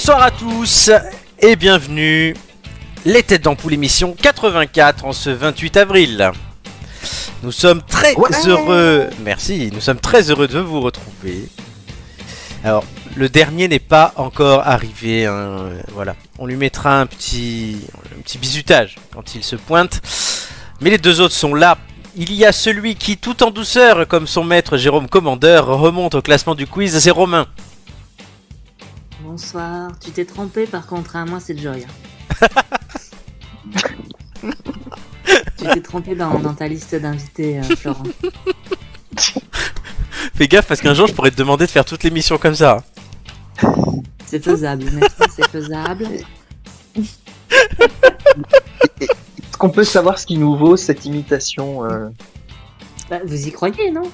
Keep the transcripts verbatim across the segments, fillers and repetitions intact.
Bonsoir à tous et bienvenue. Les Têtes d'Ampoule émission quatre-vingt-quatre en ce vingt-huit avril. Nous sommes très ouais. heureux, merci, nous sommes très heureux de vous retrouver. Alors, le dernier n'est pas encore arrivé, hein, voilà. On lui mettra un petit, un petit bisutage quand il se pointe. Mais les deux autres sont là. Il y a celui qui, tout en douceur, comme son maître Jérôme Commandeur, remonte au classement du quiz, c'est Romain. Bonsoir, tu t'es trompé par contre, hein, moi c'est Joy. Tu t'es trompé dans, dans ta liste d'invités, euh, Florent. Fais gaffe parce qu'un jour je pourrais te demander de faire toute l'émission comme ça. C'est faisable, n'est-ce pas? C'est faisable. Est-ce qu'on peut savoir ce qui nous vaut cette imitation euh... bah, vous y croyez, non?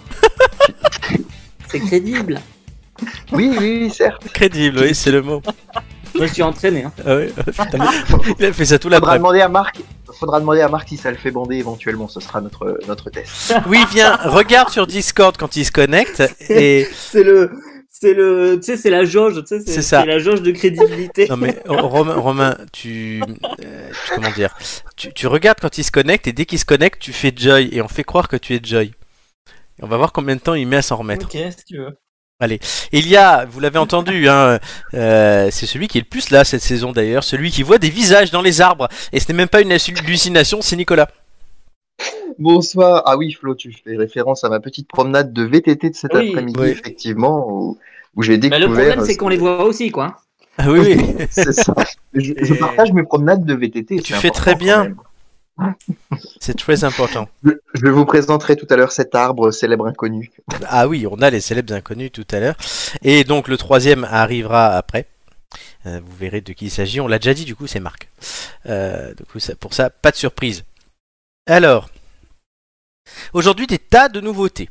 C'est crédible. Oui, oui, oui, certes. Crédible, oui, c'est le mot. Moi je suis entraîné. Hein. Ah ouais, il a fait ça tout la faudra demander à Marc. Faudra demander à Marc si ça le fait bander éventuellement. Ce sera notre notre test. Oui, viens, regarde sur Discord quand il se connecte et c'est le. C'est le, tu sais, c'est la jauge, tu sais, c'est, c'est, c'est la jauge de crédibilité. Non mais Romain, Romain tu, euh, tu comment dire, tu, tu regardes quand il se connecte et dès qu'il se connecte, tu fais Joy et on fait croire que tu es Joy. Et on va voir combien de temps il met à s'en remettre. Ok, si tu veux. Allez, il y a, vous l'avez entendu, hein, euh, c'est celui qui est le plus là cette saison d'ailleurs, celui qui voit des visages dans les arbres et ce n'est même pas une hallucination, c'est Nicolas. Bonsoir. Ah oui, Flo, tu fais référence à ma petite promenade de V T T de cet oui, après-midi, oui. effectivement, où, où j'ai découvert... Mais le problème, c'est qu'on les voit aussi, quoi. Ah oui, oui. C'est ça. Je, je partage mes promenades de V T T. Tu fais très bien. C'est très important. Je, je vous présenterai tout à l'heure cet arbre célèbre inconnu. Ah oui, on a les célèbres inconnus tout à l'heure. Et donc le troisième arrivera après. Euh, vous verrez de qui il s'agit. On l'a déjà dit, du coup, c'est Marc. Euh, du coup, ça, pour ça, pas de surprise. Alors... Aujourd'hui, des tas de nouveautés.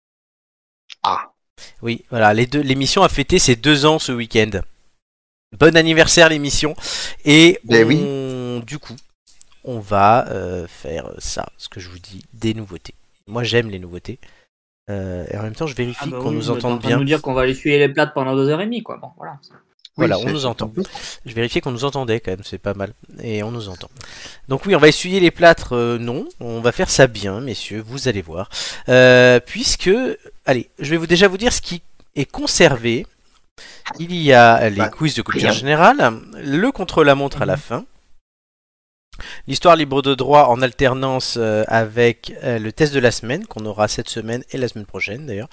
Ah. Oui, voilà, les deux, l'émission a fêté ses deux ans ce week-end. Bon anniversaire l'émission. Et on, oui. du coup, on va euh, faire ça, ce que je vous dis, des nouveautés. Moi, j'aime les nouveautés. Euh, et en même temps, je vérifie ah bah qu'on oui, nous entende bien. On va nous dire qu'on va essuyer les plates pendant deux heures et demie, quoi. Bon, voilà. Voilà, oui, on nous entend. Je vérifiais qu'on nous entendait quand même, c'est pas mal. Et on nous entend. Donc oui, on va essuyer les plâtres, euh, non. On va faire ça bien, messieurs, vous allez voir. Euh, puisque, allez, je vais vous déjà vous dire ce qui est conservé. Il y a les bah, quiz de culture générale, le contre-la-montre mmh. à la fin, l'histoire libre de droit en alternance euh, avec euh, le test de la semaine, qu'on aura cette semaine et la semaine prochaine d'ailleurs.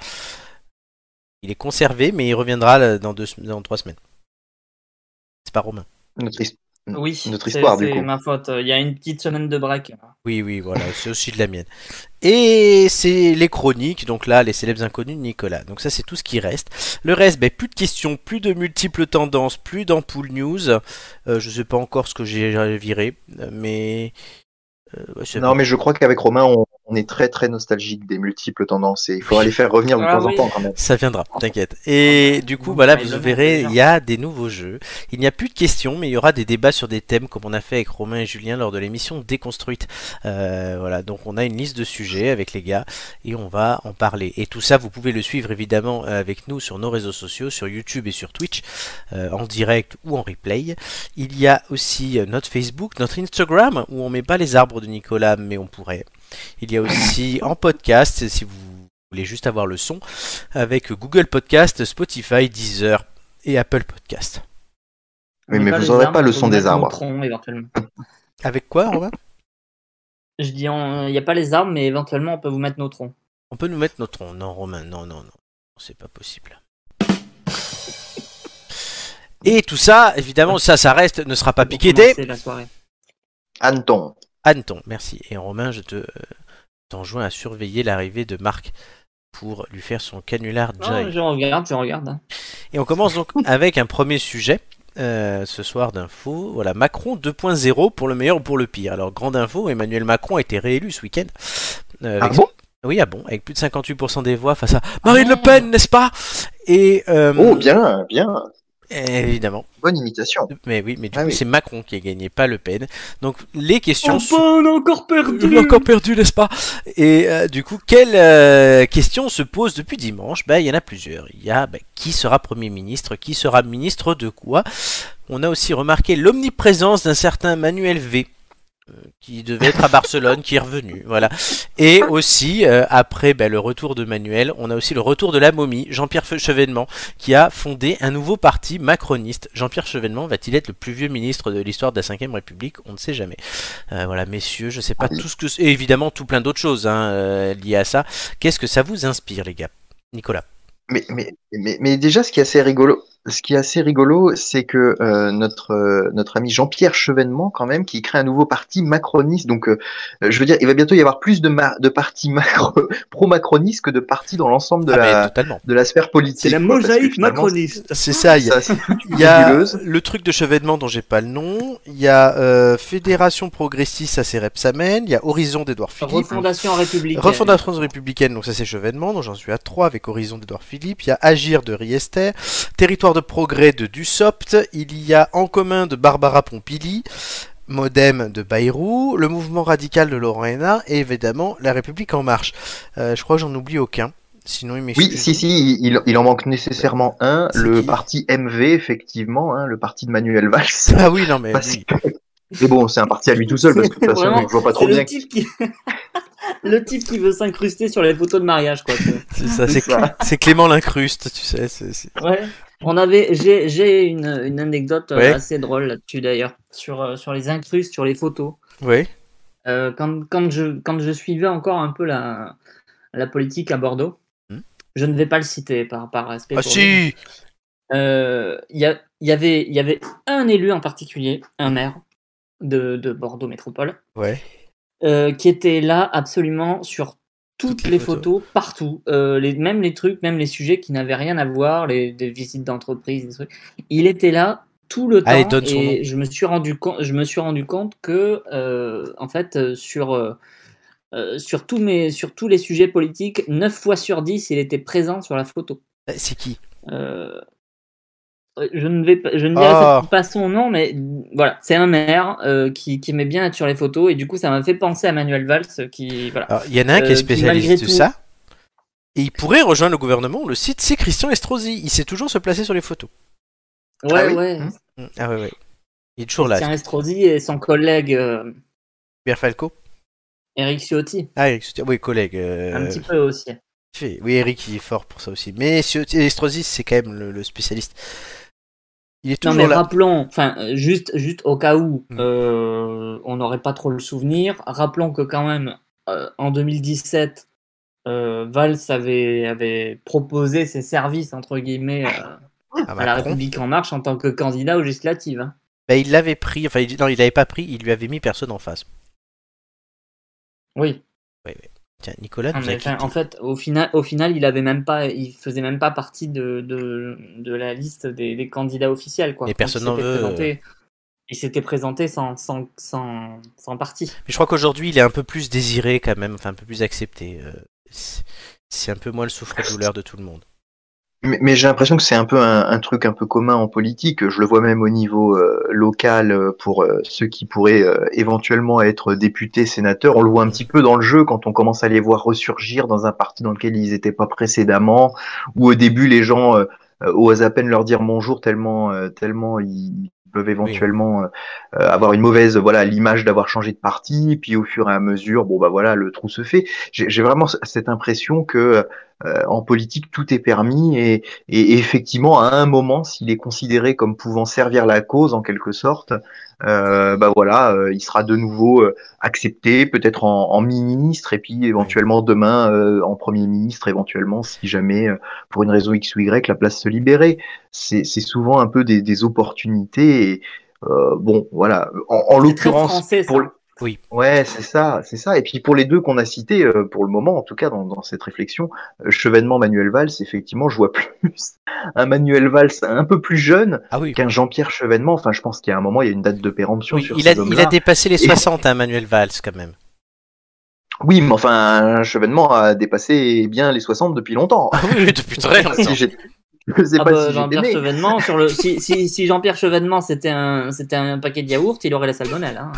Il est conservé, mais il reviendra dans, deux, dans trois semaines. C'est pas Romain. Notre, his... oui, Notre histoire, c'est, du c'est coup. ma faute. Il y a une petite semaine de break. Oui, oui, voilà, c'est aussi de la mienne. Et c'est les chroniques, donc là, les célèbres inconnus de Nicolas. Donc ça, c'est tout ce qui reste. Le reste, ben, plus de questions, plus de multiples tendances, plus d'ampoule news. Euh, je sais pas encore ce que j'ai viré, mais... Euh, ouais, non, pas. Mais je crois qu'avec Romain, on, on est très très nostalgique des multiples tendances et il faudra les faire revenir de ah, temps oui. en temps quand même. Ça viendra, t'inquiète. Et du coup, voilà, vous verrez, il y a des nouveaux jeux. Il n'y a plus de questions, mais il y aura des débats sur des thèmes comme on a fait avec Romain et Julien lors de l'émission Déconstruite. Euh, voilà, donc on a une liste de sujets avec les gars et on va en parler. Et tout ça, vous pouvez le suivre évidemment avec nous sur nos réseaux sociaux, sur YouTube et sur Twitch, euh, en direct ou en replay. Il y a aussi notre Facebook, notre Instagram, où on met pas les arbres de Nicolas, mais on pourrait. Il y a aussi en podcast, si vous voulez juste avoir le son, avec Google Podcast, Spotify, Deezer et Apple Podcast. Oui, mais vous n'aurez pas le son des arbres. Tronc, éventuellement. Avec quoi, Romain? Je dis, il n'y a pas les arbres, mais éventuellement, on peut vous mettre nos troncs. On peut nous mettre nos troncs. Non, Romain, non, non, non. C'est pas possible. Et tout ça, évidemment, ça, ça reste, ne sera pas piqué des... la soirée. Anton. Anton, merci. Et Romain, je te euh, t'enjoins à surveiller l'arrivée de Marc pour lui faire son canular Joy. Oh, je regarde, je regarde. Et on commence donc avec un premier sujet euh, ce soir d'info. Voilà, Macron deux point zéro pour le meilleur ou pour le pire. Alors, grande info, Emmanuel Macron a été réélu ce week-end. Euh, ah bon? Oui, ah bon, avec plus de cinquante-huit pour cent des voix face à Marine ah Le Pen, n'est-ce pas? Et euh, oh, bien, bien. Évidemment. Bonne imitation. Mais oui, mais du ah coup, oui. c'est Macron qui a gagné, pas Le Pen. Donc, les questions... Enfin, on a encore perdu On a encore perdu, n'est-ce pas? Et euh, du coup, quelles euh, questions se posent depuis dimanche? Ben, il y en a plusieurs. Il y a ben, qui sera Premier ministre? Qui sera ministre de quoi? On a aussi remarqué l'omniprésence d'un certain Manuel V, qui devait être à Barcelone, qui est revenu, voilà. Et aussi, euh, après ben, le retour de Manuel, on a aussi le retour de la momie, Jean-Pierre Chevènement, qui a fondé un nouveau parti macroniste. Jean-Pierre Chevènement va-t-il être le plus vieux ministre de l'histoire de la cinquième République? On ne sait jamais. Euh, voilà, messieurs, je sais pas tout ce que... Et évidemment, tout plein d'autres choses hein, euh, liées à ça. Qu'est-ce que ça vous inspire, les gars? Nicolas. Mais, mais, mais, mais déjà, ce qui est assez rigolo, ce qui est assez rigolo, c'est que euh, notre euh, notre ami Jean-Pierre Chevènement, quand même, qui crée un nouveau parti macroniste. Donc, euh, je veux dire, il va bientôt y avoir plus de ma- de partis macro- pro-macronistes que de partis dans l'ensemble de ah la de la sphère politique. C'est la mosaïque macroniste. C'est ça. Il y a, ça, il y a le truc de Chevènement dont j'ai pas le nom. Il y a euh, Fédération progressiste, ça c'est Rebsamen. Il y a Horizon d'Edouard Philippe. Refondation républicaine. Refondation républicaine, donc ça c'est Chevènement, donc j'en suis à trois avec Horizon d'Edouard Philippe. Il y a Agir de Riester, Territoire de progrès de Dussopt, il y a En commun de Barbara Pompili, Modem de Bayrou, le mouvement radical de Laurent Hénard et évidemment La République en marche. Euh, je crois que j'en oublie aucun. Sinon, il oui, si, si, il, il en manque nécessairement un, c'est le qui parti M V, effectivement, hein, le parti de Manuel Valls. Ah oui, non mais oui. Mais bon, c'est un parti à lui tout seul, parce que de toute façon, je vois pas trop bien. Le type qui... le type qui veut s'incruster sur les photos de mariage, quoi. C'est ça, c'est, Cl- c'est Clément l'incruste, tu sais. C'est, c'est... Ouais. On avait, j'ai, j'ai une, une anecdote ouais. assez drôle là-dessus d'ailleurs, sur, euh, sur les incrustes, sur les photos. Oui. Euh, quand, quand, je, quand je suivais encore un peu la, la politique à Bordeaux, hmm. je ne vais pas le citer par, par respect. Ah si. Il euh, y, a, y, avait, y avait un élu en particulier, un maire de, de Bordeaux Métropole, ouais. euh, qui était là absolument sur toutes, toutes les, les photos, photos partout, euh, les, même les trucs, même les sujets qui n'avaient rien à voir, les des visites d'entreprise, des trucs. Il était là tout le Allez, temps et je me suis rendu compte, je me suis rendu compte que euh, en fait euh, sur euh, euh, sur tous mes sur tous les sujets politiques, neuf fois sur dix, il était présent sur la photo. C'est qui? euh, Je ne vais pas, je ne dirai oh. pas son nom, mais voilà, c'est un maire euh, qui, qui aimait bien être sur les photos et du coup ça m'a fait penser à Manuel Valls qui voilà. Il y en a un qui est spécialiste euh, de tout... ça et il pourrait rejoindre le gouvernement. Le site c'est Christian Estrosi, il sait toujours se placer sur les photos. Ouais ah, oui ouais. Mmh. Ah ouais ouais. Il est toujours Christian là. Christian Estrosi et son collègue. Euh... Pierre Falco. Eric Ciotti. Ah Eric Ciotti, oui collègue. Euh... Un petit peu aussi. Oui Eric il est fort pour ça aussi, mais Ciotti, Estrosi c'est quand même le, le spécialiste. Il est toujours non mais là. rappelons, enfin juste juste au cas où mmh. euh, on n'aurait pas trop le souvenir, rappelons que quand même euh, en deux mille dix-sept, euh, Valls avait avait proposé ses services entre guillemets euh, à, à la République en marche en tant que candidat aux législatives. Hein. Ben, il l'avait pris, enfin il, non il l'avait pas pris, il lui avait mis personne en face. Oui. Oui oui. Tiens, Nicolas nous mais, a quitté. En fait, au final, au final, il avait même pas, il faisait même pas partie de, de, de la liste des, des candidats officiels, quoi. Mais personne n'en veut. Présenté, il s'était présenté sans, sans, sans, sans parti. Mais je crois qu'aujourd'hui, il est un peu plus désiré quand même, enfin un peu plus accepté. C'est, c'est un peu moins le souffre-douleur de tout le monde. Mais, mais j'ai l'impression que c'est un peu un, un truc un peu commun en politique. Je le vois même au niveau euh, local pour euh, ceux qui pourraient euh, éventuellement être députés, sénateurs. On le voit un petit peu dans le jeu quand on commence à les voir ressurgir dans un parti dans lequel ils n'étaient pas précédemment, où au début les gens euh, osent à peine leur dire bonjour tellement euh, tellement ils peuvent éventuellement oui. euh, avoir une mauvaise voilà l'image d'avoir changé de parti. Puis au fur et à mesure, bon bah voilà, le trou se fait. J'ai, j'ai vraiment cette impression que Euh, en politique, tout est permis et, et effectivement, à un moment, s'il est considéré comme pouvant servir la cause en quelque sorte, euh, bah voilà, euh, il sera de nouveau euh, accepté, peut-être en, en ministre et puis éventuellement demain euh, en premier ministre, éventuellement si jamais euh, pour une raison X ou Y la place se libérait. C'est, c'est souvent un peu des, des opportunités. Et, euh, bon, voilà. En, en l'occurrence, français, pour Oui. Ouais, c'est ça, c'est ça. Et puis pour les deux qu'on a cités, euh, pour le moment, en tout cas dans, dans cette réflexion, euh, Chevènement, Manuel Valls, effectivement, je vois plus un Manuel Valls un peu plus jeune ah oui. qu'un Jean-Pierre Chevènement. Enfin, je pense qu'il y a un moment, il y a une date de péremption oui, sur il ces a, hommes-là. Il a dépassé les Et... soixante, hein, Manuel Valls, quand même. Oui, mais enfin, un Chevènement a dépassé bien les soixante depuis longtemps. Ah oui, depuis très longtemps. si j'ai... Je sais Ah pas bah, si Jean-Pierre j'étais né. Chevènement, sur le... si, si, si Jean-Pierre Chevènement c'était un, c'était un paquet de yaourt, il aurait la salmonelle. Hein.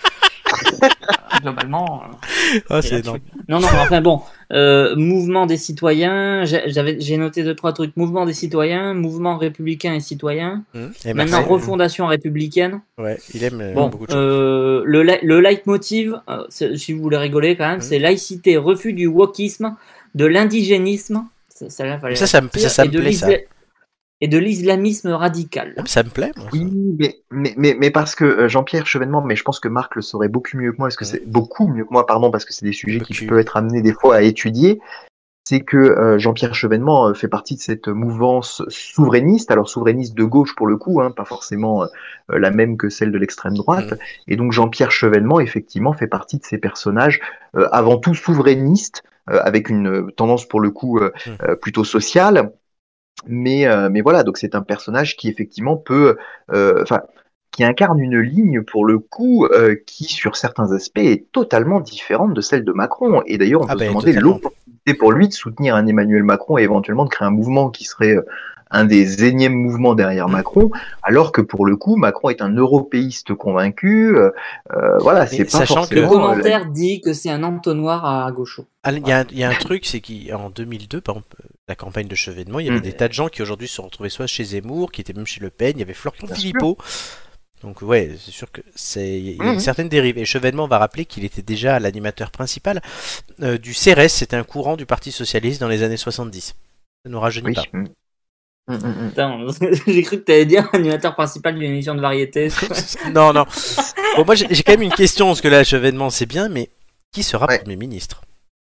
Globalement. Ah, c'est là-dessus. énorme. Non, non, enfin bon, euh, mouvement des citoyens, j'ai- j'avais, j'ai noté deux, trois trucs. Mouvement des citoyens, mouvement républicain et citoyen. Mmh. Et Maintenant, Marseille, refondation républicaine. ouais, il aime euh, Bon, beaucoup de choses. euh, le, le leitmotiv, euh, c'est- si vous voulez rigoler quand même, Mhm. c'est laïcité, refus du wokisme, de l'indigénisme. Ça, ça, là, fallait Ça, ça me, sortir, ça, ça et me de plaît, ça. l'isla- et de l'islamisme radical. Ça me plaît, moi. Ça. Oui, mais, mais, mais, mais parce que euh, Jean-Pierre Chevènement, mais je pense que Marc le saurait beaucoup mieux que moi, parce que Mhm. c'est beaucoup mieux que moi, pardon, parce que c'est des sujets qui Beaucoup. peuvent être amenés des fois à étudier. C'est que euh, Jean-Pierre Chevènement euh, fait partie de cette mouvance souverainiste, alors souverainiste de gauche pour le coup, hein, pas forcément euh, la même que celle de l'extrême droite. Mhm. Et donc Jean-Pierre Chevènement, effectivement, fait partie de ces personnages euh, avant tout souverainistes, euh, avec une euh, tendance pour le coup euh, Mhm. euh, plutôt sociale. Mais, euh, mais voilà, donc c'est un personnage qui effectivement peut, euh, enfin, qui incarne une ligne pour le coup euh, qui, sur certains aspects, est totalement différente de celle de Macron. Et d'ailleurs, on Ah peut se ben, demander totalement. l'opportunité pour lui de soutenir un Emmanuel Macron et éventuellement de créer un mouvement qui serait euh, un des énièmes mouvements derrière Mhm. Macron, alors que pour le coup, Macron est un européiste convaincu. Euh, euh, voilà, c'est Mais pas sachant que- Le forcément. euh, la- commentaire dit que c'est un entonnoir à gaucho. Ah, il y, a un- il y a un truc, c'est qu'en deux mille deux, par exemple, la campagne de Chevènement, il y avait Mm. des tas de gens qui aujourd'hui se sont retrouvés soit chez Zemmour, qui étaient même chez Le Pen, il y avait Florian Bien Philippot. Donc ouais, c'est sûr que c'est il y a une Mhm. certaine dérive. Et Chevènement va rappeler qu'il était déjà l'animateur principal euh, du C R S, c'était un courant du Parti Socialiste dans les années soixante-dix. Ça nous rajeunit Oui. pas. Mm. Mm, mm, mm. Putain, j'ai cru que t'allais dire animateur principal d'une émission de variété. non, non. Bon, moi j'ai j'ai quand même une question, parce que là, Chevènement, c'est bien, mais qui sera Ouais. Premier ministre?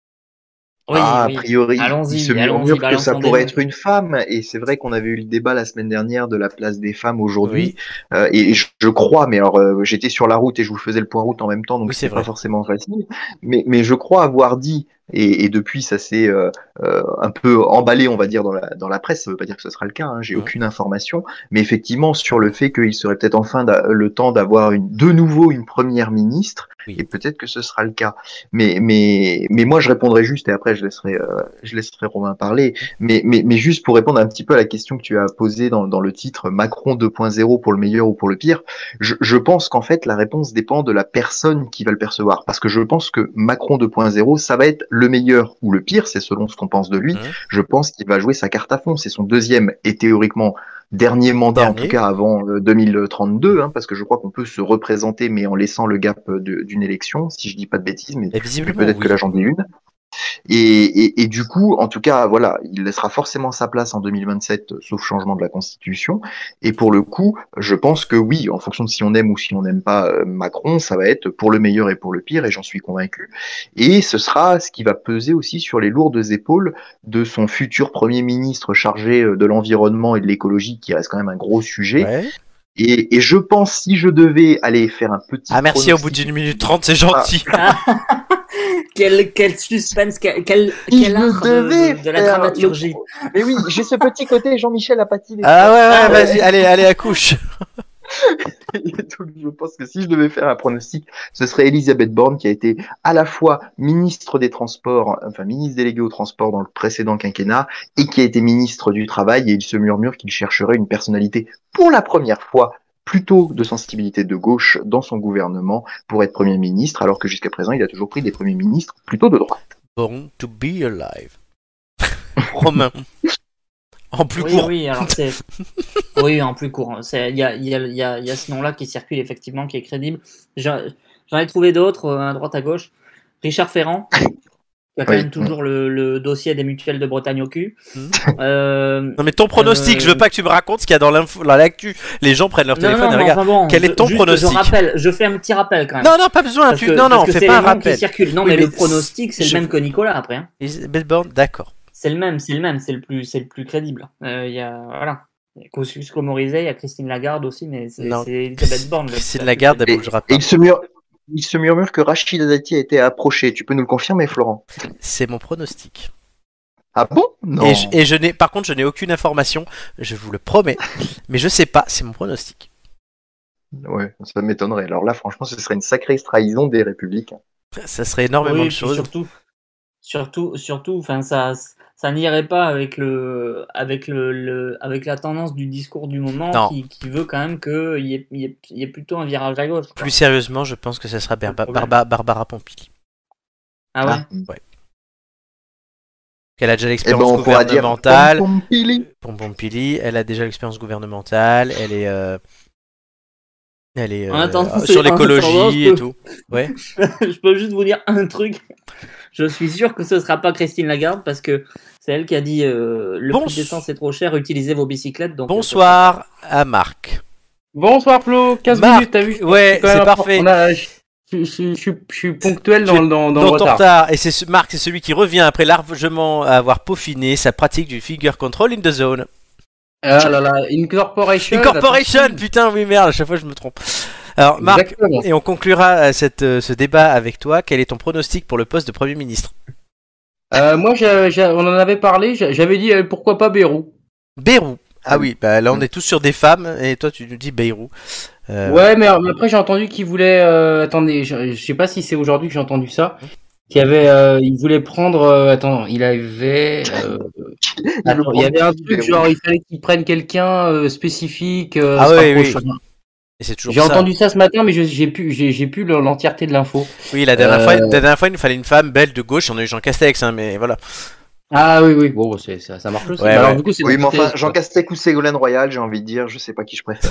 Oui, ah, oui. a priori, Allons-y, il se allons-y, murmure que balançons ça des pourrait noms. être une femme, et c'est vrai qu'on avait eu le débat la semaine dernière de la place des femmes aujourd'hui, Oui, euh, et je, je crois, mais alors euh, j'étais sur la route et je vous faisais le point route en même temps, donc oui, c'est c'était pas vrai. forcément facile, mais, mais je crois avoir dit, et, et depuis ça s'est euh, euh, un peu emballé, on va dire, dans la, dans la presse, ça veut pas dire que ce sera le cas, hein, j'ai Mhm. aucune information, mais effectivement sur le fait qu'il serait peut-être enfin d'a- le temps d'avoir une, de nouveau une première ministre, Oui. et peut-être que ce sera le cas. Mais, mais, mais moi, je répondrai juste, et après, je laisserai, euh, je laisserai Romain parler. Mais, mais, mais juste pour répondre un petit peu à la question que tu as posée dans, dans le titre Macron deux point zéro pour le meilleur ou pour le pire, je, je pense qu'en fait, la réponse dépend de la personne qui va le percevoir. Parce que je pense que Macron deux point zéro, ça va être le meilleur ou le pire, c'est selon ce qu'on pense de lui. Mhm. Je pense qu'il va jouer sa carte à fond. C'est son deuxième et théoriquement dernier mandat, en Dernier. tout cas avant euh, deux mille trente-deux, hein, parce que je crois qu'on peut se représenter, mais en laissant le gap euh, de- d'une élection, si je dis pas de bêtises, mais, Et mais visiblement, peut-être oui. que là j'en dis une. Et, et, et du coup, en tout cas, voilà, il laissera forcément sa place en deux mille vingt-sept, sauf changement de la Constitution. Et pour le coup, je pense que oui, en fonction de si on aime ou si on n'aime pas euh, Macron, ça va être pour le meilleur et pour le pire, et j'en suis convaincu. Et ce sera ce qui va peser aussi sur les lourdes épaules de son futur Premier ministre chargé euh, de l'environnement et de l'écologie, qui reste quand même un gros sujet. Ouais. Et, et je pense, si je devais aller faire un petit Ah, merci, au bout pronostic- d'une minute trente, c'est gentil. quel, quel suspense, quel, quel, Si quel je art de, devais de, de la faire dramaturgie. Mais oui, j'ai ce petit côté Jean-Michel Apathy. des Ah fois. ouais, ouais, Ah ouais. vas-y, allez, allez, accouche. Et donc, je pense que si je devais faire un pronostic, ce serait Elisabeth Borne, qui a été à la fois ministre des Transports, enfin ministre déléguée aux Transports dans le précédent quinquennat, et qui a été ministre du Travail, et il se murmure qu'il chercherait une personnalité pour la première fois plutôt de sensibilité de gauche dans son gouvernement pour être Premier ministre, alors que jusqu'à présent, il a toujours pris des Premiers ministres plutôt de droite. Born to be alive. Romain. En plus oui, court. oui, alors c'est. Oui, en plus court. C'est- Il y a, il y, a, il y, a, il y a ce nom-là qui circule effectivement, qui est crédible. J'en j'en ai trouvé d'autres, euh, à droite à gauche. Richard Ferrand, qui a quand Oui. même toujours le, le dossier des mutuelles de Bretagne au cul. Hmm. Euh, Non mais ton pronostic, Euh, je veux pas que tu me racontes ce qu'il y a dans l'info, dans l'actu. Les gens prennent leur non, téléphone non, et mais regardent. enfin bon, Quel est je- ton juste, pronostic Je rappelle, je fais un petit rappel quand même. Non, non, pas besoin. Parce Tu... que- Non, non, parce on que fait c'est pas un les noms qui rappel. circulent. Non, Oui, mais, mais le pronostic, c'est je- le même que Nicolas après. Hein. Elisabeth Borne, d'accord. C'est le même, c'est le même, c'est le plus, c'est le plus crédible. Euh, Il y a, voilà. Il y a Kosciusko Morizet, il y a Christine Lagarde aussi, mais c'est Non. c'est Elisabeth Borne. le- Christine la plus Lagarde, elle crédible. bougera Et pas. il se, mur... il se murmure que Rachida Dati a été approché. Tu peux nous le confirmer, Florent? C'est mon pronostic. Ah bon? Non. Et je, et je n'ai, par contre, je n'ai aucune information. Je vous le promets. Mais je sais pas. C'est mon pronostic. Ouais, ça m'étonnerait. Alors là, franchement, ce serait une sacrée trahison des Républicains. Ça serait énormément Oui, de puis choses. surtout, Surtout, surtout, enfin, ça, ça n'irait pas avec le, avec le, le, avec la tendance du discours du moment qui, qui veut quand même qu'il y ait, y, ait, y ait plutôt un virage à gauche. Quoi. Plus sérieusement, je pense que ça sera Barba, Barba, Barbara Pompili. Ah ouais. Ah, ouais. Elle a déjà l'expérience eh ben, gouvernementale. Pom Pom Pom Pili, elle a déjà l'expérience gouvernementale. Elle est, euh... elle est euh, attendant, sur l'écologie et tout. Ouais. Je peux juste vous dire un truc. Je suis sûr que ce sera pas Christine Lagarde parce que c'est elle qui a dit euh, le Bons... prix d'essence est trop cher, utilisez vos bicyclettes. Donc bonsoir à Marc. Bonsoir Flo, quinze Marc, minutes, t'as vu? Ouais, c'est parfait. On a... je, je, je, je, je suis ponctuel dans, dans, dans, dans le retard. retard. Et c'est ce, Marc, c'est celui qui revient après largement avoir peaufiné sa pratique du figure control in the zone. Ah là là, Incorporation. Incorporation, putain, oui merde, à chaque fois je me trompe. Alors Marc, exactement. Et on conclura cette, ce débat avec toi. Quel est ton pronostic pour le poste de Premier ministre? euh, Moi, j'ai, j'ai, on en avait parlé, j'avais dit euh, pourquoi pas Bayrou. Bayrou. Ah oui, bah là on est tous sur des femmes et toi tu nous dis Bayrou. Euh... Ouais, mais après j'ai entendu qu'il voulait. Euh, attendez, je, je sais pas si c'est aujourd'hui que j'ai entendu ça. Qu'il y avait, euh, il voulait prendre. Euh, attends, il avait. Euh, attends, il y avait un truc genre il fallait qu'il prenne quelqu'un euh, spécifique. Euh, ah oui, oui. Et c'est toujours j'ai ça. entendu ça ce matin, mais je, j'ai plus, j'ai, j'ai plus l'entièreté de l'info. Oui, la dernière, euh... fois, la dernière fois, il nous fallait une femme belle de gauche. On a eu Jean Castex, hein, mais voilà. Ah oui, oui, bon, c'est, ça, ça marche aussi. Ouais, alors, ouais. Du coup, c'est oui, mais enfin, Jean Castex ou Ségolène Royal, j'ai envie de dire, je sais pas qui je préfère.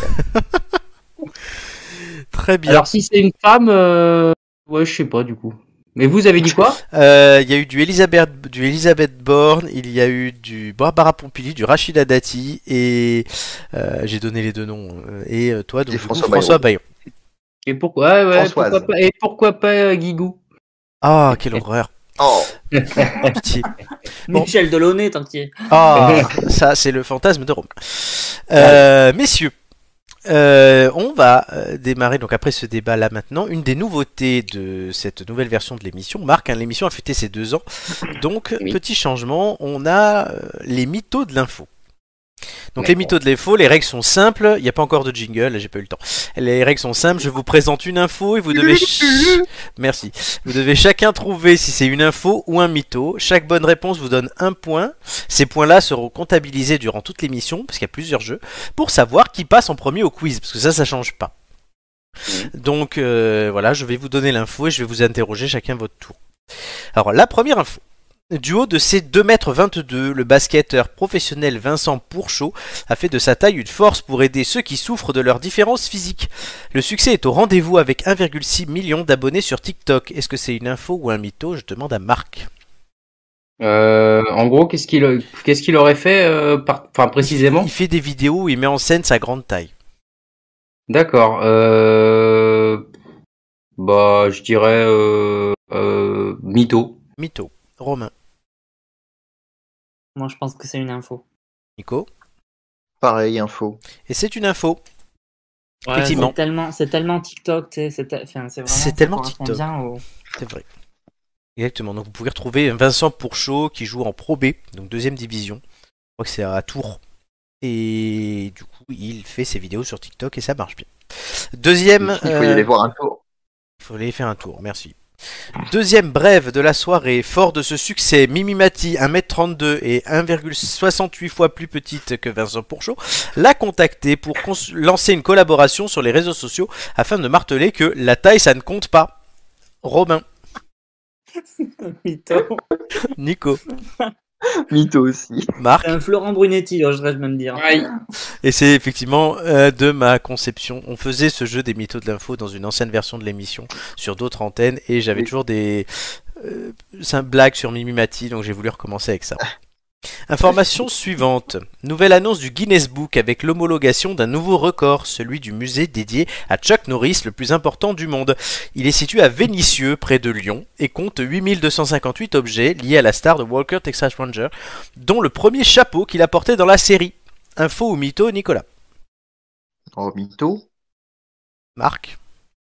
Très bien. Alors, si c'est une femme, euh... ouais, je sais pas du coup. Mais vous avez dit quoi? Il euh, y a eu du Elisabeth, du Elisabeth Borne, il y a eu du Barbara Pompili, du Rachida Dati, et euh, j'ai donné les deux noms. Et toi, donc, et du François, coup, François Bayrou. Et pourquoi, ouais, ouais, pourquoi pas, et pourquoi pas euh, Guigou? Ah, oh, quelle horreur! Oh. Pitié. Bon. Michel Delaunay, tant qu'il est. Ah, ça c'est le fantasme de Rome. Euh, messieurs, euh, on va démarrer donc après ce débat là maintenant. Une des nouveautés de cette nouvelle version de l'émission, Marc, hein, l'émission a fêté ses deux ans, donc oui. Petit changement, on a euh, les mythos de l'info. Donc les mythos de l'info, les règles sont simples, il n'y a pas encore de jingle, là j'ai pas eu le temps. Les règles sont simples, je vous présente une info et vous devez ch... merci. Vous devez chacun trouver si c'est une info ou un mytho. Chaque bonne réponse vous donne un point. Ces points-là seront comptabilisés durant toute l'émission, parce qu'il y a plusieurs jeux, pour savoir qui passe en premier au quiz, parce que ça, ça change pas. Donc euh, voilà, je vais vous donner l'info et je vais vous interroger chacun votre tour. Alors la première info. Du haut de ses deux mètres vingt-deux, le basketteur professionnel Vincent Pourchaud a fait de sa taille une force pour aider ceux qui souffrent de leurs différences physiques. Le succès est au rendez-vous avec un virgule six million d'abonnés sur TikTok. Est-ce que c'est une info ou un mytho? Je demande à Marc. Euh, en gros, qu'est-ce qu'il, qu'est-ce qu'il aurait fait euh, par... enfin, précisément? Il fait des vidéos où il met en scène sa grande taille. D'accord. Euh... Bah, je dirais euh... Euh... mytho. Mytho. Romain. Moi, je pense que c'est une info. Nico. Pareil, info. Et c'est une info. Ouais, Effectivement. C'est tellement, c'est tellement TikTok, tu sais, c'est, enfin, c'est vraiment. C'est tellement TikTok. Au... C'est vrai. Exactement. Donc vous pouvez retrouver Vincent Pourchaud qui joue en Pro B, donc deuxième division. Je crois que c'est à Tours. Et du coup, il fait ses vidéos sur TikTok et ça marche bien. Deuxième. Il faut y aller voir un tour. Il faut aller faire un tour. Merci. Deuxième brève de la soirée, fort de ce succès, Mimi Mati, un mètre trente-deux et un virgule soixante-huit fois plus petite que Vincent Pourchaud, l'a contacté pour cons- lancer une collaboration sur les réseaux sociaux afin de marteler que la taille ça ne compte pas. Romain. Mytho. Nico. Mytho aussi. Marc. Un Florent Brunetti, j'oserais même dire. Oui. Et c'est effectivement euh, de ma conception. On faisait ce jeu des mythos de l'info dans une ancienne version de l'émission sur d'autres antennes et j'avais oui. toujours des euh, blagues sur Mimi Mati, donc j'ai voulu recommencer avec ça. Information suivante. Nouvelle annonce du Guinness Book avec l'homologation d'un nouveau record, celui du musée dédié à Chuck Norris, le plus important du monde. Il est situé à Vénissieux, près de Lyon, et compte huit mille deux cent cinquante-huit objets liés à la star de Walker Texas Ranger, dont le premier chapeau qu'il a porté dans la série. Info ou mytho, Nicolas? Oh, mytho. Marc.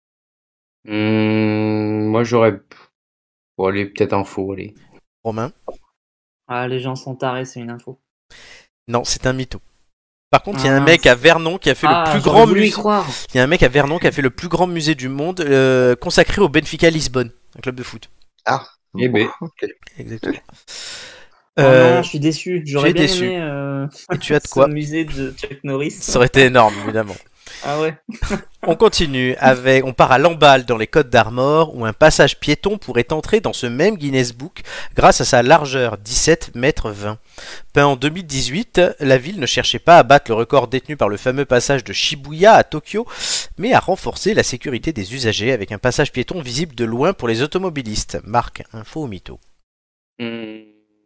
Mmh, moi j'aurais... Bon, allez, peut-être info, allez. Romain. Ah, les gens sont tarés, c'est une info. Non, c'est un mytho. Par contre, il ah, y a un mec à Vernon qui a fait ah, le plus grand musée. Il y a un mec à Vernon qui a fait le plus grand musée du monde euh, consacré au Benfica Lisbonne, un club de foot. Ah. Eh ben. Ok. Exactement. Oh Euh, non, je suis déçu. J'aurais es bien déçu. aimé euh, Et tu as de ce quoi musée de Chuck Norris. Ça aurait été énorme, évidemment. Ah ouais. On continue avec, on part à Lamballe dans les Côtes d'Armor où un passage piéton pourrait entrer dans ce même Guinness Book grâce à sa largeur, dix-sept mètres vingt. Peint en deux mille dix-huit, la ville ne cherchait pas à battre le record détenu par le fameux passage de Shibuya à Tokyo, mais à renforcer la sécurité des usagers avec un passage piéton visible de loin pour les automobilistes. Marc, info ou mytho? Hmm.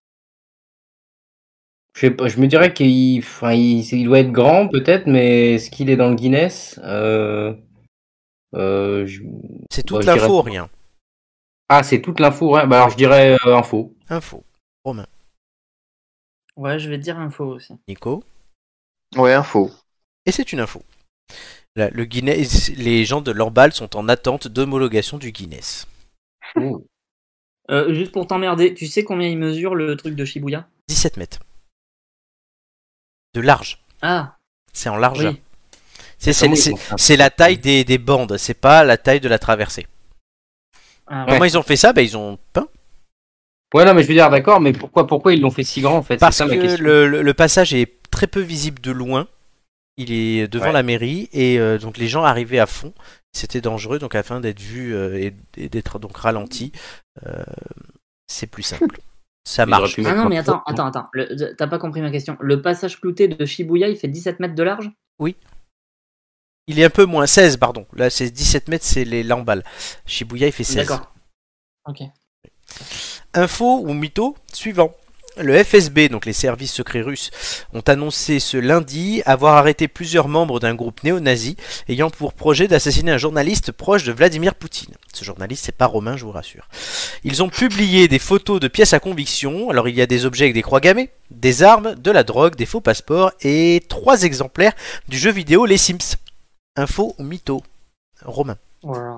Je sais pas, je me dirais qu'il enfin, il, il doit être grand peut-être, mais est-ce qu'il est dans le Guinness euh, euh, je... C'est bah, toute je dirais- l'info ou rien? Ah, c'est toute l'info, ouais. Bah alors je dirais euh, info. Info. Romain. Ouais, je vais te dire info aussi. Nico. Ouais, info. Et c'est une info. Là, le Guinness, les gens de Lamballe sont en attente d'homologation du Guinness. Oh. Euh, juste pour t'emmerder, tu sais combien il mesure le truc de Shibuya? dix-sept mètres. De large. Ah, C'est en largeur. oui. C'est, c'est, Comment ils c'est- font ça c'est la taille des, des bandes, c'est pas la taille de la traversée. Ah, Ouais. Comment ils ont fait ça? Bah, ils ont peint. Ouais, non, mais je veux dire, d'accord, mais pourquoi, pourquoi ils l'ont fait si grand en fait? Parce C'est ça ma que question. le, le- le passage est très peu visible de loin. Il est devant Ouais. la mairie et euh, donc les gens arrivaient à fond. C'était dangereux, donc afin d'être vus euh, et, et d'être donc ralentis, euh, c'est plus simple. Ça Ils auraient marche. pu Ah mettre non, un mais attends, peu- attends, attends. Le- T'as pas compris ma question. Le passage clouté de Shibuya, il fait dix-sept mètres de large? Il est un peu moins seize, pardon. Là, c'est dix-sept mètres, c'est les Lamballes. Shibuya, il fait seize. D'accord. Ok. Info ou mytho suivant. Le F S B, donc les services secrets russes, ont annoncé ce lundi avoir arrêté plusieurs membres d'un groupe néo-nazi ayant pour projet d'assassiner un journaliste proche de Vladimir Poutine. Ce journaliste, c'est pas Romain, je vous rassure. Ils ont publié des photos de pièces à conviction. Alors il y a des objets avec des croix gammées, des armes, de la drogue, des faux passeports et trois exemplaires du jeu vidéo Les Sims. Info ou mytho? Romain. Voilà.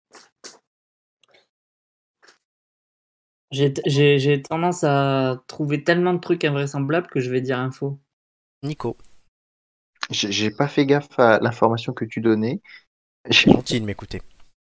J'ai j'ai- j'ai tendance à trouver tellement de trucs invraisemblables que je vais dire info. Nico. J'ai j'ai pas fait gaffe à l'information que tu donnais. C'est gentil de m'écouter.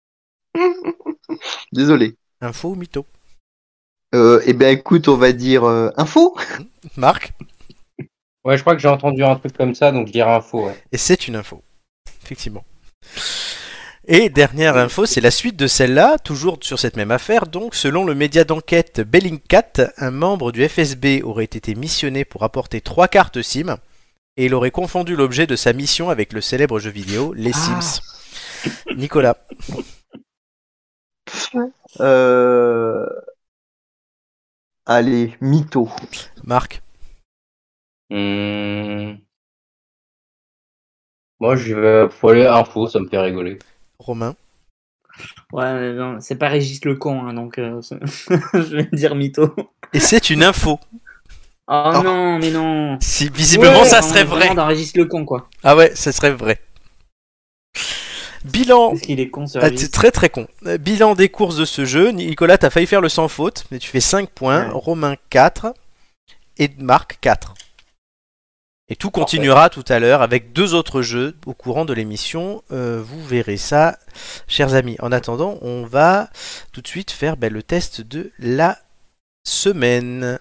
Désolé. Info ou mytho? Euh, eh ben écoute, on va dire euh, info. Marc. Ouais, je crois que j'ai entendu un truc comme ça, donc je dirais info, ouais. Et c'est une info. Effectivement. Et dernière info, c'est la suite de celle-là, toujours sur cette même affaire. Donc, selon le média d'enquête Bellingcat, un membre du F S B aurait été missionné pour apporter trois cartes SIM et il aurait confondu l'objet de sa mission avec le célèbre jeu vidéo Les Ah. Sims. Nicolas. Euh... Allez, mytho. Marc. Hum... Moi, je vais faut aller info, ça me fait rigoler. Romain. Ouais, mais non, c'est pas Régis Lecon, hein, donc euh, c'est- je vais dire mytho. Et c'est une info. Oh, Oh. non, mais non. Si visiblement Ouais, ça on serait est vrai. vraiment dans Régis Lecon, quoi. Ah ouais, ça serait vrai. Bilan. Qu'est-ce qu'il est con, ce Ah, Régis. c'est très très con. Euh, Bilan des courses de ce jeu. Nicolas, t'as failli faire le sans faute, mais tu fais cinq points. Ouais. Romain quatre. Et Marc quatre. Et tout continuera tout à l'heure avec deux autres jeux au courant de l'émission. Euh, vous verrez ça, chers amis. En attendant, on va tout de suite faire ben, le test de la semaine.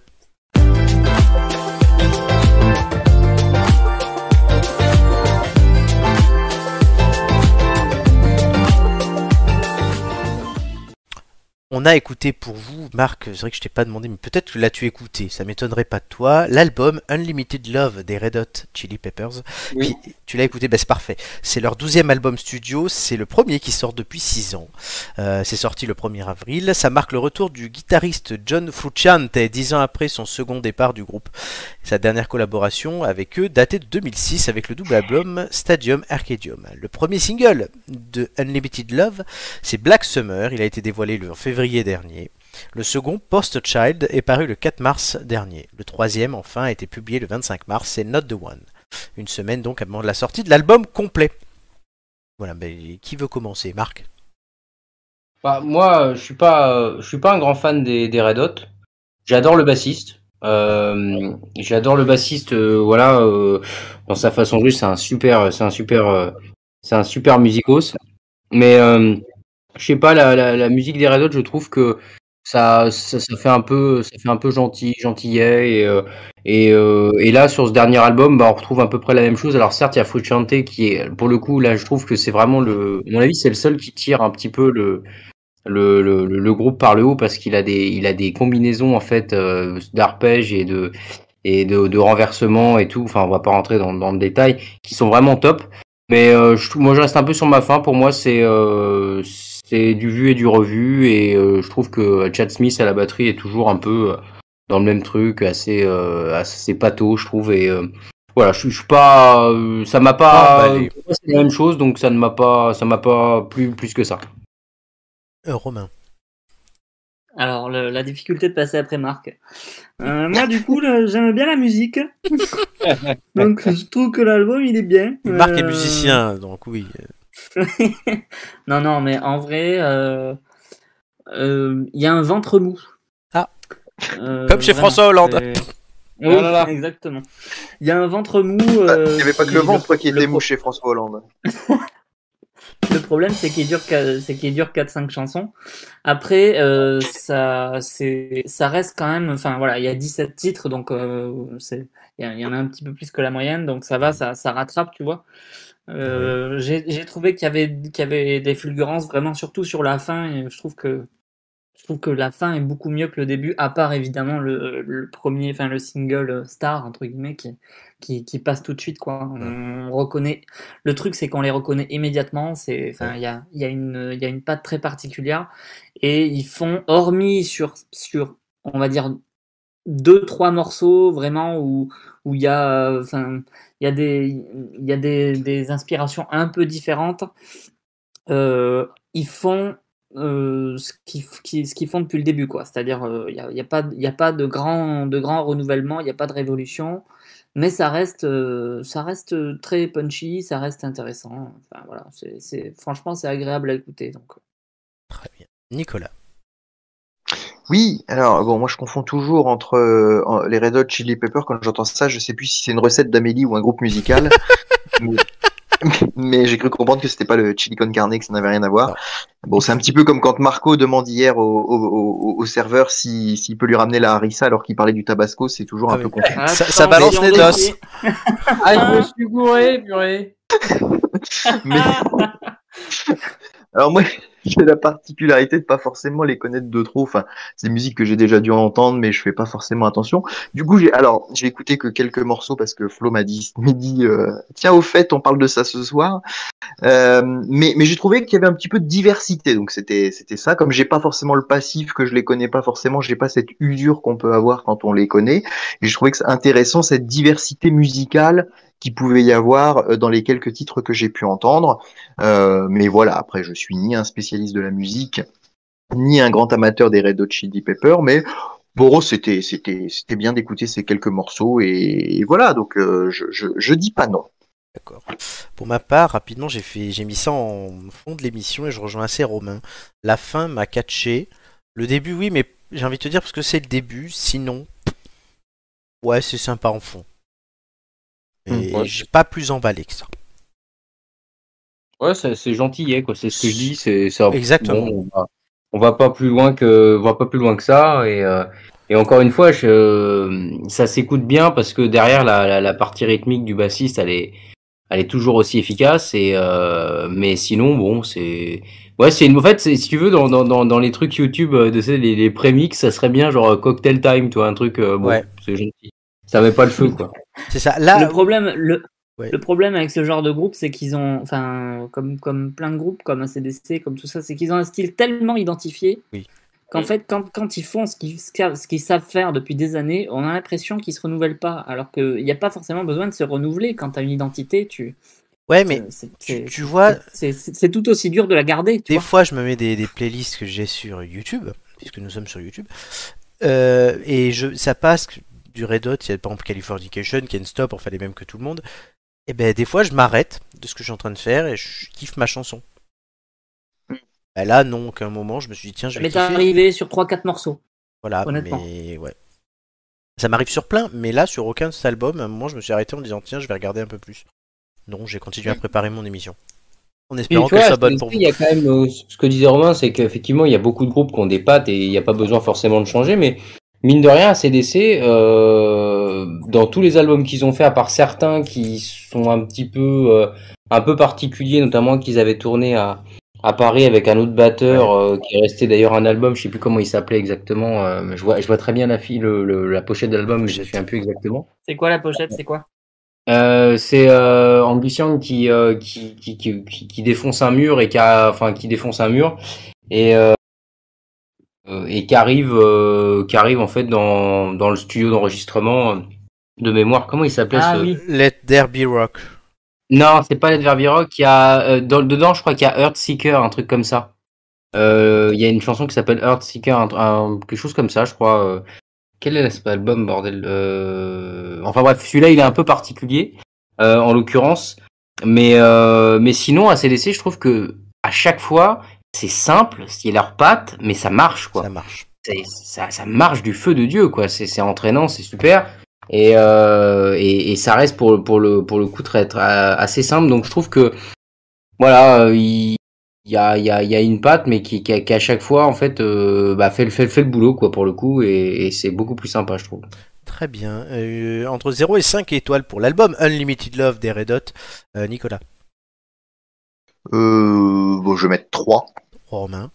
On a écouté pour vous, Marc, c'est vrai que je t'ai pas demandé, mais peut-être que l'as-tu écouté, ça m'étonnerait pas de toi, l'album Unlimited Love des Red Hot Chili Peppers. Oui. Qui- tu l'as écouté, ben c'est parfait. C'est leur douzième album studio, c'est le premier qui sort depuis six ans. Euh, c'est sorti le premier avril. Ça marque le retour du guitariste John Frusciante, dix ans après son second départ du groupe. Sa dernière collaboration avec eux datait de deux mille six avec le double album Stadium Arcadium. Le premier single de Unlimited Love, c'est Black Summer, il a été dévoilé le février dernier. Le second, Post Child, est paru le quatre mars dernier. Le troisième, enfin, a été publié le vingt-cinq mars, c'est Not the One. Une semaine donc avant la sortie de l'album complet. Voilà, ben, qui veut commencer? Marc? Bah, moi, je suis pas, euh, je suis pas un grand fan des, des Red Hot. J'adore le bassiste. Euh, j'adore le bassiste. euh, voilà, euh, dans sa façon de jouer, c'est un super, c'est un super, euh, c'est un super musicos. Mais euh, je sais pas, la, la, la musique des Red Hot, je trouve que Ça, ça, ça fait un peu, ça fait un peu gentil, gentillet. Et, euh, et, euh, et là, sur ce dernier album, bah, on retrouve à peu près la même chose. Alors certes, il y a Frusciante qui est, pour le coup, là, je trouve que c'est vraiment le, à mon avis, c'est le seul qui tire un petit peu le, le, le, le groupe par le haut parce qu'il a des, il a des combinaisons en fait euh, d'arpèges et de, et de, de renversement et tout. Enfin, on va pas rentrer dans, dans le détail, qui sont vraiment top. Mais euh, je, moi, je reste un peu sur ma faim. Pour moi, c'est euh, c'est du vu et du revu. Et euh, je trouve que Chad Smith à la batterie est toujours un peu euh, dans le même truc, assez euh, assez pâteau, je trouve. Et euh, voilà, je, je suis pas, euh, ça m'a pas, Emballé. pour moi, c'est la même chose, donc ça ne m'a pas, ça m'a pas plu plus que ça. Euh, Romain. Alors, le- la difficulté de passer après Marc. Euh, moi, du coup, là, j'aime bien la musique. Donc, je trouve que l'album, il est bien. Marc est Euh, musicien, donc oui. non, non, mais en vrai, euh, euh, il y a un ventre mou. Ah. Euh, Comme chez vraiment, François Hollande. c'est- Oui, Ah là là. exactement. Il y a un ventre mou. Il euh, n'y avait pas que qui- le ventre qui le était pro- mou chez François Hollande. Le problème, c'est qu'il dure, qu'à- c'est qu'il dure quatre cinq chansons. Après, euh, ça, c'est, ça reste quand même, enfin voilà, il y a dix-sept titres, donc euh, c'est, il y, a- il y en a un petit peu plus que la moyenne, donc ça va, ça, ça rattrape, tu vois. Euh, j'ai, j'ai trouvé qu'il y avait, qu'il y avait des fulgurances, vraiment surtout sur la fin, et je trouve que je trouve que la fin est beaucoup mieux que le début, à part évidemment le, le premier, enfin le single euh, star entre guillemets qui, qui, qui passe tout de suite quoi. On reconnaît. Le truc c'est qu'on les reconnaît immédiatement. C'est, enfin il y a, il y a une, il y a une patte très particulière et ils font, hormis sur sur, on va dire deux trois morceaux vraiment où où il y a, euh, enfin il y a des, il y a des, des inspirations un peu différentes. Euh, ils font euh, ce qu'ils qui- ce qu'ils font depuis le début, quoi. C'est-à-dire, il n'y a, y a pas, y a pas de grand, de grand renouvellement, il n'y a pas de révolution, mais ça reste, euh, ça reste très punchy, ça reste intéressant. Enfin, voilà, c'est, c'est, franchement, c'est agréable à écouter. Donc. Très bien. Nicolas. Oui, alors bon, moi je confonds toujours entre euh, les Red Hot Chili Peppers. Quand j'entends ça, je sais plus si c'est une recette d'Amélie ou un groupe musical. mais mais j'ai cru comprendre que c'était pas le chili con carne, que ça n'avait rien à voir. Non. Bon, c'est un petit peu comme quand Marco demande hier au, au, au, au serveur si, s'il peut lui ramener la harissa alors qu'il parlait du tabasco, c'est toujours Ah un oui. peu confus. Ça- ça balance les Attention, dos. Ah, je me suis gouré, purée. Mais alors moi, j'ai la particularité de pas forcément les connaître de trop. Enfin, c'est des musiques que j'ai déjà dû entendre, mais je fais pas forcément attention. Du coup, j'ai alors j'ai écouté que quelques morceaux parce que Flo m'a dit, m'a dit euh, tiens au fait, on parle de ça ce soir. Euh, mais mais j'ai trouvé qu'il y avait un petit peu de diversité, donc c'était c'était ça. Comme j'ai pas forcément le passif, que je les connais pas forcément, j'ai pas cette usure qu'on peut avoir quand on les connaît. Et je trouvais que c'est intéressant cette diversité musicale qu'il pouvait y avoir euh, dans les quelques titres que j'ai pu entendre. Euh, mais voilà, après je suis ni un spécialiste de la musique, ni un grand amateur des Red Hot Chili Peppers, mais bon, c'était c'était c'était bien d'écouter ces quelques morceaux et, et voilà. Donc euh, je, je je dis pas non. D'accord. Pour ma part, rapidement, j'ai fait, j'ai mis ça en fond de l'émission et je rejoins assez Romain. La fin m'a catché. Le début, oui, mais j'ai envie de te dire parce que c'est le début. Sinon, ouais, c'est sympa en fond. Et Ouais. j'ai pas plus emballé que ça. Ouais, c'est c'est gentillet, quoi. C'est ce que je dis. C'est c'est un- Exactement. bon, on va, on va pas plus loin que, on va pas plus loin que ça. Et, euh, et encore une fois, je, ça s'écoute bien parce que derrière la, la, la partie rythmique du bassiste, elle est, elle est toujours aussi efficace. Et euh, mais sinon, bon, c'est, ouais, c'est une, en fait, c'est- si tu veux, dans, dans, dans, dans les trucs YouTube, euh, de ces, les, les prémix, ça serait bien genre euh, Cocktail Time, toi, un truc, euh, bon, Ouais. c'est gentil. Ça met pas le feu, quoi. C'est ça. Là, Le problème, le, Ouais. le problème avec ce genre de groupe, c'est qu'ils ont, enfin, comme, comme plein de groupes, comme A C D C, comme tout ça, c'est qu'ils ont un style tellement identifié Oui. qu'en fait, quand, quand ils font ce qu'ils, ce qu'ils savent faire depuis des années, on a l'impression qu'ils se renouvellent pas. Alors qu'il n'y a pas forcément besoin de se renouveler. Quand tu as une identité, tu. ouais, mais c'est, tu, c'est, tu vois, c'est, c'est, c'est tout aussi dur de la garder. Tu des vois. fois, je me mets des, des playlists que j'ai sur YouTube, puisque nous sommes sur YouTube, euh, et je, ça passe du Red Hot, il y a par exemple Californication, Can't Stop, enfin les mêmes que tout le monde. Et ben des fois, je m'arrête de ce que je suis en train de faire et je kiffe ma chanson. Ben là, non, qu'à un moment, je me suis dit tiens, je vais Mais t'es kiffer. arrivé sur trois quatre morceaux. Voilà, honnêtement. mais ouais. Ça m'arrive sur plein, mais là, sur aucun de cet album, à un moment, je me suis arrêté en me disant tiens, je vais regarder un peu plus. Non, j'ai continué à préparer mon émission. En espérant qu'elle soit bonne pour vous. Il y a quand même, euh, ce que disait Romain, c'est qu'effectivement, il y a beaucoup de groupes qui ont des pattes et il n'y a pas besoin forcément de changer, mais mine de rien, A C D C, euh, dans tous les albums qu'ils ont fait, à part certains qui sont un petit peu, euh, un peu particuliers, notamment qu'ils avaient tourné à, à Paris avec un autre batteur, ouais. euh, qui est resté d'ailleurs un album, je sais plus comment il s'appelait exactement, euh, mais je vois, je vois très bien la fille, le, le, la pochette de l'album, mais je ne me souviens plus exactement. C'est quoi la pochette, c'est quoi? Euh, c'est euh, Angus Young qui, euh, qui, qui, qui, qui défonce un mur et qui a, enfin qui défonce un mur et euh, et qui arrive euh, qui arrive en fait dans dans le studio d'enregistrement de mémoire. Comment il s'appelait ah, ce oui. Let There Be Rock. Non, c'est pas Let There Be Rock. Il y a euh, dans, dedans, je crois qu'il y a Earthseeker, un truc comme ça. Euh, il y a une chanson qui s'appelle Earthseeker, un, un, quelque chose comme ça, je crois. Euh, Quel est cet album, bordel euh... Enfin bref, celui-là, il est un peu particulier, euh, en l'occurrence. Mais euh, mais sinon, A C D C, je trouve que à chaque fois, c'est simple, c'est leur patte, mais ça marche, quoi. Ça marche. C'est, ça, ça marche du feu de Dieu, quoi. C'est, c'est entraînant, c'est super. Et, euh, et, et ça reste pour, pour, le, pour le coup très, très, assez simple. Donc je trouve que, voilà, il... Il y a, il y a, il y a une patte, mais qui, qui, qui à chaque fois, en fait, euh, bah, fait, fait, fait le boulot, quoi, pour le coup, et, et c'est beaucoup plus sympa, je trouve. Très bien. Euh, entre zéro et cinq étoiles pour l'album Unlimited Love des Red Hot. Euh, Nicolas. Euh, bon, je vais mettre trois. Romain.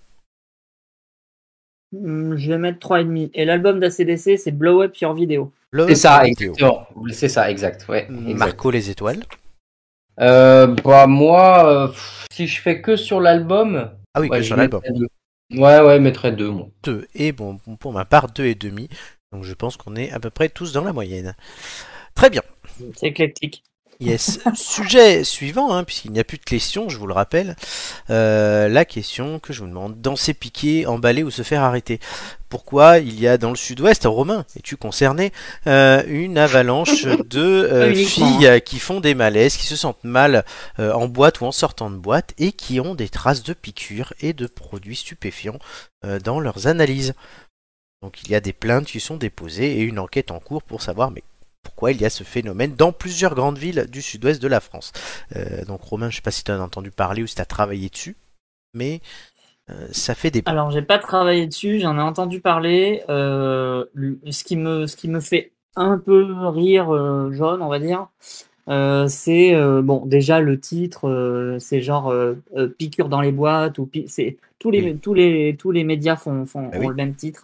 Mmh, je vais mettre trois virgule cinq. Et l'album d'A C D C, c'est Blow Up Your Video. Blow c'est up ça, video. exactement. C'est ça, exact. Ouais, exact. Marco, les étoiles. Euh, bah, moi, euh, si je fais que sur l'album. Ah oui, ouais, que sur l'album. Deux. Ouais, ouais, je mettrais deux, moi. Deux. Et bon, pour ma part, deux et demi. Donc je pense qu'on est à peu près tous dans la moyenne. Très bien. C'est éclectique. Yes. Sujet suivant, hein, puisqu'il n'y a plus de questions, je vous le rappelle. Euh, la question que je vous demande, danser, piquer, emballer ou se faire arrêter. Pourquoi il y a dans le sud-ouest, Romain, es-tu concerné, euh, une avalanche de euh, filles qui font des malaises, qui se sentent mal euh, en boîte ou en sortant de boîte et qui ont des traces de piqûres et de produits stupéfiants euh, dans leurs analyses. Donc il y a des plaintes qui sont déposées et une enquête en cours pour savoir mais pourquoi il y a ce phénomène dans plusieurs grandes villes du sud-ouest de la France. Euh, donc Romain, je ne sais pas si tu as entendu parler ou si tu as travaillé dessus, mais euh, ça fait des... Alors j'ai pas travaillé dessus, j'en ai entendu parler. Euh, ce, qui me, ce qui me fait un peu rire euh, jaune, on va dire, euh, c'est, euh, bon, déjà le titre, euh, c'est genre euh, euh, piqûre dans les boîtes, ou pi- c'est, tous, les, oui. tous, les, tous les médias font, font, bah, ont oui. le même titre.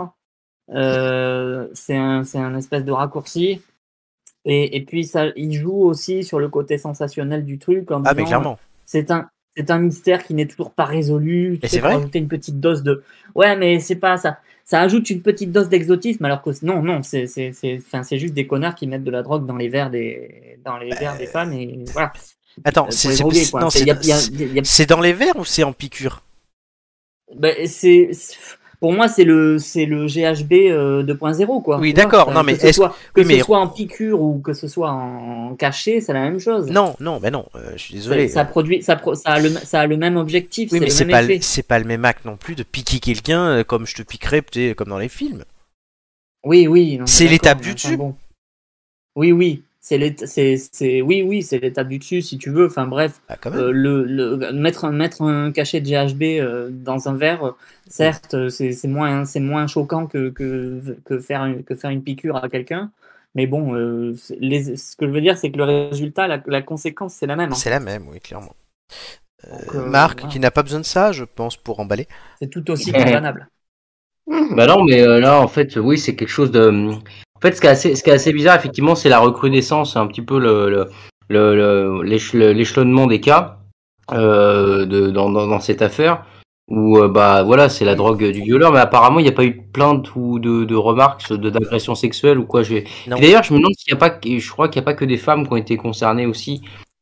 Euh, c'est, un, c'est un espèce de raccourci. Et, et puis, ça, il joue aussi sur le côté sensationnel du truc. En ah, disant, mais clairement. C'est un, c'est un mystère qui n'est toujours pas résolu. Et c'est vrai. Ajouter une petite dose de. Ouais, mais c'est pas ça. Ça ajoute une petite dose d'exotisme, alors que non, non, c'est, c'est, c'est, enfin, c'est juste des connards qui mettent de la drogue dans les verres des, dans les verres euh... des femmes et voilà. Attends, c'est, c'est, droguer, c'est, non, c'est, y a, y a, y a... c'est dans les verres ou c'est en piqûre? Ben, c'est. c'est... Pour moi, c'est le, c'est le G H B euh, deux point zéro, quoi. Oui, d'accord. Non, mais que ce soit, que oui, mais... ce soit en piqûre ou que ce soit en cachet, c'est la même chose. Non, non, mais non. Euh, je suis désolé. Ça, ça produit, ça, pro, ça, a le, ça a le même objectif. Oui, c'est mais le c'est même pas, effet. Le, c'est pas le même acte non plus de piquer quelqu'un euh, comme je te piquerais, peut-être comme dans les films. Oui, oui. Non, c'est l'étape du dessus. Bon. Oui, oui. C'est, c'est, c'est, oui, oui, c'est l'étape du dessus, si tu veux. Enfin, bref, ah, euh, le, le, mettre, mettre un cachet de G H B euh, dans un verre, certes, oui. c'est, c'est, moins, c'est moins choquant que, que, que, faire, une, que faire une piqûre à quelqu'un. Mais bon, euh, les, ce que je veux dire, c'est que le résultat, la, la conséquence, c'est la même. Hein. C'est la même, oui, clairement. Euh, Donc, euh, Marc, voilà. Qui n'a pas besoin de ça, je pense, pour emballer. C'est tout aussi condamnable. Bah non, mais euh, là, en fait, oui, c'est quelque chose de... En fait, ce qui est assez, ce qui est assez bizarre, effectivement, c'est la recrudescence, un petit peu le, le, le, le l'échelonnement des cas euh, de, dans, dans, dans cette affaire, où euh, bah voilà, c'est la drogue du violeur, mais apparemment, il n'y a pas eu de plainte ou de, de remarques de, d'agression sexuelle ou quoi. J'ai... D'ailleurs, je me demande s'il n'y a pas, je crois qu'il n'y a pas que des femmes qui ont été concernées aussi.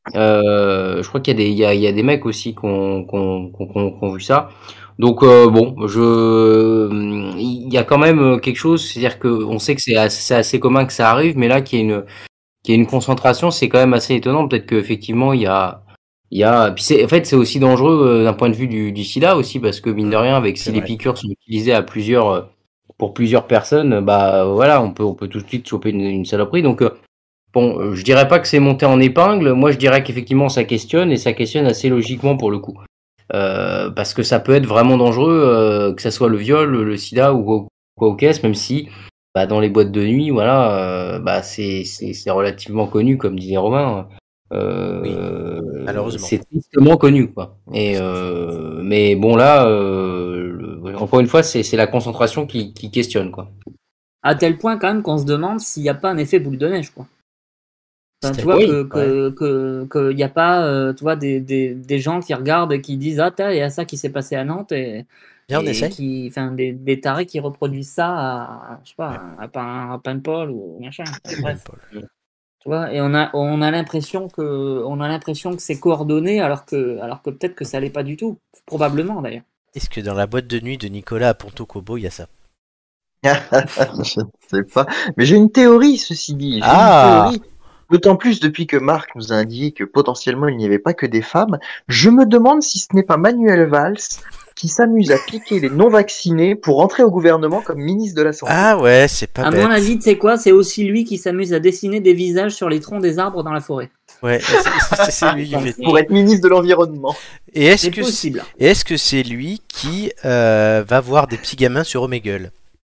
Euh, je crois qu'il y a des, il y a, il y a des mecs aussi qui ont, qui ont, qui ont, qui ont vu ça. Donc euh, bon, je, il y a quand même quelque chose, c'est-à-dire que on sait que c'est assez, c'est assez commun que ça arrive, mais là qu'il y ait une, qu'il y ait une concentration, c'est quand même assez étonnant. Peut-être qu'effectivement il y a, il y a, puis c'est, en fait c'est aussi dangereux d'un point de vue du, du SIDA aussi, parce que mine de rien, avec si les piqûres sont utilisées à plusieurs, pour plusieurs personnes, bah voilà, on peut, on peut tout de suite choper une, une saloperie. Donc bon, euh, je dirais pas que c'est monté en épingle. Moi, je dirais qu'effectivement, ça questionne et ça questionne assez logiquement pour le coup. Euh, parce que ça peut être vraiment dangereux, euh, que ça soit le viol, le sida ou quoi au caisse, même si bah, dans les boîtes de nuit, voilà, euh, bah, c'est, c'est, c'est relativement connu, comme disait Romain. Euh, oui, malheureusement. C'est tristement connu, quoi. Et euh, mais bon là, euh, le, encore une fois, c'est, c'est la concentration qui, qui questionne, quoi. À tel point quand même qu'on se demande s'il n'y a pas un effet boule de neige, quoi. Enfin, tu vois oui, que que, ouais. que que il y a pas, euh, tu vois, des, des des gens qui regardent et qui disent ah tiens, il y a ça qui s'est passé à Nantes et, Bien, et on essaie. qui, enfin, des, des tarés qui reproduisent ça à, je sais pas, ouais. à, à Paimpol ou machin. Bref. Tu vois, et on a on a l'impression que on a l'impression que c'est coordonné alors que alors que peut-être que ça l'est pas du tout, probablement d'ailleurs. Est-ce que dans la boîte de nuit de Nicolas à Ponto Cobo, il y a ça? Je ne sais pas, mais j'ai une théorie, ceci dit. J'ai ah. une théorie. D'autant plus depuis que Marc nous a indiqué que potentiellement il n'y avait pas que des femmes, je me demande si ce n'est pas Manuel Valls qui s'amuse à piquer les non-vaccinés pour entrer au gouvernement comme ministre de la Santé. Ah ouais, c'est pas à bête. À mon avis, tu sais quoi, c'est aussi lui qui s'amuse à dessiner des visages sur les troncs des arbres dans la forêt. Ouais, c'est, c'est lui qui fait. Pour être ministre de l'Environnement. Et est-ce c'est que possible. C'est, et est-ce que c'est lui qui euh, va voir des petits gamins sur Omegle?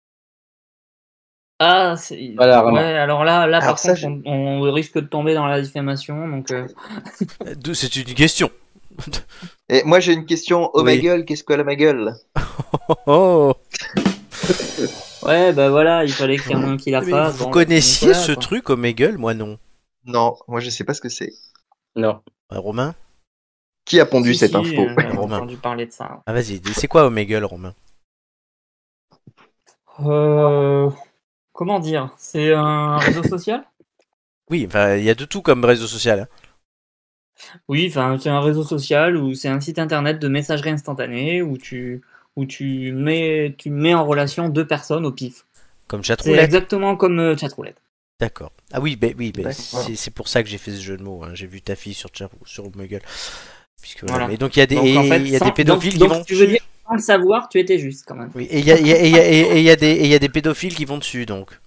Ah, c'est... Voilà, ouais, alors là, là alors par ça, contre, je... on, on risque de tomber dans la diffamation, donc. Euh... C'est une question. Et moi j'ai une question. Oh oui. ma gueule, qu'est-ce que la ma gueule? Oh. Ouais, bah voilà, il fallait qu'il y en ait un qui la fasse. Vous bon, connaissiez Nicolas, ce quoi. truc Omegle? Moi non. Non, moi je sais pas ce que c'est. Non. Euh, Romain? Qui a pondu si, cette si, info? euh, J'ai Romain. entendu parler de ça. Ah vas-y, c'est quoi Omegle, Romain? Euh... Comment dire? C'est un réseau social? Oui, enfin, il y a de tout comme réseau social. Hein. Oui, enfin, c'est un réseau social ou c'est un site internet de messagerie instantanée où tu où tu mets tu mets en relation deux personnes au pif. Comme chatroulette. C'est exactement comme euh, chatroulette. D'accord. Ah oui, bah, oui bah, c'est, c'est pour ça que j'ai fait ce jeu de mots. Hein. J'ai vu ta fille sur sur Omegle. Puisque voilà. Voilà. Et donc il y a des donc, en fait, y a sans, des pédophiles donc, qui donc, vont. Tu veux dire sans le savoir, tu étais juste quand même. Oui. Et il y a y a y a et y a des et il y a des pédophiles qui vont dessus donc.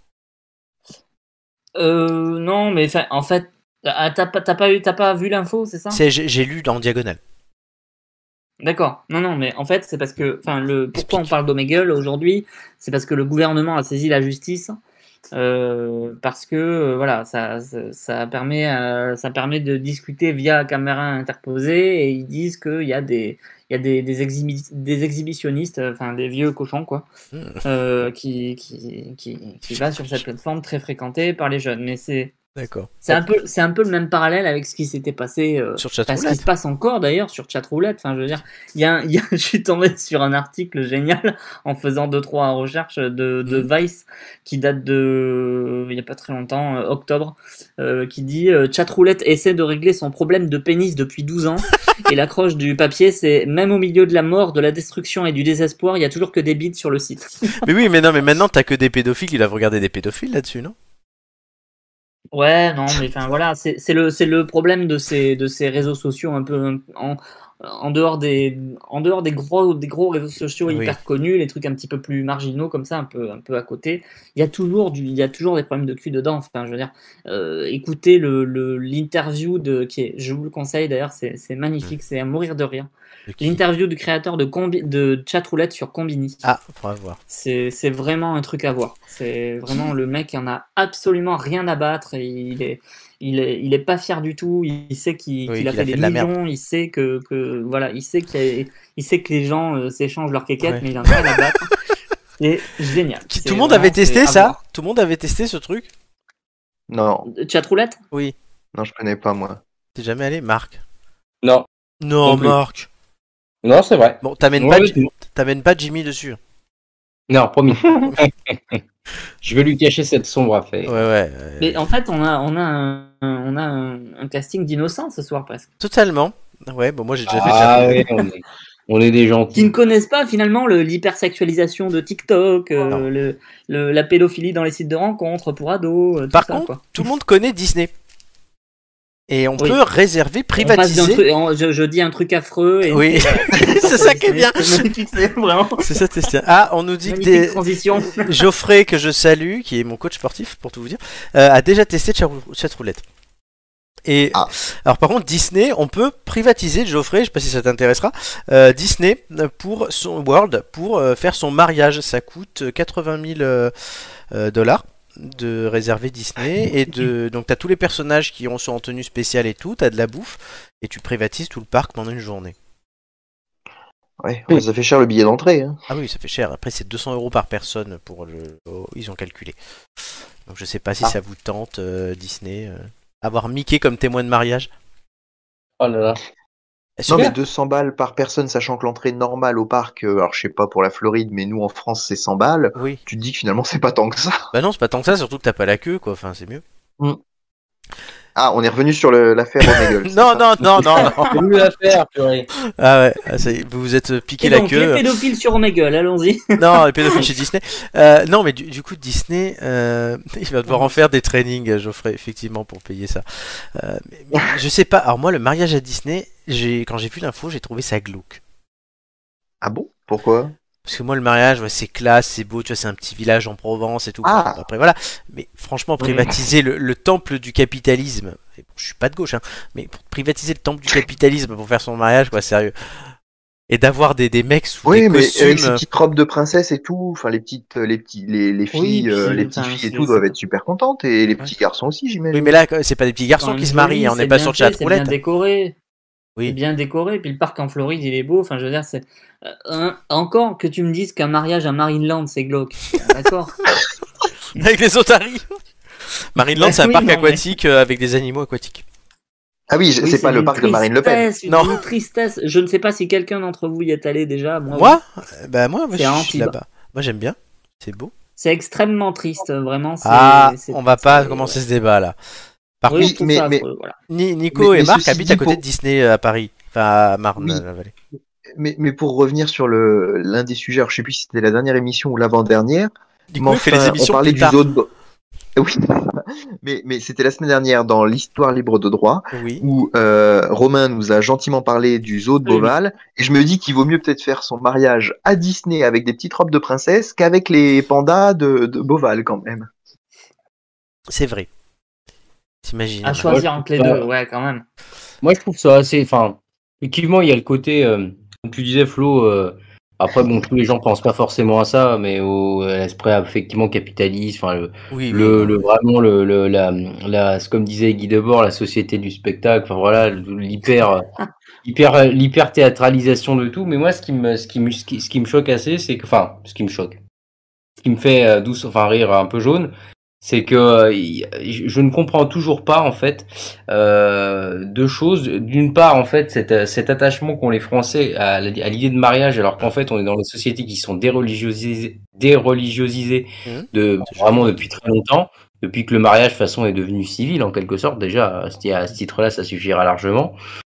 Euh non, mais en fait. Ah, t'as pas, t'as pas eu, t'as pas vu l'info, c'est ça? C'est, j'ai, j'ai lu en diagonale. D'accord. Non, non, mais en fait, c'est parce que, enfin, le pourquoi on parle d'Omegle aujourd'hui, c'est parce que le gouvernement a saisi la justice, euh, parce que euh, voilà, ça, ça, ça permet, euh, ça permet de discuter via caméra interposée, et ils disent qu'il y a des, il y a des, des, exhibi- des exhibitionnistes, enfin des vieux cochons quoi, mmh. euh, qui, qui, qui, qui va sur cette plateforme très fréquentée par les jeunes, mais c'est D'accord. C'est un peu, c'est un peu le même parallèle avec ce qui s'était passé, euh, sur Chatroulette. Ce qui se passe encore d'ailleurs sur Chatroulette. Enfin, je veux dire, il y a, il y a, je suis tombé sur un article génial en faisant deux trois recherches de, de mmh. Vice qui date de, il y a pas très longtemps, euh, octobre, euh, qui dit euh, Chatroulette essaie de régler son problème de pénis depuis douze ans et l'accroche du papier, c'est même au milieu de la mort, de la destruction et du désespoir, il y a toujours que des bides sur le site. Mais oui, mais non, mais maintenant t'as que des pédophiles qui doivent regarder des pédophiles là-dessus, non? Ouais, non, mais enfin voilà, c'est, c'est le c'est le problème de ces de ces réseaux sociaux un peu en en dehors des en dehors des gros des gros réseaux sociaux oui. hyper connus, les trucs un petit peu plus marginaux comme ça, un peu un peu à côté. Il y a toujours du il y a toujours des problèmes de cul dedans. Enfin, je veux dire, euh, écoutez le, le l'interview de qui est, je vous le conseille d'ailleurs, c'est c'est magnifique, mmh. c'est à mourir de rire. L'interview du créateur de Combi, de Chatroulette sur Combini. Ah, faudra voir. C'est c'est vraiment un truc à voir. C'est vraiment le mec qui en a absolument rien à battre et il est il est il est pas fier du tout. Il sait qu'il, oui, qu'il a qu'il fait, a fait des millions. Il sait que que voilà, il sait qu'il a, il sait que les gens euh, s'échangent leurs quéquettes, ouais. mais il en a rien à battre. C'est génial. Qui, tout le monde avait testé ça? Tout le monde avait testé ce truc? Non. Chatroulette? Oui. Non, je connais pas moi. T'es jamais allé, Marc? Non. Non, non Marc. Non, c'est vrai. Bon, t'amènes, ouais, pas, ouais, t'amènes pas Jimmy dessus. Non, promis. Je vais lui cacher cette sombre affaire. Ouais, ouais. Mais en fait, on a, on a, un, on a un, un casting d'innocents ce soir presque. Totalement. Ouais, bon, moi j'ai déjà ah, fait. Ah ouais, on est, on est des gentils. Qui ne connaissent pas finalement le, l'hypersexualisation de TikTok, euh, le, le, la pédophilie dans les sites de rencontres pour ados. Tout Par ça, contre, quoi. Tout le monde connaît Disney. Et on oui. peut réserver, privatiser. Truc, je, je dis un truc affreux. Et oui. c'est ça qui est bien. C'est magnifique, c'est vraiment. C'est ça, c'est ça. Ah, on nous dit que Magnifique des... transition. Geoffrey, que je salue, qui est mon coach sportif, pour tout vous dire, euh, a déjà testé Chatroulette. Et Ah. alors par contre Disney, on peut privatiser Geoffrey, je sais pas si ça t'intéressera, euh, Disney pour son World pour euh, faire son mariage, ça coûte quatre-vingt mille euh, euh, dollars de réserver Disney et de donc t'as tous les personnages qui ont sont en tenue spéciale et tout, t'as de la bouffe et tu privatises tout le parc pendant une journée. Ouais, ouais, ça fait cher le billet d'entrée. Hein. Ah oui, ça fait cher. Après c'est deux cents euros par personne pour le, oh, ils ont calculé. Donc je sais pas si Ah. ça vous tente euh, Disney. Euh... Avoir Mickey comme témoin de mariage. Oh là là. Super. Non mais deux cents balles par personne, sachant que l'entrée normale au parc, euh, alors je sais pas pour la Floride, mais nous en France c'est cent balles. Oui. Tu te dis que finalement c'est pas tant que ça. Bah non, c'est pas tant que ça, surtout que t'as pas la queue, quoi. Enfin, c'est mieux. Ah, on est revenu sur le- l'affaire Omegle. non, non, non, non, non. C'est mieux à faire, purée. Ah ouais, ah, ça y est, vous vous êtes piqué Et la donc, les queue. pédophiles sur Omegle, allons-y. Non, les pédophiles chez Disney. Euh, non, mais du, du coup, Disney, euh, il va devoir en faire des trainings, Geoffrey, effectivement, pour payer ça. Euh, mais, mais je sais pas. Alors moi, le mariage à Disney, j'ai quand j'ai vu l'info, j'ai trouvé ça glauque. Ah bon? Pourquoi? Parce que moi, le mariage, ouais, c'est classe, c'est beau, tu vois, c'est un petit village en Provence et tout. Ah. Bon, après, voilà. Mais franchement, privatiser le, le temple du capitalisme, et bon, je suis pas de gauche, hein, mais pour privatiser le temple du capitalisme pour faire son mariage, quoi, sérieux. Et d'avoir des, des mecs sous Oui, des mais costumes. avec ces petites robes de princesse et tout, enfin les petites, les petits, les, les filles, puis euh, c'est- les petites enfin, filles et c'est- tout doivent c'est- être super contentes et les petits garçons aussi, j'imagine. Oui, mais là, c'est pas des petits garçons Quand qui même se marient, joli, on c'est n'est pas bien sur le fait, chat C'est roulette. bien décoré. Oui. C'est bien décoré. Puis le parc en Floride, il est beau. Enfin, je veux dire, c'est. Euh, un- encore que tu me dises qu'un mariage à Marineland, c'est glauque. D'accord. Avec les otaries. Marineland, c'est un Oui, parc non, mais- aquatique euh, avec des animaux aquatiques. Ah oui, je- Oui, c'est pas le d'une parc de Marine Le Pen. tristesse, Non. Une tristesse. Je ne sais pas si quelqu'un d'entre vous y est allé déjà. Moi, oui. Moi euh, Bah, moi, moi, C'est je à suis Antibes. là-bas. Moi, j'aime bien. C'est beau. C'est extrêmement triste, vraiment. c'est- Ah, c'est- on va pas c'est- commencer ce débat là. Par Oui, contre, je trouve mais- ça mais- affreux, voilà. Ni- Nico mais- et mais Marc ceci habitent dit, à côté pour- de Disney euh, à Paris. Enfin, à Marne, Oui. la vallée. Mais, mais pour revenir sur le l'un des sujets, alors je sais plus si c'était la dernière émission ou l'avant-dernière, Du mais coup, il fait les enfin, émissions on parlait plus du tard. zoo de... Bo- Oui, mais, mais c'était la semaine dernière dans l'histoire libre de droit Oui. où euh, Romain nous a gentiment parlé du zoo de Oui, oui. Beauval et je me dis qu'il vaut mieux peut-être faire son mariage à Disney avec des petites robes de princesse qu'avec les pandas de, de Beauval quand même. C'est vrai. T'imagines. À hein. choisir entre les Ouais. deux, ouais, quand même. Moi, je trouve ça assez. Enfin, effectivement, il y a le côté, euh, comme tu disais, Flo. euh, après, bon, tous les gens pensent pas forcément à ça, mais au à l'esprit effectivement capitaliste. Enfin, le, Oui, le, oui. le vraiment le, le la, la, comme disait Guy Debord, la société du spectacle. Enfin voilà, l'hyper, hyper, l'hyper théâtralisation de tout. Mais moi, ce qui me, ce qui me, ce qui, ce qui me choque assez, c'est que, enfin, ce qui me choque, ce qui me fait euh, douce, enfin rire un peu jaune. C'est que euh, il- je ne comprends toujours pas en fait euh, deux choses. D'une part, en fait, cet, cet attachement qu'ont les Français à, la- à l'idée de mariage, alors qu'en fait, on est dans des sociétés qui sont déreligiosisées, déreligiosisées Mhm. de C'est vraiment joli. depuis très longtemps, depuis que le mariage de toute façon est devenu civil en quelque sorte. Déjà, à ce, à ce titre-là, ça suffira largement.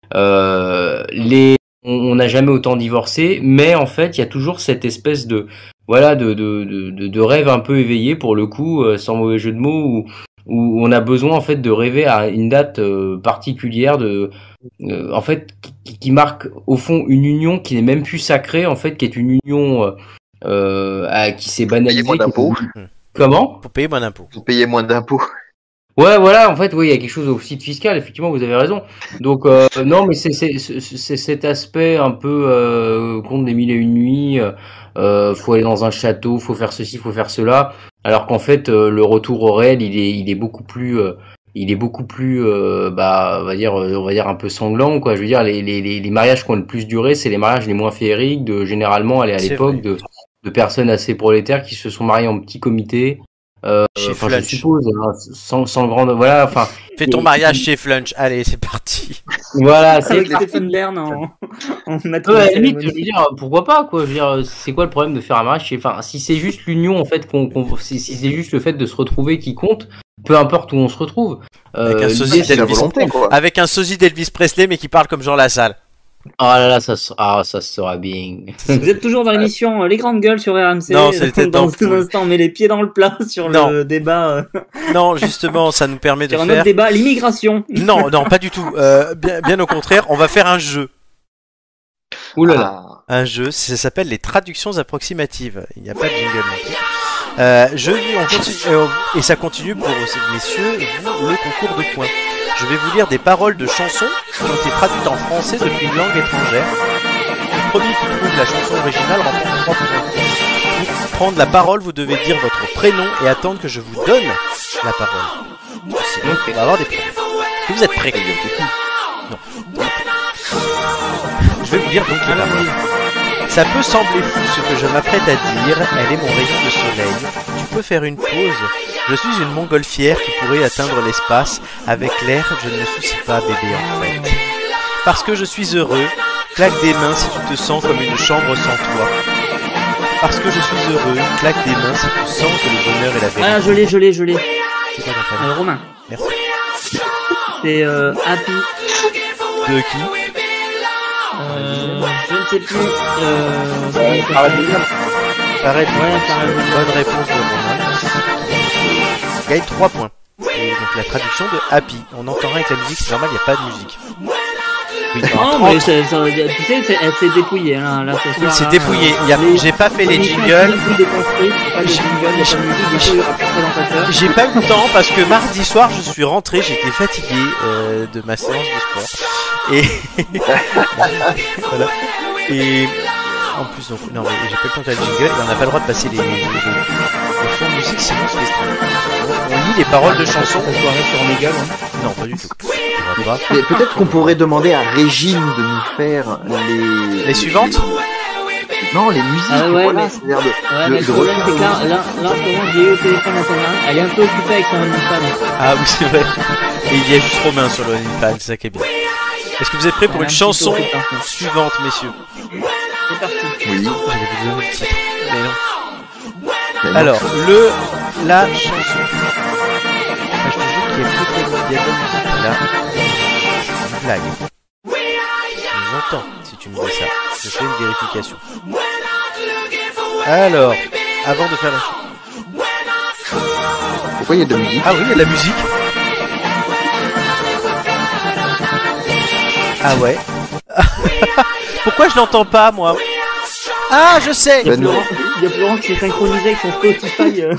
Euh, les, on on n'a jamais autant divorcé, mais en fait, il y a toujours cette espèce de voilà de de de, de, de rêve un peu éveillé pour le coup, euh, sans mauvais jeu de mots, où, où on a besoin en fait de rêver à une date euh, particulière de euh, en fait qui, qui marque au fond une union qui n'est même plus sacrée en fait, qui est une union euh, euh, à- qui s'est banalisée. moins qui est- d'impôts. Comment? Pour payer moins d'impôts. Vous payez moins d'impôts. Ouais, voilà, en fait, oui, il y a quelque chose au site fiscal, effectivement, vous avez raison. Donc, euh, non, mais c'est c'est c'est c'est cet aspect un peu euh, conte des mille et une nuits. Euh, faut aller dans un château, faut faire ceci, faut faire cela. Alors qu'en fait, euh, le retour au réel, il est il est beaucoup plus euh, il est beaucoup plus euh, bah on va dire euh, on va dire un peu sanglant quoi. Je veux dire les les les les mariages qui ont le plus duré, c'est les mariages les moins féeriques de généralement aller à C'est l'époque vrai. de de personnes assez prolétaires qui se sont mariées en petit comité. Euh, Chez enfin, je Flunch. suppose, hein, sans, sans grande, voilà, enfin, Fais ton Et- mariage chez Flunch. Allez, c'est parti. voilà, c'est Avec Stéphane Bern en, en maître Ouais, de à la limite, je veux cérémonie. dire, pourquoi pas, quoi. Je veux dire, c'est quoi le problème de faire un mariage chez- Enfin, si c'est juste l'union, en fait, qu'on, qu'on- si, si c'est juste le fait de se retrouver qui compte, peu importe où on se retrouve. Avec un l'idée, sosie C'est la d'Elvis. volonté, quoi. Avec un sosie d'Elvis Presley, mais qui parle comme Jean Lassalle. Ah là là, ça, se- ah, ça sera bien. Vous êtes toujours dans l'émission euh, Les Grandes Gueules sur R M C. Non, c'était dans dans un instant, on met les pieds dans le plat sur Non. le débat, euh, Non, justement, ça nous permet de sur un autre faire. débat, l'immigration. Non, non, pas du tout. Euh, bien, bien au contraire, on va faire un jeu. Ouh là là. Un jeu, ça s'appelle les traductions approximatives. Il n'y a pas de jingle non plus. Euh, je on continue, euh, et ça continue pour messieurs, vous, le concours de points. Je vais vous lire des paroles de chansons qui ont été traduites en français depuis une langue étrangère. Le premier qui trouve la chanson originale remporte trois points. Pour prendre la parole, vous devez dire votre prénom et attendre que je vous donne la parole. Sinon, on va avoir des points. Est-ce que vous êtes prêts? Non. Je vais vous lire donc les paroles. Ça peut sembler fou ce que je m'apprête à dire, elle est mon rayon de soleil. Tu peux faire une pause. Je suis une montgolfière qui pourrait atteindre l'espace. Avec l'air, je ne me soucie pas, bébé, en fait. Parce que je suis heureux, claque des mains si tu te sens comme une chambre sans toi. Parce que je suis heureux, claque des mains si tu sens que le bonheur est la vérité. Ah, je l'ai, je l'ai, je l'ai. C'est quoi ton prénom? Euh, Romain. Merci. C'est euh, Happy. De qui? Euh, je ne sais plus. Euh, Arrête de dire. Arrête. Ouais, Pharrell Williams. Bonne réponse de Romain. Gagne trois points. Et donc la traduction de Happy. On entend rien avec la musique, c'est normal, il n'y a pas de musique. Oui, non, mais ça, ça, tu sais, c'est, elle s'est dépouillée. Hein, là, ce soir, c'est là, dépouillé. euh, Il y a, les- j'ai pas fait les les jingles. pas de jingles, pas de musique, il n'y a pas de musique, il y aura pas de présentateur. J'ai pas eu le temps parce que mardi soir je suis rentré, j'étais fatigué euh, de ma séance de sport. Et voilà. Et en plus donc non mais j'ai pas eu le temps de faire le jingle et on n'a pas le droit de passer les, les, les, les fonds de musique sinon c'est stream. On lit les paroles de chansons. La soirée sur Oméga, hein. Non pas du tout. On va pas. Mais peut-être qu'on pourrait demander à Régine de nous faire les... Les suivantes. Non, les musiques, Ah ouais, voilà, mais- c'est-à-dire de... Ouais, de- mais le de problème, c'est que là, refaire là, là, en ce moment, j'ai eu au téléphone la semaine dernière, elle est un peu occupée avec son OnlyFans. Ah oui c'est vrai. Et il y a juste Romain sur le OnlyFans, c'est ça qui est bien. Est-ce que vous êtes prêts pour Elle est une un petit chanson peu occupée, hein. suivante messieurs? C'est parti. Oui. J'allais vous donner le titre. Mais non. mais non. Alors, le, la chanson. Ah, je te jure qu'il y a peut-être il y a de la musique là. C'est une blague. Je nous entends si tu me dis ça. Je fais une vérification. Alors, avant de faire la chanson. Pourquoi il y a de la musique? Ah oui, il y a de la musique. Ah ouais. Pourquoi je l'entends pas moi? Ah, je sais. Il y a Bah, non. Florent, il y a Florent qui s'est synchronisé avec son Spotify. Euh,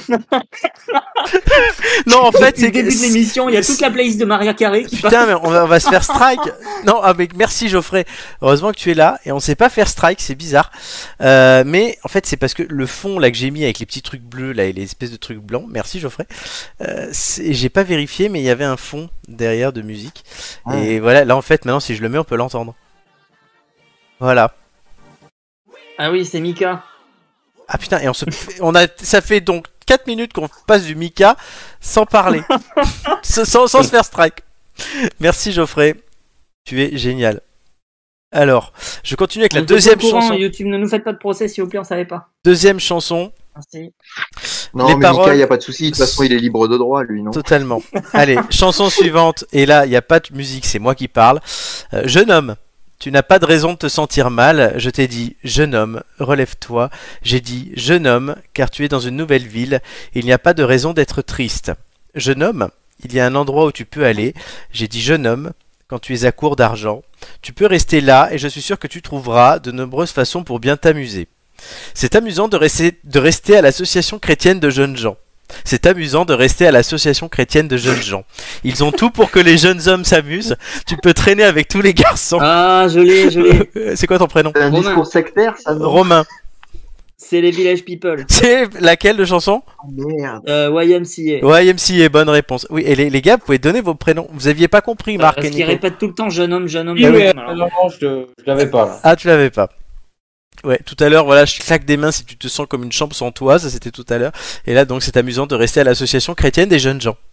Non, en fait, depuis c'est le début de l'émission, il y a toute la playlist de Maria Carré qui passe. Putain, mais on va, on va se faire strike. Non, ah, mais merci Geoffrey. Heureusement que tu es là et on sait pas faire strike, c'est bizarre. Euh, mais en fait, c'est parce que le fond là que j'ai mis avec les petits trucs bleus là et les espèces de trucs blancs. Merci Geoffrey. Euh, c'est- j'ai pas vérifié, mais il y avait un fond derrière de musique. Ah. Et voilà, là en fait, maintenant si je le mets, on peut l'entendre. Voilà. Ah oui, c'est Mika. Ah putain, et on se, on a, ça fait donc quatre minutes qu'on passe du Mika sans parler, sans, sans se faire strike. Merci Geoffrey, tu es génial. Alors, je continue avec la On est deuxième au courant, chanson. YouTube, ne nous faites pas de procès si au pire on savait pas. Deuxième chanson, Merci. Non, les mais paroles- Mika, il n'y a pas de souci. De toute façon, il est libre de droit, lui, non? totalement. Allez, chanson suivante. Et là, il n'y a pas de musique, c'est moi qui parle. Euh, jeune homme, tu n'as pas de raison de te sentir mal. Je t'ai dit, jeune homme, relève-toi. J'ai dit, jeune homme, car tu es dans une nouvelle ville. Il n'y a pas de raison d'être triste. Jeune homme, il y a un endroit où tu peux aller. J'ai dit, jeune homme, quand tu es à court d'argent. Tu peux rester là et je suis sûr que tu trouveras de nombreuses façons pour bien t'amuser. C'est amusant de rester, de rester à l'association chrétienne de jeunes gens. C'est amusant de rester à l'association chrétienne de jeunes gens. Ils ont tout pour que les jeunes hommes s'amusent. Tu peux traîner avec tous les garçons. Ah, je l'ai, je l'ai. Euh, C'est quoi ton prénom? C'est un Romain. discours sectaire, ça, non? Romain. C'est les Village People. C'est laquelle de chanson? Oh, merde. Euh, Y M C A. Ouais, Y M C A, bonne réponse. Oui, et les, les gars, vous pouvez donner vos prénoms. Vous aviez pas compris, Marc Parce et qu'ils Nico. répètent tout le temps jeune homme, jeune homme, Oui, jeune mais, homme. euh, alors. non, non, je, te- je l'avais pas là. Ah, tu l'avais pas. Ouais, tout à l'heure, voilà, je claque des mains si tu te sens comme une chambre sans toit, ça c'était tout à l'heure. Et là, donc, c'est amusant de rester à l'association chrétienne des jeunes gens.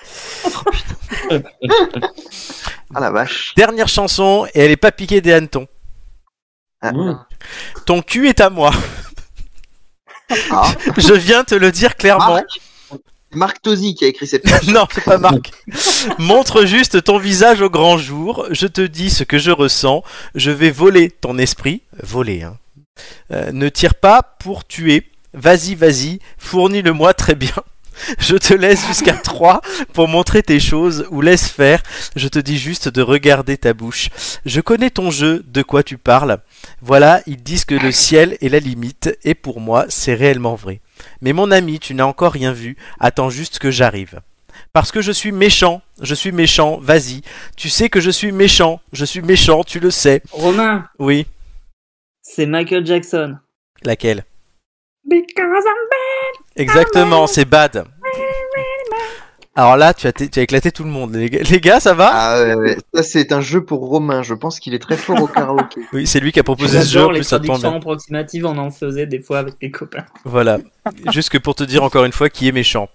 Ah la vache. Dernière chanson, et elle est pas piquée des hannetons. Mmh. Ton cul est à moi. Ah. Je viens te le dire clairement. Marc. Marc Tosi qui a écrit cette chanson. Non, c'est pas Marc. Montre juste ton visage au grand jour. Je te dis ce que je ressens. Je vais voler ton esprit. Voler, hein. Euh, ne tire pas pour tuer. Vas-y, vas-y. Fournis-le-moi très bien. Je te laisse jusqu'à trois pour montrer tes choses ou laisse faire. Je te dis juste de regarder ta bouche. Je connais ton jeu, de quoi tu parles. Voilà, ils disent que le ciel est la limite et pour moi, c'est réellement vrai. Mais mon ami, tu n'as encore rien vu. Attends juste que j'arrive. Parce que je suis méchant, je suis méchant, vas-y. Tu sais que je suis méchant, je suis méchant, tu le sais. Romain, Oui, c'est Michael Jackson. laquelle? Because I'm bad. Exactement, c'est bad. Alors là, tu as, t- tu as éclaté tout le monde. Les gars, les gars, ça va? Ah ouais, ouais. Ça c'est un jeu pour Romain. Je pense qu'il est très fort au karaoké. Oui, c'est lui qui a proposé ce jeu, en J'adore les plus ça tombe traductions bien. approximatives, on en faisait des fois avec les copains. Voilà. Juste que pour te dire encore une fois qui est méchant.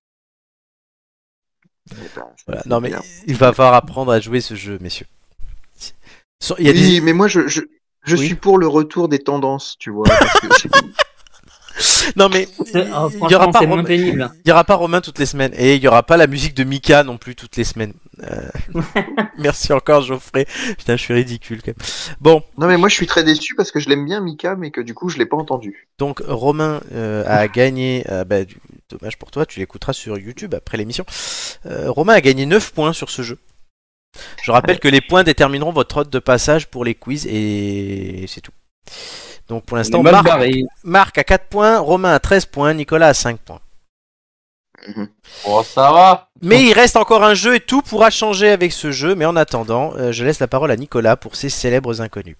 Eh ben, ça, Voilà. c'est Non mais bien. il va falloir apprendre à jouer ce jeu, messieurs. Il y a Oui, des... mais moi je, je, je Oui. suis pour le retour des tendances, tu vois. Parce que c'est- Non mais Oh, il y aura franchement, pas c'est Romain... moins pénible. il y aura pas Romain toutes les semaines et il y aura pas la musique de Mika non plus toutes les semaines. Euh, Merci encore Geoffrey. Putain, je suis ridicule quand même. Bon, Non mais moi je suis très déçu parce que je l'aime bien Mika, mais que du coup je l'ai pas entendu. donc Romain euh, a gagné. euh, bah, du- dommage pour toi, tu l'écouteras sur YouTube après l'émission. Euh, Romain a gagné neuf points sur ce jeu. Je rappelle que les points détermineront votre note de passage pour les quiz et c'est tout. Donc pour l'instant, Mal Marc, barré. Marc a quatre points, Romain a treize points, Nicolas a cinq points. Oh, ça va. Mais il reste encore un jeu et tout pourra changer avec ce jeu. Mais en attendant, euh, je laisse la parole à Nicolas pour ses célèbres inconnus.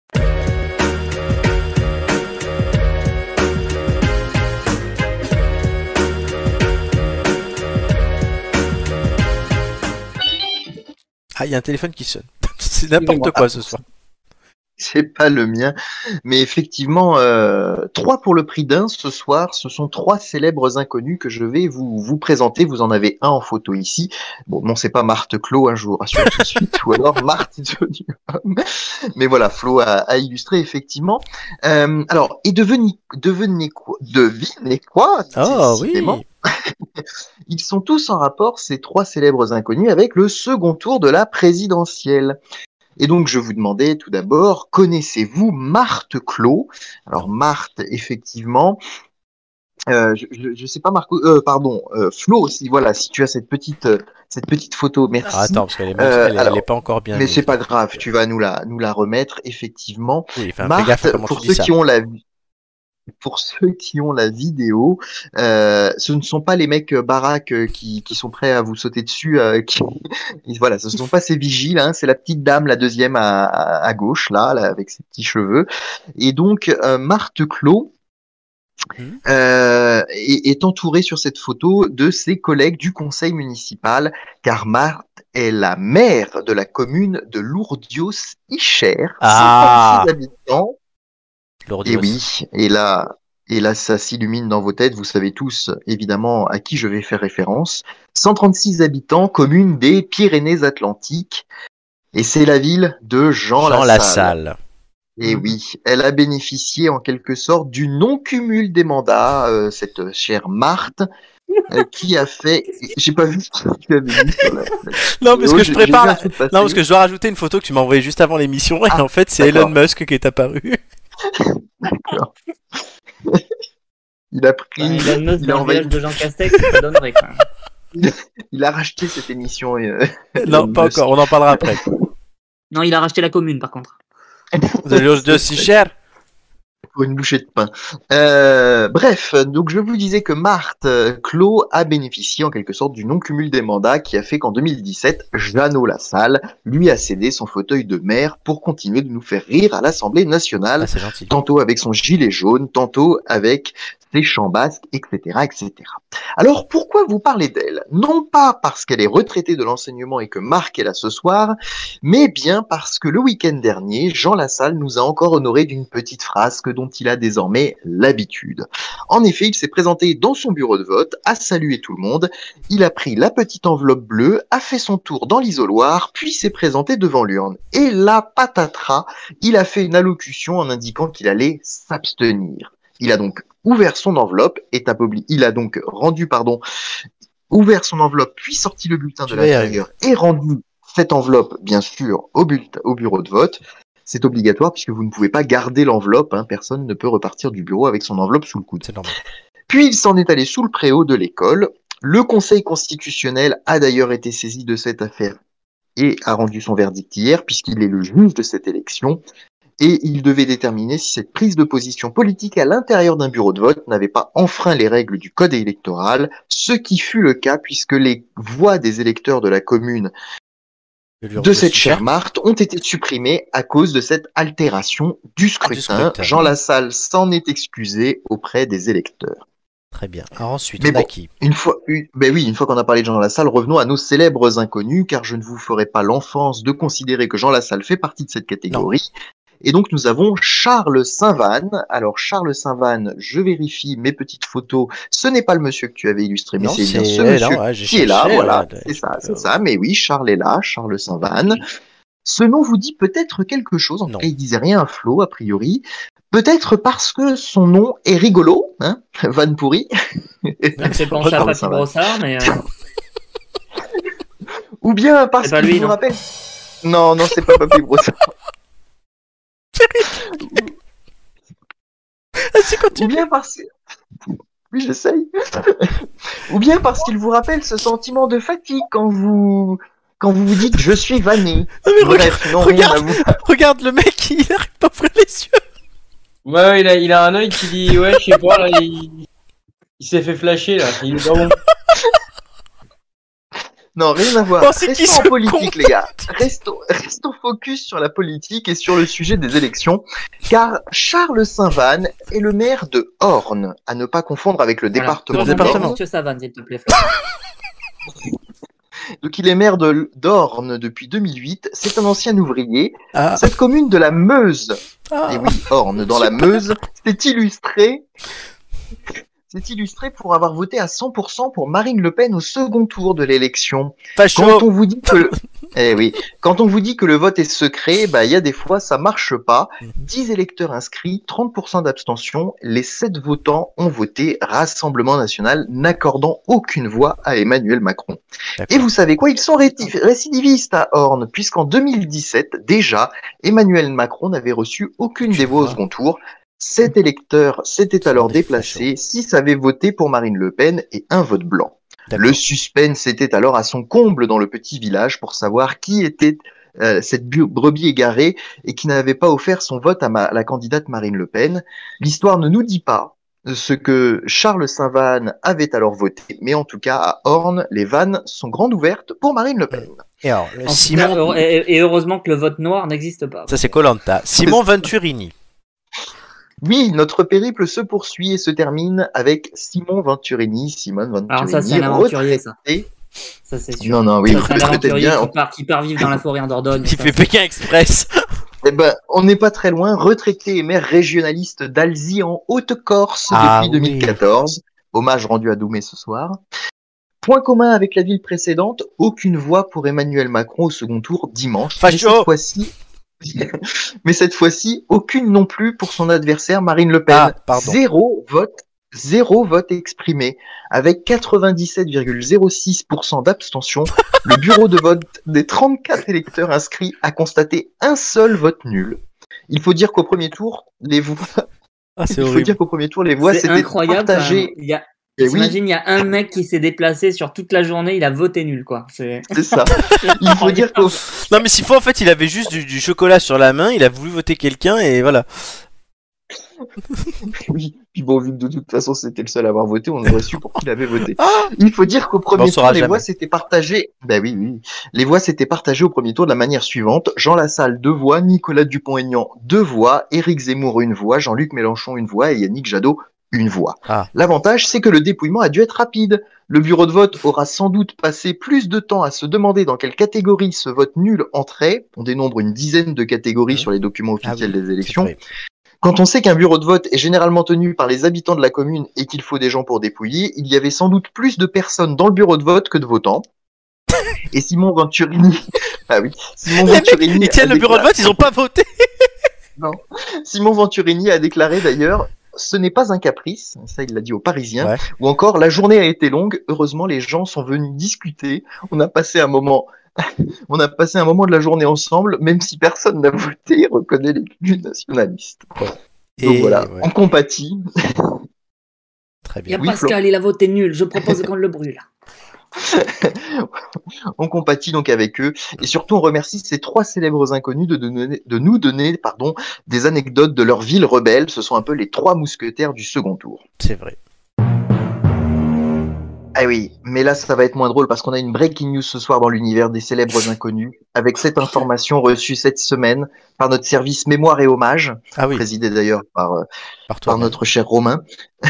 Ah, il y a un téléphone qui sonne. C'est n'importe quoi ce soir. C'est pas le mien, mais effectivement, euh, trois pour le prix d'un ce soir. Ce sont trois célèbres inconnus que je vais vous vous présenter. Vous en avez un en photo ici. Bon, non, c'est pas Marthe Clos, un jour, rassure tout de suite, ou alors Marthe Donium. Mais voilà, Flo a, a illustré effectivement. Euh, alors, et devenez, devenez quoi, devinez quoi Oh oui. décidément. Ils sont tous en rapport, ces trois célèbres inconnus, avec le second tour de la présidentielle. Et donc, je vous demandais tout d'abord, connaissez-vous Marthe Clos? Alors, Marthe, effectivement, euh, je, je, je sais pas, Marco, euh, pardon, euh, Flo aussi, voilà, si tu as cette petite, euh, cette petite photo, merci. Ah, attends, parce qu'elle est, Euh, elle, est- alors, elle est pas encore bien. Mais mise. c'est pas grave, tu vas nous la, nous la remettre, effectivement. Oui, enfin, fais Marthe, gaffe à comment pour tu dis ceux ça. qui ont la pour ceux qui ont la vidéo, euh, ce ne sont pas les mecs euh, baraques euh, qui, qui sont prêts à vous sauter dessus. Euh, qui... Voilà, ce ne sont pas ces vigiles. Hein, c'est la petite dame, la deuxième à, à, à gauche, là, là, avec ses petits cheveux. Et donc, euh, Marthe Clos Mhm. euh, est, est entourée sur cette photo de ses collègues du conseil municipal, car Marthe est la maire de la commune de Lourdios-Icher, Ah. cent trente-six habitants. Lourdios. Et oui, et là, et là, ça s'illumine dans vos têtes. Vous savez tous, évidemment, à qui je vais faire référence. cent trente-six habitants, commune des Pyrénées-Atlantiques. Et c'est la ville de Jean, Jean Lassalle. Lassalle. Et oui, elle a bénéficié en quelque sorte du non-cumul des mandats, euh, cette chère Marthe, euh, qui a fait... J'ai pas vu ce que tu avais mis sur la... Non, parce que je J'ai- prépare. j'ai vu La... un truc passer. Non, parce que je dois rajouter une photo que tu m'as envoyée juste avant l'émission et Ah, en fait, c'est d'accord. Elon Musk qui est apparu. D'accord. Il a pris... Enfin, Elon Musk il a dans le envahi- village de Jean Castex, ça donnerait quand même. Il a racheté cette émission. Euh, Non, Elon pas Musk. encore. On en parlera après. Non, il a racheté la commune par contre. Vous avez l'os de si cher. Pour une bouchée de pain. Euh, bref, donc je vous disais que Marthe euh, Clos a bénéficié en quelque sorte du non-cumul des mandats qui a fait qu'en deux mille dix-sept, Jeannot Lassalle lui a cédé son fauteuil de maire pour continuer de nous faire rire à l'Assemblée nationale, Ah, c'est gentil. tantôt avec son gilet jaune, tantôt avec ses chants basques, et cetera, et cetera. Alors pourquoi vous parlez d'elle? Non pas parce qu'elle est retraitée de l'enseignement et que Marc est là ce soir, mais bien parce que le week-end dernier, Jean Lassalle nous a encore honoré d'une petite frasque dont il a désormais l'habitude. En effet, il s'est présenté dans son bureau de vote, a salué tout le monde, il a pris la petite enveloppe bleue, a fait son tour dans l'isoloir, puis s'est présenté devant l'urne. Et là, patatras, il a fait une allocution en indiquant qu'il allait s'abstenir. Il a donc ouvert son enveloppe, et Tapobli, il a donc rendu, pardon, ouvert son enveloppe, puis sorti le bulletin Tu de vas y l'intérieur et rendu cette enveloppe, bien sûr, au, bulletin, au bureau de vote. C'est obligatoire puisque vous ne pouvez pas garder l'enveloppe, hein, personne ne peut repartir du bureau avec son enveloppe sous le coude. C'est normal. Puis il s'en est allé sous le préau de l'école. Le Conseil constitutionnel a d'ailleurs été saisi de cette affaire et a rendu son verdict hier, puisqu'il est le juge de cette élection. Et il devait déterminer si cette prise de position politique à l'intérieur d'un bureau de vote n'avait pas enfreint les règles du code électoral, ce qui fut le cas puisque les voix des électeurs de la commune de cette chère Marthe ont été supprimées à cause de cette altération du scrutin. Du scrutin. Jean Lassalle s'en est excusé auprès des électeurs. Très bien. Alors ensuite, Mais on a bon, qui une fois, une, ben oui, une fois qu'on a parlé de Jean Lassalle, revenons à nos célèbres inconnus, car je ne vous ferai pas l'enfance de considérer que Jean Lassalle fait partie de cette catégorie. Non. Et donc, nous avons Charles Saint-Vanne. Alors, Charles Saint-Vanne, je vérifie mes petites photos. Ce n'est pas le monsieur que tu avais illustré, mais non, c'est bien ce monsieur non, ouais, qui cherché, est là. Voilà, ouais, c'est ça, c'est ça. Mais oui, Charles est là, Charles Saint-Vanne. Ce nom vous dit peut-être quelque chose. En tout cas, il disait rien à Flo, a priori. Peut-être parce que son nom est rigolo, hein, Vanne pourri. C'est pensé à Papy Brossard, mais... Euh... Ou bien parce qu'il lui, vous rappelle... Non, non, c'est pas Papy Brossard. Ou bien parce que... Oui, j'essaye. Ou bien parce qu'il vous rappelle ce sentiment de fatigue quand vous... Quand vous vous dites « je suis vanné ». Bref, non, regarde, vous... regarde le mec, il n'arrive pas à ouvrir les yeux. Ouais, il a, il a un œil qui dit « ouais, je sais pas, là, il, il s'est fait flasher, là, il est pas bon ». Non, rien à voir. Oh, restons en politique, les gars. Restons, restons focus sur la politique et sur le sujet des élections, car Charles Saint-Vanne est le maire de Orne, à ne pas confondre avec le voilà, département. Le département. Monsieur Saint-Vanne, s'il te plaît. Donc il est maire de d'Orne depuis deux mille huit. C'est un ancien ouvrier. Ah. Cette commune de la Meuse, ah. et oui, Orne dans la Meuse, s'est illustrée. C'est illustré pour avoir voté à cent pour cent pour Marine Le Pen au second tour de l'élection. Quand on vous dit que le... eh oui, quand on vous dit que le vote est secret, bah il y a des fois ça marche pas. dix électeurs inscrits, trente pour cent d'abstention. Les sept votants ont voté Rassemblement National, n'accordant aucune voix à Emmanuel Macron. Et vous savez quoi, ils sont récidivistes à Orne, puisqu'en deux mille dix-sept déjà, Emmanuel Macron n'avait reçu aucune des voix au second tour. Sept électeurs s'étaient alors déplacés, six avaient voté pour Marine Le Pen et un vote blanc. Le suspense était alors à son comble dans le petit village pour savoir qui était euh, cette brebis égarée et qui n'avait pas offert son vote à ma- la candidate Marine Le Pen. L'histoire ne nous dit pas ce que Charles Saint-Vanne avait alors voté, mais en tout cas à Orne, les vannes sont grandes ouvertes pour Marine Le Pen. Et, alors, le Simon... cas, et, et heureusement que le vote noir n'existe pas. Ça c'est Koh-Lanta. Simon Venturini. Oui, notre périple se poursuit et se termine avec Simon Venturini. Simone Venturini. Alors ça, c'est un aventurier, ça. Ça, c'est sûr. Non, non, oui, ça, vous c'est un aventurier bien. Qui, part, qui part vivre dans la forêt en Dordogne. Qui fait Pékin Express. Eh ben, on n'est pas très loin. Retraité et maire régionaliste d'Alzey en Haute-Corse ah, depuis deux mille quatorze. Oui. Hommage rendu à Doumé ce soir. Point commun avec la ville précédente, aucune voix pour Emmanuel Macron au second tour dimanche. Facho. Mais cette fois-ci... Mais cette fois-ci, aucune non plus pour son adversaire Marine Le Pen. Ah, zéro vote, zéro vote exprimé. Avec quatre-vingt-dix-sept virgule zéro six pour cent d'abstention, le bureau de vote des trente-quatre électeurs inscrits a constaté un seul vote nul. Il faut dire qu'au premier tour, les voix... Ah, c'est Il faut horrible. dire qu'au premier tour, les voix c'est s'étaient incroyable, partagées. Il y a... T'imagines, il y a un mec qui s'est déplacé sur toute la journée, il a voté nul, quoi. C'est, c'est ça. Il faut dire que... Non, mais s'il faut, en fait, il avait juste du, du chocolat sur la main, il a voulu voter quelqu'un, et voilà. Oui, puis bon, vu que de toute façon c'était le seul à avoir voté, on aurait su pour qui il avait voté. Il faut dire qu'au premier tour, les jamais. voix s'étaient partagées. Ben oui, oui. Les voix s'étaient partagées au premier tour de la manière suivante. Jean Lassalle, deux voix. Nicolas Dupont-Aignan, deux voix. Éric Zemmour, une voix. Jean-Luc Mélenchon, une voix. Et Yannick Jadot, une voix. Ah. L'avantage, c'est que le dépouillement a dû être rapide. Le bureau de vote aura sans doute passé plus de temps à se demander dans quelle catégorie ce vote nul entrait. On dénombre une dizaine de catégories mmh. sur les documents officiels ah oui, des élections. Quand on sait qu'un bureau de vote est généralement tenu par les habitants de la commune et qu'il faut des gens pour dépouiller, il y avait sans doute plus de personnes dans le bureau de vote que de votants. Et Simon Venturini... ah oui. Simon Venturini... Ils tiennent le bureau de vote, ils ont pas voté. Non. Simon Venturini a déclaré d'ailleurs... Ce n'est pas un caprice, ça il l'a dit aux Parisiens, ouais. Ou encore la journée a été longue, heureusement les gens sont venus discuter, on a passé un moment, on a passé un moment de la journée ensemble, même si personne n'a voté, reconnaît les plus nationalistes. Et donc voilà, ouais. On compatit. Très Il y bien. a Oui, Pascal, il a voté nul. Je propose qu'on le brûle. On compatit donc avec eux et surtout on remercie ces trois célèbres inconnus de, donner- de nous donner pardon, des anecdotes de leur ville rebelle. Ce sont un peu les trois mousquetaires du second tour. C'est vrai. Ah oui, mais là ça va être moins drôle parce qu'on a une breaking news ce soir dans l'univers des célèbres inconnus avec cette information reçue cette semaine par notre service Mémoire et Hommage, Ah oui, présidé d'ailleurs par, euh, par par toi-même. notre cher Romain.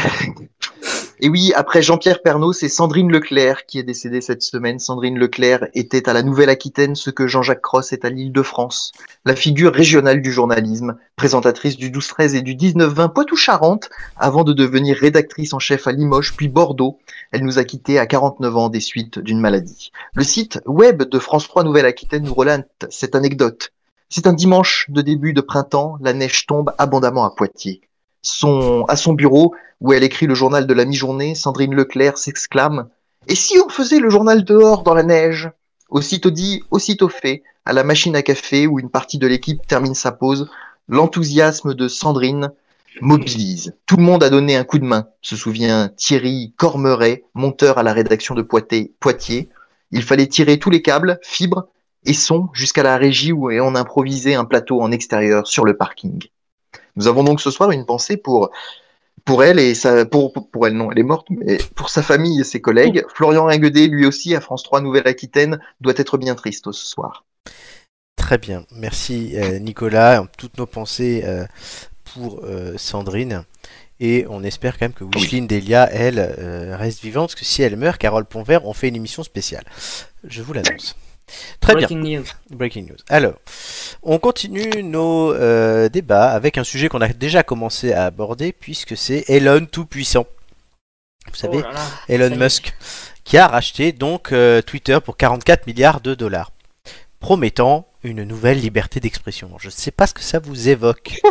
Et oui, après Jean-Pierre Pernaut, c'est Sandrine Leclerc qui est décédée cette semaine. Sandrine Leclerc était à la Nouvelle-Aquitaine ce que Jean-Jacques Cross est à l'Île-de-France. La figure régionale du journalisme, présentatrice du douze treize et du dix-neuf vingt Poitou-Charentes, avant de devenir rédactrice en chef à Limoges puis Bordeaux. Elle nous a quittés à quarante-neuf ans des suites d'une maladie. Le site web de France trois Nouvelle-Aquitaine nous relate cette anecdote. C'est un dimanche de début de printemps, la neige tombe abondamment à Poitiers. Son, à son bureau, où elle écrit le journal de la mi-journée, Sandrine Leclerc s'exclame « Et si on faisait le journal dehors dans la neige ?» Aussitôt dit, aussitôt fait, à la machine à café où une partie de l'équipe termine sa pause, l'enthousiasme de Sandrine mobilise. Tout le monde a donné un coup de main, se souvient Thierry Cormeret, monteur à la rédaction de Poitiers. Il fallait tirer tous les câbles, fibres et sons jusqu'à la régie où on improvisait un plateau en extérieur sur le parking. Nous avons donc ce soir une pensée pour pour elle et sa pour pour elle non, elle est morte, mais pour sa famille et ses collègues. Florian Ringuedet, lui aussi à France trois Nouvelle-Aquitaine, doit être bien triste ce soir. Très bien, merci euh, Nicolas. Toutes nos pensées euh, pour euh, Sandrine. Et on espère quand même que Wicheline Delia, elle, euh, reste vivante, parce que si elle meurt, Carole Ponvert, on fait une émission spéciale. Je vous l'annonce. Très Breaking bien. news. Breaking news. Alors, on continue nos euh, débats avec un sujet qu'on a déjà commencé à aborder, puisque c'est Elon Tout-Puissant. Vous savez, Oh là là, Elon ça y est. Musk, qui a racheté donc euh, Twitter pour quarante-quatre milliards de dollars, promettant une nouvelle liberté d'expression. Je ne sais pas ce que ça vous évoque.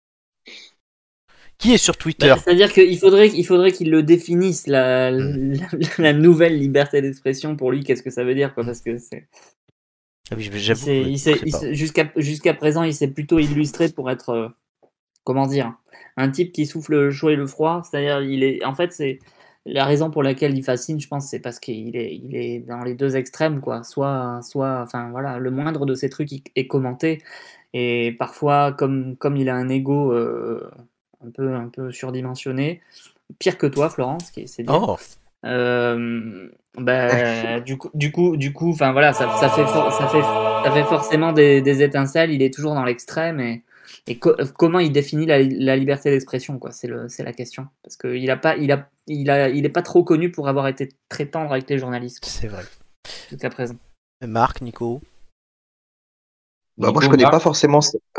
Qui est sur Twitter? Bah, c'est-à-dire qu'il faudrait, il faudrait qu'il le définisse, la, la, la nouvelle liberté d'expression pour lui, qu'est-ce que ça veut dire, quoi, parce que c'est... Ah oui, Il j'avoue. s'est- que il je s'est- sais il pas. s'est- jusqu'à, jusqu'à présent, il s'est plutôt illustré pour être, euh, comment dire, un type qui souffle le chaud et le froid, c'est-à-dire, il est, en fait, c'est la raison pour laquelle il fascine, je pense, c'est parce qu'il est, il est dans les deux extrêmes, quoi, soit, soit, enfin, voilà, le moindre de ces trucs est commenté, et parfois, comme, comme il a un ego euh, un peu, un peu surdimensionné, pire que toi, Florence, qui c'est dire. Oh, Euh, bah, du coup, du coup, du coup, enfin voilà, ça, ça fait, for- ça fait, ça fait forcément des, des étincelles. Il est toujours dans l'extrême et, et co- comment il définit la, la liberté d'expression, quoi. C'est le, c'est la question, parce que il a pas, il a, il a, il est pas trop connu pour avoir été très tendre avec les journalistes, quoi, c'est vrai. jusqu'à présent. Marc, Nico. Bah, moi je Nico, connais Marc. pas forcément.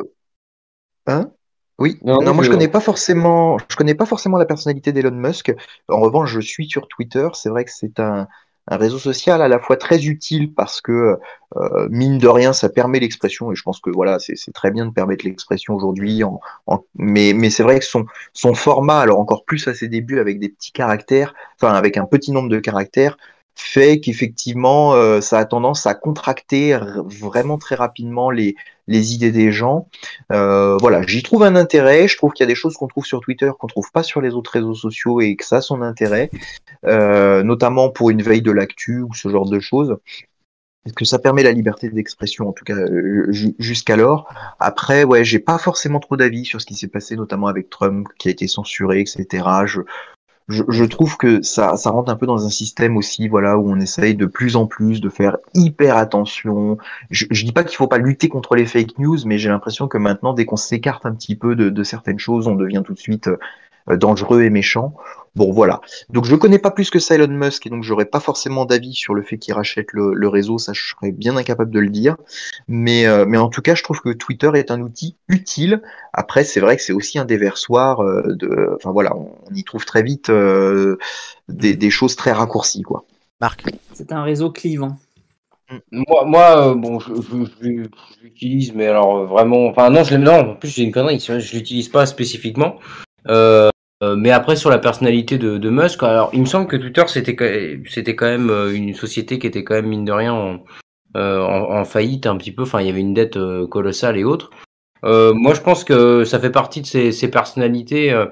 Hein? Oui. Non, Non, moi je je- connais pas forcément. Je connais pas forcément la personnalité d'Elon Musk. En revanche, je suis sur Twitter. C'est vrai que c'est un, un réseau social à la fois très utile parce que euh, mine de rien, ça permet l'expression. Et je pense que voilà, c'est c'est très bien de permettre l'expression aujourd'hui. En, en- mais mais c'est vrai que son son format, alors encore plus à ses débuts avec des petits caractères, enfin avec un petit nombre de caractères, fait qu'effectivement, euh, ça a tendance à contracter r- vraiment très rapidement les les idées des gens. Euh, voilà, j'y trouve un intérêt. Je trouve qu'il y a des choses qu'on trouve sur Twitter qu'on trouve pas sur les autres réseaux sociaux et que ça a son intérêt, euh, notamment pour une veille de l'actu ou ce genre de choses. Est-ce que ça permet la liberté d'expression, en tout cas euh, ju- jusqu'alors. Après, ouais, j'ai pas forcément trop d'avis sur ce qui s'est passé, notamment avec Trump qui a été censuré, et cetera. Je, je, je trouve que ça, ça rentre un peu dans un système aussi, voilà, où on essaye de plus en plus de faire hyper attention. Je, je dis pas qu'il faut pas lutter contre les fake news, mais j'ai l'impression que maintenant, dès qu'on s'écarte un petit peu de, de certaines choses, on devient tout de suite euh, dangereux et méchant. Bon, voilà. Donc, je connais pas plus que ça Elon Musk, et donc j'aurais pas forcément d'avis sur le fait qu'il rachète le, le réseau. Ça, je serais bien incapable de le dire. Mais, euh, mais en tout cas, je trouve que Twitter est un outil utile. Après, c'est vrai que c'est aussi un déversoir euh, de. Enfin voilà, on, on y trouve très vite euh, des, des choses très raccourcies, quoi. Marc. C'est un réseau clivant. Moi, moi euh, bon, je, je, je- je l'utilise, mais alors euh, vraiment, enfin non, je l'aime, non, en plus j'ai une connerie, c'est vrai, je l'utilise pas spécifiquement. Euh, euh, mais après sur la personnalité de, de Musk, alors il me semble que Twitter c'était quand- c'était quand même euh, une société qui était quand même mine de rien en, euh, en, en faillite un petit peu. Enfin, il y avait une dette euh, colossale et autres. Euh, moi, je pense que ça fait partie de ces, ces personnalités. Euh,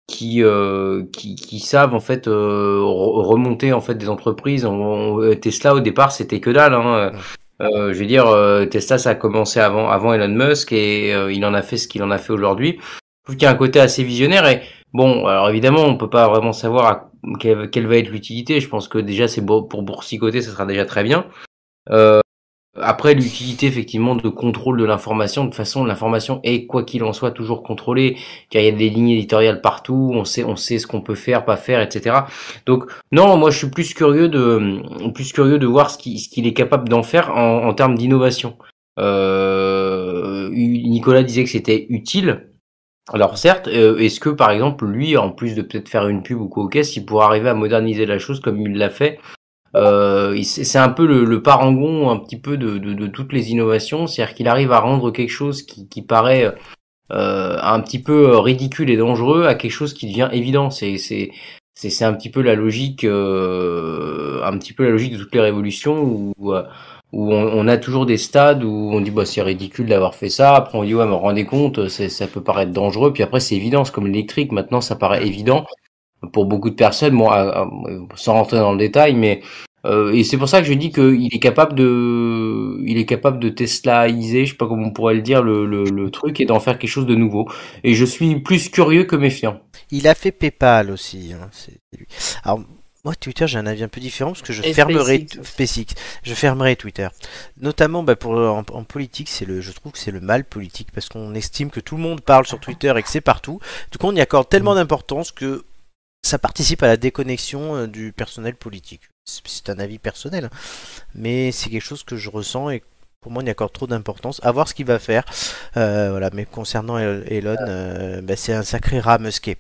qui euh, qui qui savent en fait euh, remonter en fait des entreprises. On, on, Tesla au départ c'était que dalle. Hein. Euh, je veux dire, euh, Tesla ça a commencé avant avant Elon Musk et euh, il en a fait ce qu'il en a fait aujourd'hui. Je trouve qu'il y a un côté assez visionnaire et bon, alors évidemment on peut pas vraiment savoir à quelle, quelle va être l'utilité. Je pense que déjà c'est beau, pour boursicoter, ça sera déjà très bien. Euh, Après, l'utilité effectivement de contrôle de l'information, de toute façon, l'information est quoi qu'il en soit toujours contrôlée, car il y a des lignes éditoriales partout, on sait, on sait ce qu'on peut faire, pas faire, et cetera. Donc non, moi je suis plus curieux de, plus curieux de voir ce qu'il, ce qu'il est capable d'en faire en, en termes d'innovation. Euh, Nicolas disait que c'était utile. Alors certes, euh, est-ce que par exemple lui, en plus de peut-être faire une pub ou quoi, ok, s'il pourrait arriver à moderniser la chose comme il l'a fait. Euh, c'est un peu le, le parangon un petit peu de, de, de toutes les innovations, c'est-à-dire qu'il arrive à rendre quelque chose qui, qui paraît euh, un petit peu ridicule et dangereux à quelque chose qui devient évident. C'est c'est c'est c'est un petit peu la logique, euh, un petit peu la logique de toutes les révolutions où où on, on a toujours des stades où on dit bah c'est ridicule d'avoir fait ça. Après on dit ouais mais rendez compte, c'est, ça peut paraître dangereux. Puis après c'est évident, c'est comme l'électrique. Maintenant ça paraît évident pour beaucoup de personnes, bon, à, à, sans rentrer dans le détail, mais euh, et c'est pour ça que je dis qu'il est capable de, il est capable de Teslaïser, je sais pas comment on pourrait le dire, le, le, le truc et d'en faire quelque chose de nouveau. Et je suis plus curieux que méfiant. Il a fait PayPal aussi. Hein, c'est lui. Alors moi Twitter j'ai un avis un peu différent parce que je et fermerai SpaceX. Je fermerai Twitter. Notamment bah, pour en, en politique, c'est le, je trouve que c'est le mal politique parce qu'on estime que tout le monde parle sur Twitter et que c'est partout. Du coup on y accorde tellement d'importance que ça participe à la déconnexion du personnel politique. C'est un avis personnel, mais c'est quelque chose que je ressens et pour moi, on y accorde trop d'importance. À voir ce qu'il va faire. Euh, voilà. Mais concernant Elon, euh, bah, c'est un sacré rat musqué.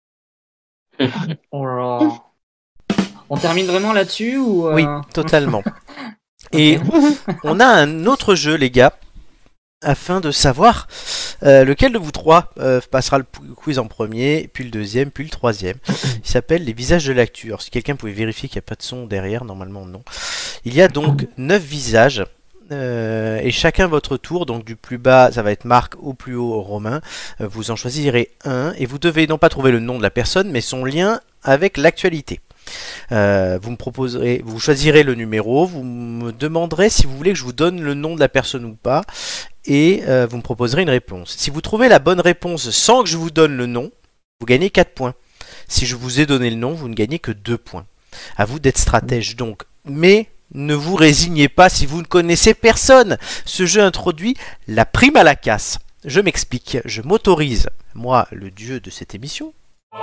Oh là là. On termine vraiment là-dessus ou euh... Oui, totalement. Et on a un autre jeu, les gars, afin de savoir euh, lequel de vous trois euh, passera le quiz en premier, puis le deuxième, puis le troisième. Il s'appelle les visages de l'actu. Alors si quelqu'un pouvait vérifier qu'il n'y a pas de son derrière, normalement non. Il y a donc neuf visages, euh, et chacun votre tour, donc du plus bas ça va être Marc, au plus haut Romain. Euh, vous en choisirez un, et vous devez non pas trouver le nom de la personne, mais son lien avec l'actualité. Euh, vous me proposerez, vous choisirez le numéro, vous me demanderez si vous voulez que je vous donne le nom de la personne ou pas, et euh, vous me proposerez une réponse. Si vous trouvez la bonne réponse sans que je vous donne le nom, vous gagnez quatre points. Si je vous ai donné le nom, vous ne gagnez que deux points. À vous d'être stratège donc, mais ne vous résignez pas si vous ne connaissez personne. Ce jeu introduit la prime à la casse. Je m'explique, je m'autorise, moi le dieu de cette émission,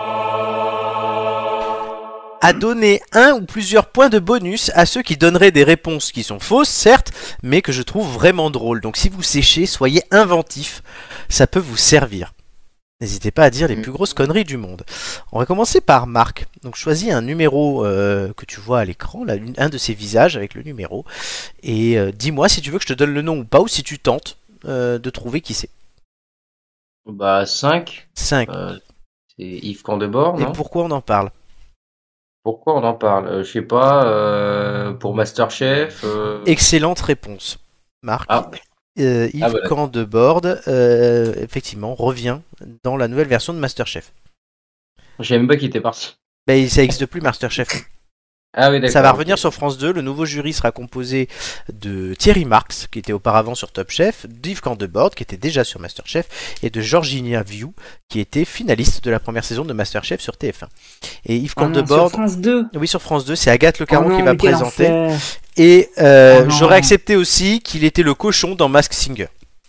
à donner un ou plusieurs points de bonus à ceux qui donneraient des réponses qui sont fausses, certes, mais que je trouve vraiment drôles. Donc si vous séchez, soyez inventifs, ça peut vous servir. N'hésitez pas à dire les plus grosses conneries du monde. On va commencer par Marc. Donc choisis un numéro euh, que tu vois à l'écran, là, un de ces visages avec le numéro, et euh, dis-moi si tu veux que je te donne le nom ou pas, ou si tu tentes euh, de trouver qui c'est. Bah cinq. cinq. Euh, c'est Yves Candebord, non ? Et pourquoi on en parle ? Pourquoi on en parle ? euh, Je sais pas, euh, pour Masterchef euh... Excellente réponse, Marc. Ah. Euh, Yves ah, voilà. Candebord, euh, effectivement, revient dans la nouvelle version de Masterchef. Je savais même pas qu'il était parti. Ben, ça n'existe plus, Masterchef. Ah oui, d'accord. Ça va revenir okay. sur France deux. Le nouveau jury sera composé de Thierry Marx, qui était auparavant sur Top Chef, d'Yves Candebord, qui était déjà sur Masterchef, et de Georgina Viou, qui était finaliste de la première saison de Masterchef sur T F un. Et Yves oh Candebord. Non, sur France deux. Oui, sur France deux. C'est Agathe Le Caron oh non, qui va présenter. Enfer. Et euh, oh j'aurais accepté aussi qu'il était le cochon dans Masked Singer.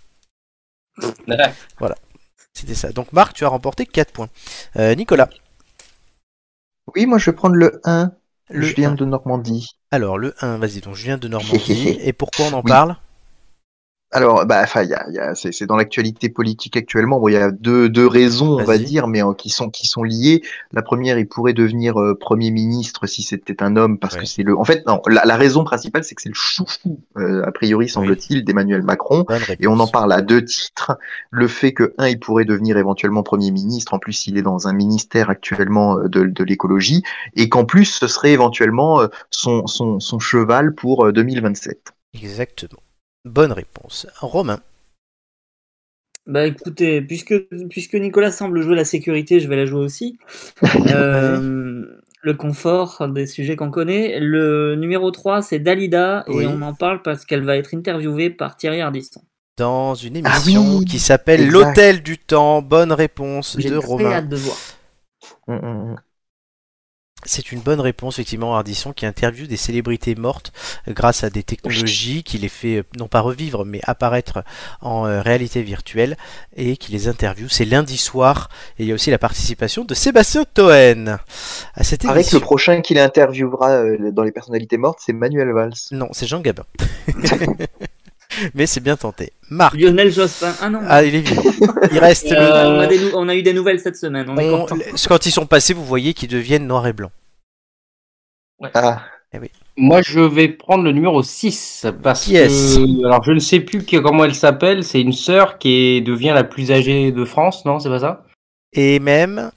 Voilà. C'était ça. Donc, Marc, tu as remporté quatre points. Euh, Nicolas. Oui, moi, je vais prendre le un. Le je viens un. de Normandie. Alors, le un, vas-y, donc je viens de Normandie. Et pourquoi on en oui. parle ? Alors, bah, enfin, y a, y a, c'est, c'est dans l'actualité politique actuellement. Bon, il y a deux, deux raisons, on va dire, mais euh, qui sont, qui sont liées. La première, il pourrait devenir euh, premier ministre si c'était un homme, parce ouais. que c'est le. En fait, non. La, la raison principale, c'est que c'est le chouchou, euh, a priori, semble-t-il, oui. d'Emmanuel Macron. Et on en parle à deux titres. Le fait que un, il pourrait devenir éventuellement premier ministre. En plus, il est dans un ministère actuellement de, de l'écologie, et qu'en plus, ce serait éventuellement son, son, son cheval pour deux mille vingt-sept. Exactement. Bonne réponse. Romain. Bah écoutez, puisque, puisque Nicolas semble jouer la sécurité, je vais la jouer aussi. Euh, le confort des sujets qu'on connaît. Le numéro trois, c'est Dalida, Oui. et on en parle parce qu'elle va être interviewée par Thierry Ardisson. Dans une Ah émission oui, qui s'appelle exact. L'Hôtel du Temps. Bonne réponse J'ai de très Romain. hâte de voir. Mm, mm, mm. C'est une bonne réponse, effectivement, Ardisson, qui interviewe des célébrités mortes euh, grâce à des technologies qui les fait, euh, non pas revivre, mais apparaître en euh, réalité virtuelle, et qui les interviewe. C'est lundi soir, et il y a aussi la participation de Sébastien Toen à cette Avec émission. le prochain qu'il interviewera euh, dans les personnalités mortes, c'est Manuel Valls. Non, c'est Jean Gabin. Mais c'est bien tenté. Marc. Lionel Jospin. Ah non. Ah, il est vivant. Il reste Euh, le... on, a des nou- on a eu des nouvelles cette semaine. On est On- content. Quand ils sont passés, vous voyez qu'ils deviennent noir et blanc. Ah, Moi, je vais prendre le numéro six parce Qui est-ce que alors je ne sais plus que- comment elle s'appelle. C'est une sœur qui est- devient la plus âgée de France, non? C'est pas ça? Et même,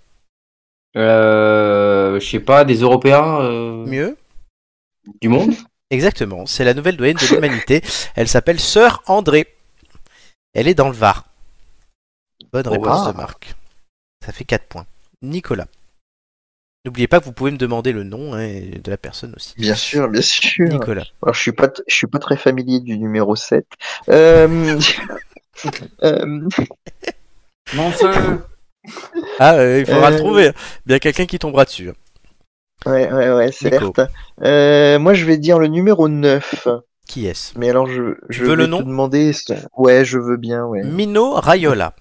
Euh, je sais pas, des Européens euh, mieux, du monde. exactement, c'est la nouvelle doyenne de l'humanité. Elle s'appelle Sœur André. Elle est dans le Var. Bonne Oh, réponse ah. de Marc. Ça fait quatre points. Nicolas. N'oubliez pas que vous pouvez me demander le nom, hein, de la personne aussi. bien sûr, bien sûr. Nicolas. Alors, je suis pas, t- je suis pas très familier du numéro sept. Euh... euh, Mais enfin, Ah, euh, il faudra Euh, le trouver. Bien quelqu'un qui tombera dessus. Ouais, ouais, ouais, Nico. certes. Euh, moi, je vais dire le numéro neuf. Qui est-ce? Mais alors, je, je veux vais le te nom demander. Ouais, je veux bien, ouais. Mino Raiola.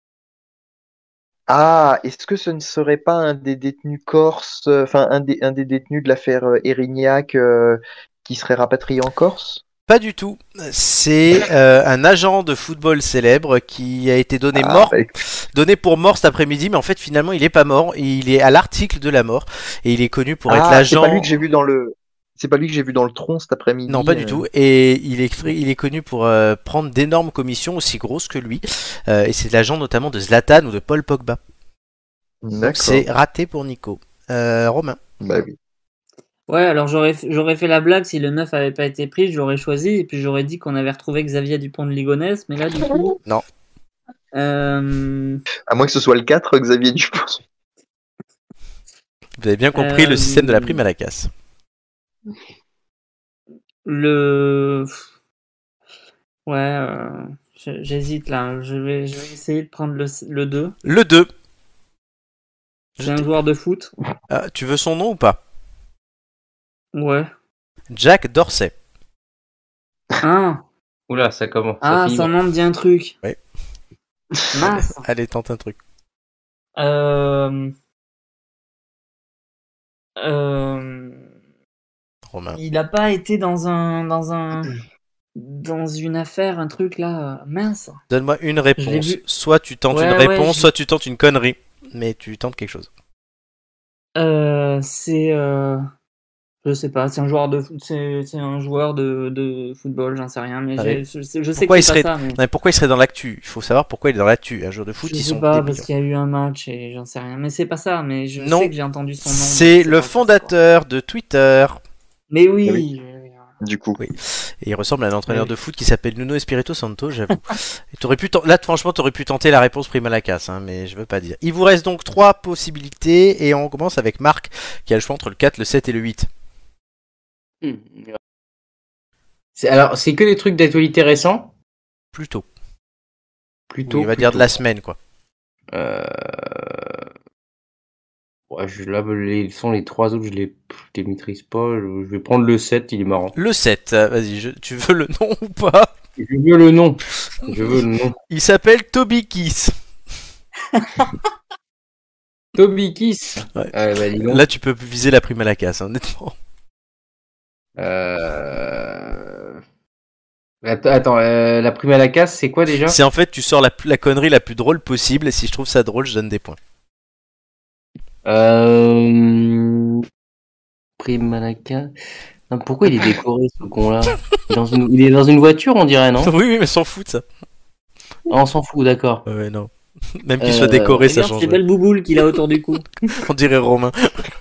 Ah, est-ce que ce ne serait pas un des détenus corses, euh, enfin, un des, un des détenus de l'affaire euh, Erignac euh, qui serait rapatrié en Corse? Pas du tout. C'est euh, un agent de football célèbre qui a été donné Ah, mort, bah, donné pour mort cet après-midi, mais en fait finalement il est pas mort. Il est à l'article de la mort et il est connu pour être Ah, c'est l'agent. pas lui que j'ai vu dans le. C'est pas lui que j'ai vu dans le tronc cet après-midi. Non, pas du euh. tout. Et il est, il est connu pour euh, prendre d'énormes commissions aussi grosses que lui. Euh, et c'est l'agent notamment de Zlatan ou de Paul Pogba. Donc D'accord. c'est raté pour Nico. Euh, Romain. Bah oui. ouais, alors j'aurais j'aurais fait la blague si le neuf avait pas été pris, j'aurais choisi et puis j'aurais dit qu'on avait retrouvé Xavier Dupont de Ligonnès, mais là du coup. Non. Euh, À moins que ce soit le quatre, Xavier Dupont. Vous avez bien compris Euh, le système de la prime à la casse. le. Ouais, euh, je- j'hésite là. Je vais, je vais essayer de prendre le, le deux. Le deux. C'est un joueur de foot. Ah, tu veux son nom ou pas? Ouais. Jack Dorsey. Ah, Oula, ça commence. ah ça finit son nom me dit un truc. Ouais. Mince. Allez, tente un truc. Euh... Euh... Romain. Il a pas été dans un, dans un, dans une affaire, un truc là, mince. Donne-moi une Je l'ai réponse. vu. Soit tu tentes Ouais, une ouais, réponse, je- soit tu tentes une connerie. Mais tu tentes quelque chose. Euh, c'est, euh... je sais pas, c'est un joueur de, c'est, c'est un joueur de, de football, j'en sais rien, mais Ah j'ai- oui. je, sais- je sais Pourquoi que il c'est serait... pas ça, mais Non, mais pourquoi il serait dans l'actu? Il faut savoir pourquoi il est dans l'actu. Un joueur de foot, je ils sais sont pas des parce millions. qu'il y a eu un match et j'en sais rien, mais c'est pas ça, mais je Non, sais que j'ai entendu son nom. mais C'est je sais le pas c'est quoi. fondateur de Twitter. Mais oui. Ah oui. Du coup. Oui. Et il ressemble à un entraîneur Oui. de foot qui s'appelle Nuno Espirito Santo, j'avoue. Et t'aurais pu ten- Là, franchement, t'aurais pu tenter la réponse prime à la casse, hein, mais je veux pas dire. Il vous reste donc trois possibilités et on commence avec Marc qui a le choix entre le quatre, le sept et le huit. Hmm. C'est- Alors, c'est que des trucs d'actualité récents? Plutôt. Plutôt. Oui, on va plutôt. dire de la semaine, quoi. Euh... Ouais, je, là, les sont les trois autres, je les, je les maîtrise pas. Je, je vais prendre le sept, il est marrant. Le sept, euh, vas-y, je- tu veux le nom ou pas? Je veux le nom. Je veux le nom. Il s'appelle Toby Kiss. Toby Kiss. Ouais. Ah, bah, dis donc. Là, tu peux viser la prime à la casse, hein, honnêtement. Euh... Att- Attends, euh, la prime à la casse, c'est quoi déjà? C'est en fait, tu sors la, la connerie la plus drôle possible et si je trouve ça drôle, je donne des points. Euh... Prime à la casse. Non, pourquoi il est décoré ce con-là? Il est dans une- il est dans une voiture, on dirait, non? Oui, oui, mais s'en fout de ça. Ah, on s'en fout, d'accord. Ouais, non. Même qu'il Euh, soit décoré, ça Regarde change. ces belles bouboules qu'il a autour du cou. On dirait Romain.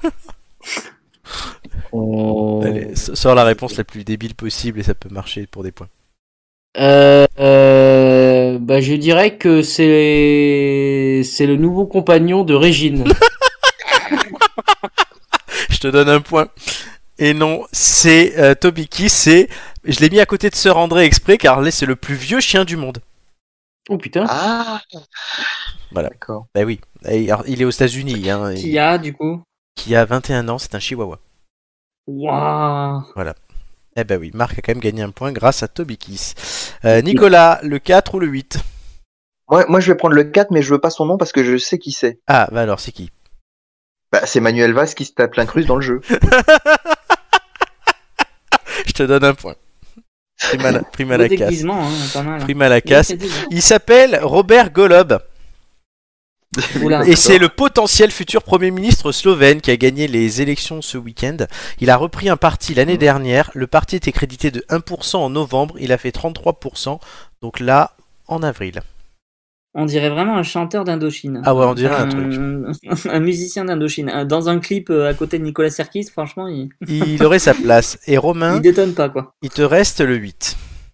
Euh... Allez, s- sors la réponse la plus débile possible et ça peut marcher pour des points. Euh, euh... bah, je dirais que c'est c'est le nouveau compagnon de Régine. Je te donne un point. Et non, c'est euh, Tobiki, c'est... Je l'ai mis à côté de Sir André exprès, car là, c'est le plus vieux chien du monde. Oh putain. Ah. Voilà. D'accord. Bah oui, Et, alors, il est aux États-Unis. Hein, Qui il... a, du coup Qui a vingt et un ans, c'est un chihuahua. Waouh. Voilà. Eh ben oui, Marc a quand même gagné un point grâce à Tobikis. Euh, Nicolas, le quatre ou le huit? Moi, moi, je vais prendre le quatre, mais je veux pas son nom parce que je sais qui c'est. Ah, bah alors, c'est qui? Bah, c'est Manuel Valls qui se tape l'incruste dans le jeu. Je te donne un point. Prime à la, prime à la casse. déguisement, hein, pas mal. Prime à la Bien casse. crédible. Il s'appelle Robert Golob. Oula. Et c'est le potentiel futur Premier ministre slovène qui a gagné les élections ce week-end. Il a repris un parti l'année dernière. Le parti était crédité de un pour cent en novembre. Il a fait trente-trois pour cent. Donc là, en avril. On dirait vraiment un chanteur d'Indochine. Ah ouais, on dirait un truc. Un musicien d'Indochine. Dans un clip à côté de Nicolas Sirkis, franchement, il, Il aurait sa place. Et Romain, il détonne pas, quoi. il te reste le huit.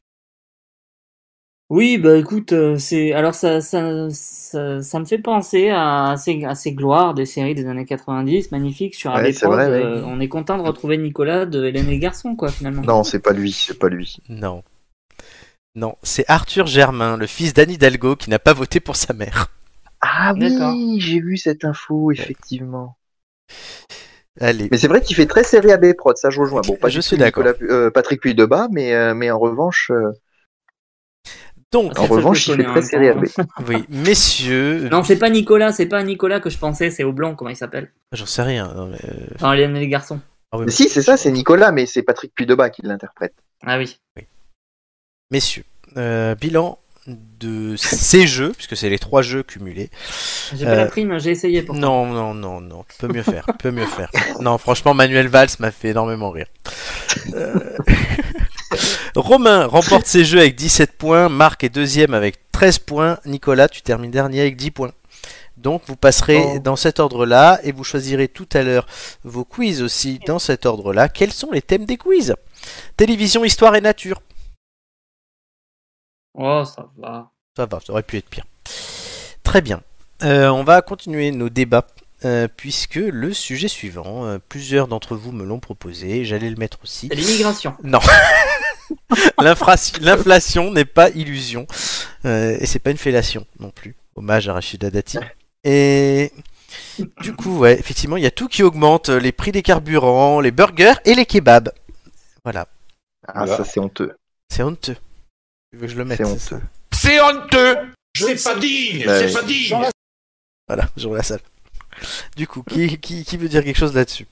Oui, bah écoute, euh, c'est alors ça, ça, ça, ça me fait penser à ces, à ces gloires des séries des années quatre-vingt-dix, magnifiques sur Ouais, A B c'est Prod. vrai, ouais. euh, on est content de retrouver Nicolas de Hélène et le Garçon, quoi, finalement. Non, c'est pas lui, c'est pas lui. Non. Non, c'est Arthur Germain, le fils d'Anne Hidalgo, qui n'a pas voté pour sa mère. Ah D'accord. oui, j'ai vu cette info, effectivement. Allez. Mais c'est vrai qu'il fait très série A B Prod, ça je rejoins. Bon, pas Je du suis tout d'accord. Nicolas, euh, Patrick Puydebas, mais, euh, mais en revanche, euh, Donc, C'est en le seul revanche, que je il fait connais, très en même série A B. temps. oui, messieurs. Non, c'est pas Nicolas, c'est pas Nicolas que je pensais, c'est Oblong, comment il s'appelle. J'en sais rien. Non, mais, euh, Enfin, Hélène et les Garçons. ah oui, Mais mais- si, c'est ça, c'est Nicolas, mais c'est Patrick Puydebas qui l'interprète. Ah oui. Messieurs, euh, bilan de ces jeux, puisque c'est les trois jeux cumulés. J'ai pas Euh, la prime, j'ai essayé pour. Non, non, non, non, tu peux mieux faire, tu peux mieux faire. Non, franchement, Manuel Valls m'a fait énormément rire. Euh, Romain remporte ses jeux avec dix-sept points, Marc est deuxième avec treize points, Nicolas, tu termines dernier avec dix points. Donc vous passerez Oh. dans cet ordre-là et vous choisirez tout à l'heure vos quiz aussi dans cet ordre-là. Quels sont les thèmes des quiz? Télévision, histoire et nature. Oh, ça va. Ça va, ça aurait pu être pire. Très bien. Euh, on va continuer nos débats euh, puisque le sujet suivant, euh, plusieurs d'entre vous me l'ont proposé, j'allais le mettre aussi. C'est l'immigration. Non. L'infra- L'inflation n'est pas illusion euh, et c'est pas une fellation non plus. Hommage à Rachida Dati. Et du coup, ouais, effectivement, il y a tout qui augmente, les prix des carburants, les burgers et les kebabs. Voilà, Ah, Voilà. ça c'est honteux. c'est honteux. Tu veux que je le mette? C'est c'est honteux. ça C'est honteux. C'est pas digne. Bah, C'est oui. pas digne. Voilà, je la salle. Du coup, qui, qui, qui veut dire quelque chose là-dessus?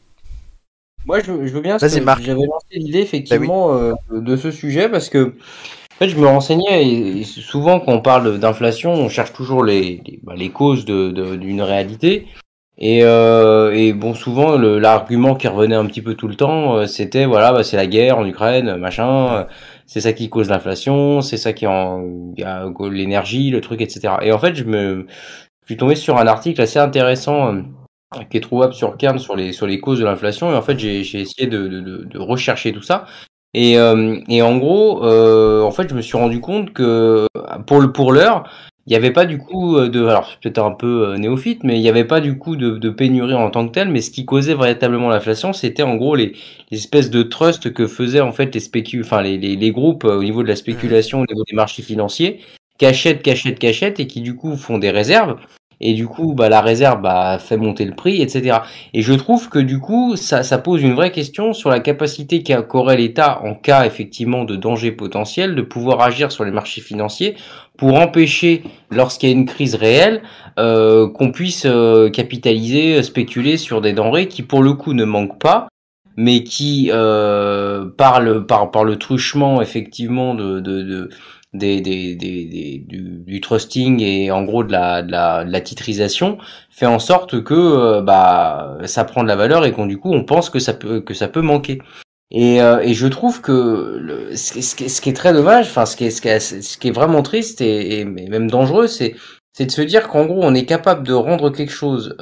Moi, je, je veux bien. Vas-y, parce que Marc. J'avais lancé l'idée effectivement euh, de ce sujet parce que en fait, je me renseignais et, et souvent quand on parle d'inflation, on cherche toujours les, les, bah, les causes de, de- d'une réalité. Et, euh, et bon, souvent le, l'argument qui revenait un petit peu tout le temps, euh, c'était voilà, bah, c'est la guerre en Ukraine, machin. euh, C'est ça qui cause l'inflation, c'est ça qui en, il y a l'énergie, le truc, et cetera. Et en fait, je me, je suis tombé sur un article assez intéressant. euh, qui est trouvable sur Cairn sur les sur les causes de l'inflation et en fait j'ai j'ai essayé de de, de, de rechercher tout ça et euh, et en gros euh, en fait je me suis rendu compte que pour le pour l'heure il n'y avait pas du coup de alors c'est peut-être un peu euh, néophyte mais il n'y avait pas du coup de, de pénurie en tant que telle mais ce qui causait véritablement l'inflation c'était en gros les, les espèces de trusts que faisaient en fait les spécu enfin les, les les groupes euh, au niveau de la spéculation au niveau des marchés financiers qui achètent qui achètent qui achètent et qui du coup font des réserves. Et du coup, bah, la réserve bah, fait monter le prix, et cetera. Et je trouve que du coup, ça, ça pose une vraie question sur la capacité qu'a- qu'aurait l'État, en cas effectivement de danger potentiel, de pouvoir agir sur les marchés financiers pour empêcher, lorsqu'il y a une crise réelle, euh, qu'on puisse euh, capitaliser, spéculer sur des denrées qui, pour le coup, ne manquent pas, mais qui, euh, par le par par le truchement effectivement de de, de des, des, des, des, du, du trusting et en gros de la, de la, de la titrisation fait en sorte que euh, bah ça prend de la valeur et qu'on du coup on pense que ça peut que ça peut manquer et, euh, et je trouve que le, ce, ce, qui est, ce qui est très dommage enfin ce qui est ce qui est, ce qui est vraiment triste et, et même dangereux c'est c'est de se dire qu'en gros on est capable de rendre quelque chose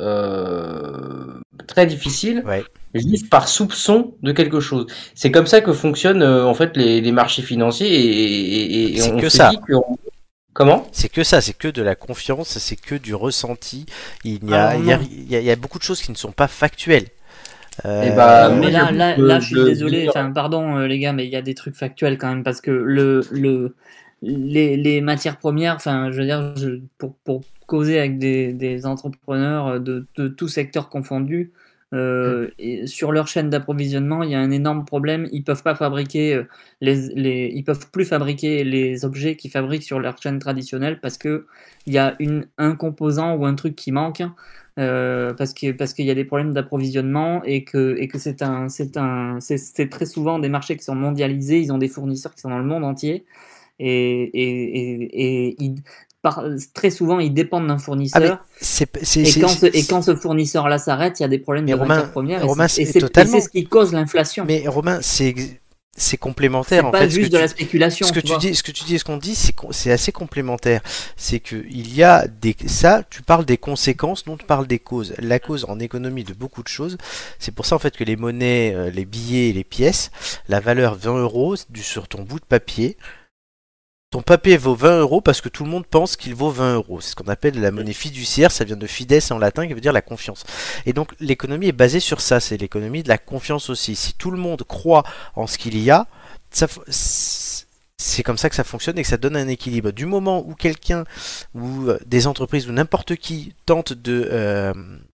euh, très difficile Ouais. juste par soupçon de quelque chose. C'est comme ça que fonctionnent euh, en fait les, les marchés financiers et, et, et C'est on que se ça. dit que Comment ? C'est que ça, c'est que de la confiance, c'est que du ressenti. Il y a, Alors, il y a, non. il y a, il y a beaucoup de choses qui ne sont pas factuelles. Euh, Eh bah, Non, moi, mais là, j'avoue là, que là, je suis de- désolé. de- Enfin, pardon, euh, les gars, mais il y a des trucs factuels quand même parce que le, le, les, les matières premières. Enfin, je veux dire, je, pour, pour causer avec des, des entrepreneurs de, de tout secteur confondu, euh, et sur leur chaîne d'approvisionnement, il y a un énorme problème. Ils peuvent pas fabriquer euh, les, les, ils peuvent plus fabriquer les objets qu'ils fabriquent sur leur chaîne traditionnelle parce que il y a une, un composant ou un truc qui manque. Euh, parce que parce qu'il y a des problèmes d'approvisionnement et que et que c'est un c'est un c'est c'est très souvent des marchés qui sont mondialisés, ils ont des fournisseurs qui sont dans le monde entier et et et, et ils, par, très souvent ils dépendent d'un Ah mais fournisseur c'est c'est et c'est quand ce, et c'est- quand ce fournisseur là s'arrête, il y a des problèmes mais de Romain, matières premières et Romain, c'est et c'est c'est et totalement. c'est ce qui cause l'inflation. Mais Romain, c'est ex- c'est complémentaire C'est en pas fait. Ce que juste de tu la spéculation, ce que tu tu vois. dis, ce que tu dis, et ce qu'on dit, c'est con- c'est assez complémentaire. C'est que il y a des ça, tu parles des conséquences, non tu parles des causes. La cause en économie de beaucoup de choses, c'est pour ça en fait que les monnaies, euh, les billets et les pièces, la valeur vingt euros du sur ton bout de papier. Ton papier vaut vingt euros parce que tout le monde pense qu'il vaut vingt euros. C'est ce qu'on appelle la monnaie fiduciaire, ça vient de fides en latin qui veut dire la confiance. Et donc l'économie est basée sur ça, c'est l'économie de la confiance aussi. Si tout le monde croit en ce qu'il y a, ça, c'est comme ça que ça fonctionne et que ça donne un équilibre. Du moment où quelqu'un, ou des entreprises, ou n'importe qui tente de euh,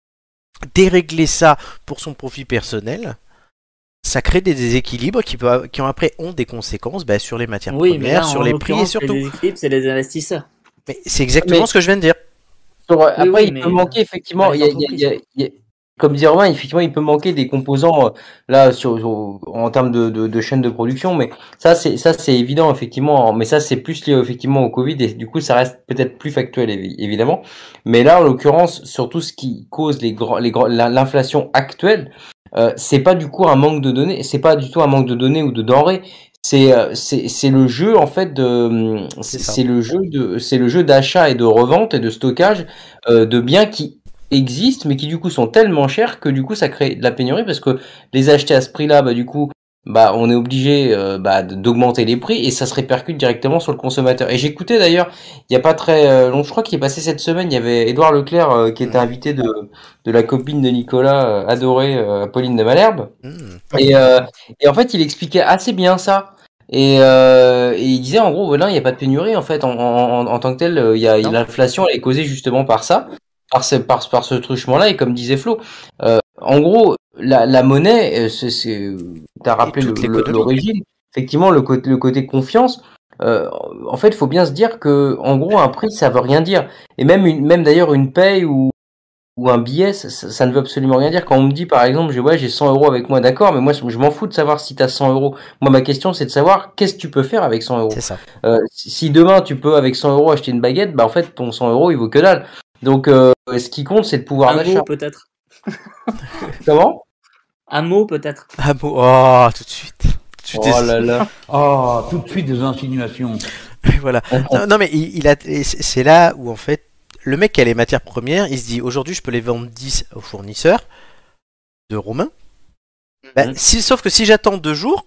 dérégler ça pour son profit personnel, ça crée des déséquilibres qui, peuvent, qui ont après ont des conséquences bah, sur les matières Oui, mais premières, là, sur en les prix et l'occurrence, surtout. les déséquilibres, c'est les investisseurs. Mais c'est exactement Mais- ce que je viens de dire. Sur- Oui, Après, oui, il mais peut manquer effectivement. pas les il y a- il y a- entreprises. il y a- il y a- comme disait Romain, effectivement, il peut manquer des composants euh, là sur, sur- en termes de, de, de chaîne de production, mais ça c'est ça c'est évident effectivement. Mais ça c'est plus lié effectivement au Covid et du coup ça reste peut-être plus factuel évi- évidemment. Mais là en l'occurrence sur tout ce qui cause les grands les grands la- l'inflation actuelle, euh, c'est pas du coup un manque de données, c'est pas du tout un manque de données ou de denrées. C'est euh, c'est c'est le jeu en fait de C'est c'est ça. c'est le jeu de c'est le jeu d'achat et de revente et de stockage euh, de biens qui existent mais qui du coup sont tellement chers que du coup ça crée de la pénurie parce que les acheter à ce prix-là bah du coup bah on est obligé euh, bah de- d'augmenter les prix et ça se répercute directement sur le consommateur. Et j'écoutais d'ailleurs il y a pas très euh, long, je crois qu'il est passé cette semaine, il y avait Édouard Leclerc euh, qui était Mhm. invité de de la copine de Nicolas euh, adorée euh, Pauline de Malherbe. Hmm. Et, euh, et en fait, il expliquait assez bien ça. Et, euh, et il disait en gros, voilà, il n'y a pas de pénurie en fait en, en, en tant que tel. euh, Il y a Non. l'inflation, elle est causée justement par ça, par ce par, par ce truchement-là. Et comme disait Flo, euh, en gros, la, la monnaie, euh, c'est, c'est, t'as rappelé le, toute le- l'économie. l'origine. Effectivement, le côté le côté confiance. Euh, en fait, il faut bien se dire que en gros, un prix, ça veut rien dire. Et même une, même d'ailleurs une paye ou ou un billet, ça, ça- ça ne veut absolument rien dire. Quand on me dit, par exemple, j'ai ouais, j'ai cent euros avec moi, d'accord, mais moi, je je m'en fous de savoir si tu as cent euros. Moi, ma question, c'est de savoir qu'est-ce que tu peux faire avec cent euros. C'est ça. Euh, si si demain, tu peux, avec cent euros, acheter une baguette, bah, en fait, ton cent euros, il vaut que dalle. Donc, euh, ce qui compte, c'est le pouvoir Un d'achat. mot peut-être. Comment? Un mot peut-être. Ah bon, oh, tout de suite. Tout de suite, Oh là là. Oh, tout de suite des insinuations. voilà. Non, non, mais il, il a, et c'est c'est là où en fait, le mec qui a les matières premières, il se dit aujourd'hui je peux les vendre dix au fournisseur de Romain. Bah, Mhm. si, sauf que si j'attends deux jours,